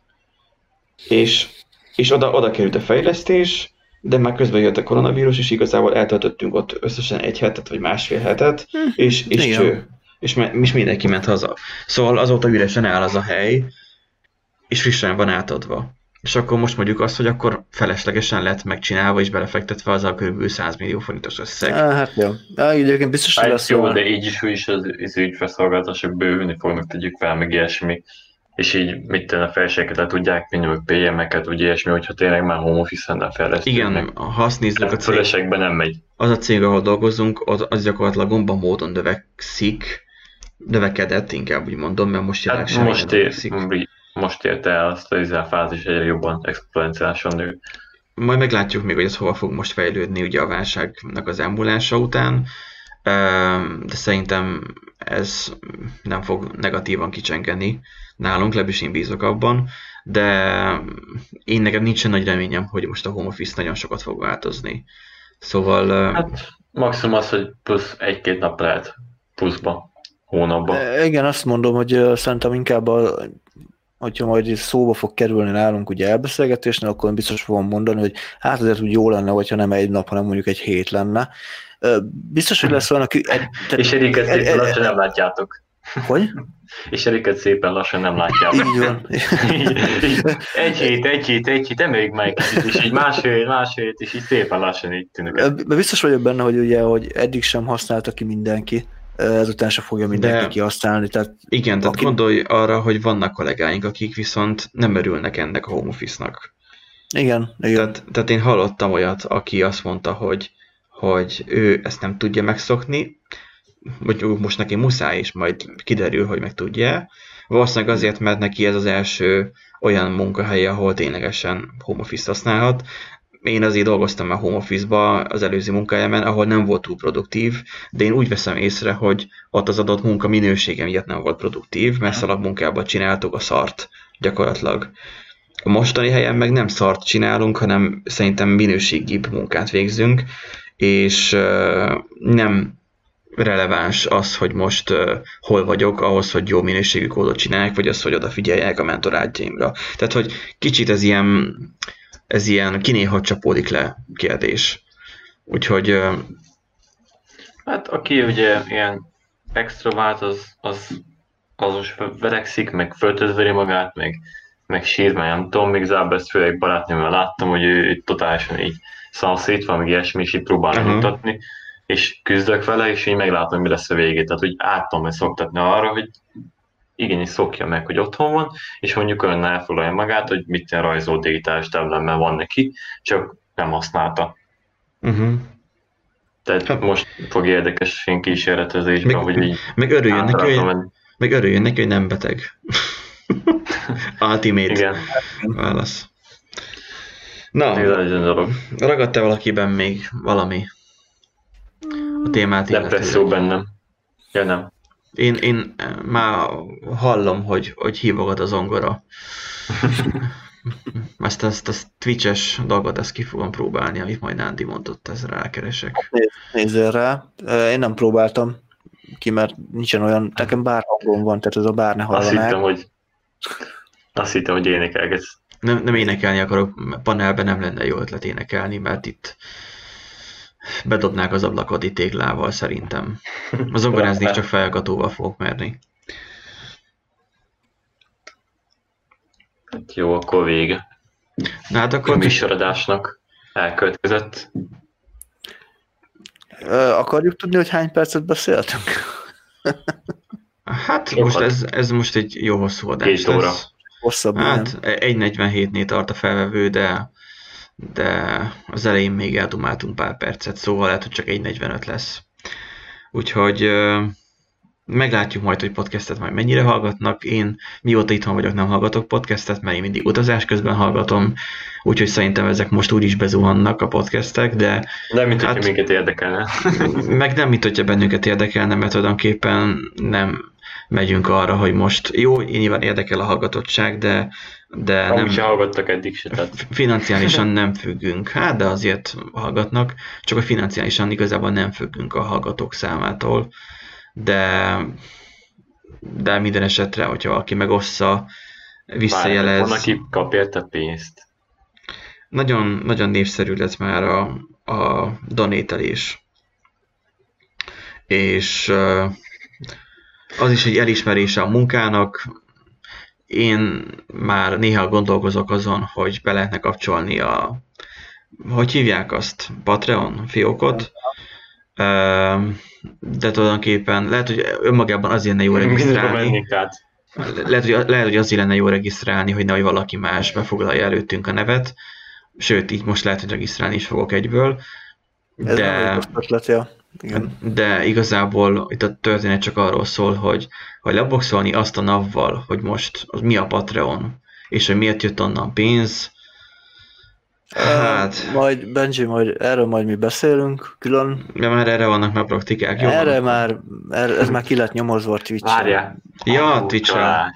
És oda került a fejlesztés, de már közben jött a koronavírus, és igazából eltöltöttünk ott összesen 1 hetet, vagy másfél hetet, és cső. És mindenki ment haza. Szóval azóta üresen áll az a hely, és frissen van átadva. És akkor most mondjuk azt, hogy akkor feleslegesen lett megcsinálva, és belefektetve az a kb. 100 millió forintos összeg. Hát jó. Egyébként biztos, hogy lesz jó, de így is az ügyfélszolgáltatások bővülni fognak, tegyük fel, meg ilyesmi. És így mit tenni a felségeket le tudják vinni, vagy PM-eket, úgy ilyesmi, hogyha tényleg már home office-en fejlesztünk. Igen, ha azt nézzük, a cég, nem megy. Az a cég, ahol dolgozunk, az gyakorlatilag gomba módon növekedett, inkább úgy mondom, mert most jelenleg sem növekszik. Most érte el azt a fázis, egyre jobban exponenciálisan nő. Majd meglátjuk még, hogy ez hova fog most fejlődni ugye a válságnak az elmúlása után, de szerintem ez nem fog negatívan kicsengeni nálunk, legalábbis én bízok abban, de én nekem nincsen nagy reményem, hogy most a home office nagyon sokat fog változni. Szóval... Hát maximum az, hogy plusz 1-2 nap lehet pluszba, hónapban. Igen, azt mondom, hogy szerintem inkább hogyha majd szóba fog kerülni nálunk ugye elbeszélgetésnél, akkor biztos fogom mondani, hogy hát azért úgy jó lenne, hogyha nem 1 nap, hanem mondjuk 1 hét lenne. Biztos, hogy lesz olyan, aki... És Eriket szépen lassan nem látjátok. Hogy? És Eriket szépen lassan nem látjátok. Így van. Egy hét, emeljük már egy kicsit, és így másfél, és így szépen lassan így tűnök. Biztos vagyok benne, hogy ugye, hogy eddig sem használta ki mindenki, ezután sem fogja mindenki kihasználni. Tehát igen, tehát gondolj arra, hogy vannak kollégáink, akik viszont nem örülnek ennek a home office-nak. Igen. Tehát én hallottam olyat, aki azt mondta, hogy ő ezt nem tudja megszokni, vagy most neki muszáj, és majd kiderül, hogy meg tudja. Valószínűleg azért, mert neki ez az első olyan munkahelye, ahol ténylegesen home office használhat. Én azért dolgoztam már home office-ba az előző munkahelyemen, ahol nem volt túl produktív, de én úgy veszem észre, hogy ott az adott munka minősége miatt nem volt produktív, mert szalagmunkában csináltuk a szart gyakorlatilag. A mostani helyen meg nem szart csinálunk, hanem szerintem minőségibb munkát végzünk, és nem releváns az, hogy most hol vagyok, ahhoz, hogy jó minőségű kódot csinálják, vagy az, hogy odafigyeljek a mentorátjaimra. Tehát, hogy kicsit ez ilyen kinéha csapódik le kérdés. Úgyhogy... Hát aki ugye ilyen extrovált, az most verekszik, meg föltözveri magát, meg meg sír, meg nem tudom, még Zába ezt főleg barátnőmmel láttam, hogy ő totálisan így szanszét van, meg ilyesmi, és így próbálnak mutatni, és küzdök vele, és így meglátom, hogy mi lesz a végét. Tehát, hogy át tudom ezt szoktatni arra, hogy igenis szokja meg, hogy otthon van, és mondjuk olyan elfoglalja magát, hogy mit rajzol digitális táblánál van neki, csak nem használta. Tehát most fog érdekes én kísérletezésben, hogy így meg örüljön neki, hogy nem beteg. Ultimate igen. Válasz. Na, ragadt-e valakiben még valami a témát illetően? Depresszió bennem. Ja, nem. Én már hallom, hogy hívogat a zongora. Ezt a Twitch-es dolgot, ezt ki fogom próbálni, amit majd Nándi mondott, ezzel rákeresek. Nézzél rá. Én nem próbáltam ki, mert nincsen olyan, nekem bár hangom van, tehát ez a bár ne hallanák. Azt hittem, hogy énekelgetsz. Nem énekelni akarok, panelben nem lenne jó ötlet énekelni, mert itt bedobnák az ablakot itt téglával szerintem. A zongorázni is csak felhallgatóval fogok merni. Hát jó, akkor vége. Na hát akkor... A műsoradásnak elkövetkezett. Akarjuk tudni, hogy hány percet beszéltünk? Hát most ez most egy jó hosszú adás. 2 óra. Hosszabb, hát 1.47-nél tart a felvevő, de az elején még eldumáltunk pár percet, szóval lehet, hogy csak 1.45 lesz. Úgyhogy meglátjuk majd, hogy podcastet majd mennyire hallgatnak. Én mióta itthon vagyok, nem hallgatok podcastet, mert én mindig utazás közben hallgatom, úgyhogy szerintem ezek most úgyis bezuhannak a podcastek, de... Nem, mint hogyha minket érdekelne. Meg nem, mint hogyha bennünket érdekelne, mert tulajdonképpen nem megyünk arra, hogy most jó, nyilván érdekel a hallgatottság, de nem... Úgy hallgattak eddig se, tehát... Financiálisan nem függünk, hát de azért hallgatnak, csak a financiálisan igazából nem függünk a hallgatók számától, de minden esetre, hogyha valaki megossza, visszajelez... Van, aki kap érte pénzt. Nagyon, nagyon népszerű lett már a donételés. És az is egy elismerése a munkának. Én már néha gondolkozok azon, hogy be lehetne kapcsolni hogy hívják azt? Patreon fiókot? De tulajdonképpen lehet, hogy önmagában azért lenne jó regisztrálni. Lehet, hogy azért lenne jó regisztrálni, hogy nehogy valaki más befoglalja előttünk a nevet. Sőt, így most lehet, hogy regisztrálni is fogok egyből. De igazából itt a történet csak arról szól, hogy leboxolni azt a NAV-val, hogy most az mi a Patreon, és hogy miért jött onnan pénz. Hát... Benji, erről majd mi beszélünk külön. De már erre vannak már praktikák. Jó, ez már ki lett nyomozva a Twitch-en. Várjál. Ja, Twitch-en.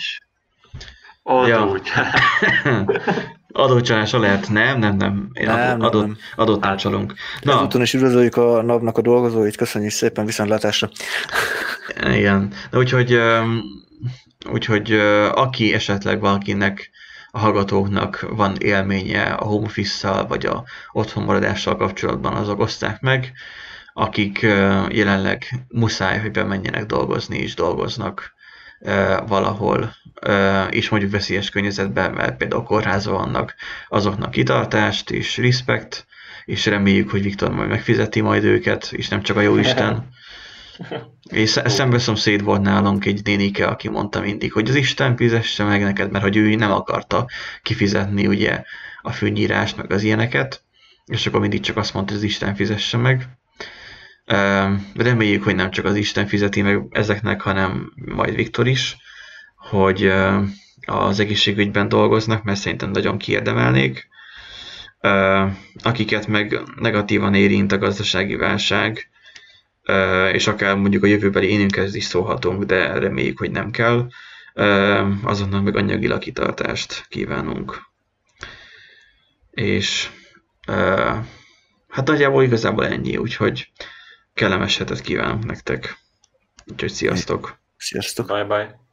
Adócsalás lehet? Nem. Adót csalunk. Ezúton is üdvözöljük a NAV-nak a dolgozóit, köszönjük szépen, viszontlátásra. Igen, de úgyhogy aki esetleg valakinek, a hallgatóknak van élménye a home office-szal, vagy a otthonmaradással kapcsolatban, azok oszták meg, akik jelenleg muszáj, hogy bemenjenek dolgozni, és dolgoznak valahol, és mondjuk veszélyes környezetben, mert például kórházban vannak, azoknak kitartást és respekt, és reméljük, hogy Viktor majd megfizeti majd őket, és nem csak a jóisten. És szembeszomszéd volt nálunk egy nénike, aki mondta mindig, hogy az Isten fizesse meg neked, mert hogy ő nem akarta kifizetni ugye a fűnyírást, meg az ilyeneket, és akkor mindig csak azt mondta, hogy az Isten fizesse meg. Reméljük, hogy nem csak az Isten fizeti meg ezeknek, hanem majd Viktor is, hogy az egészségügyben dolgoznak, mert szerintem nagyon kiérdemelnék. Akiket meg negatívan érint a gazdasági válság, és akár mondjuk a jövőbeli énünkhez is szólhatunk, de reméljük, hogy nem kell, azonnak meg anyagilag kitartást kívánunk. És hát nagyjából igazából ennyi, úgyhogy kellemes hetet kívánok nektek. Úgyhogy sziasztok! Sziasztok! Bye-bye!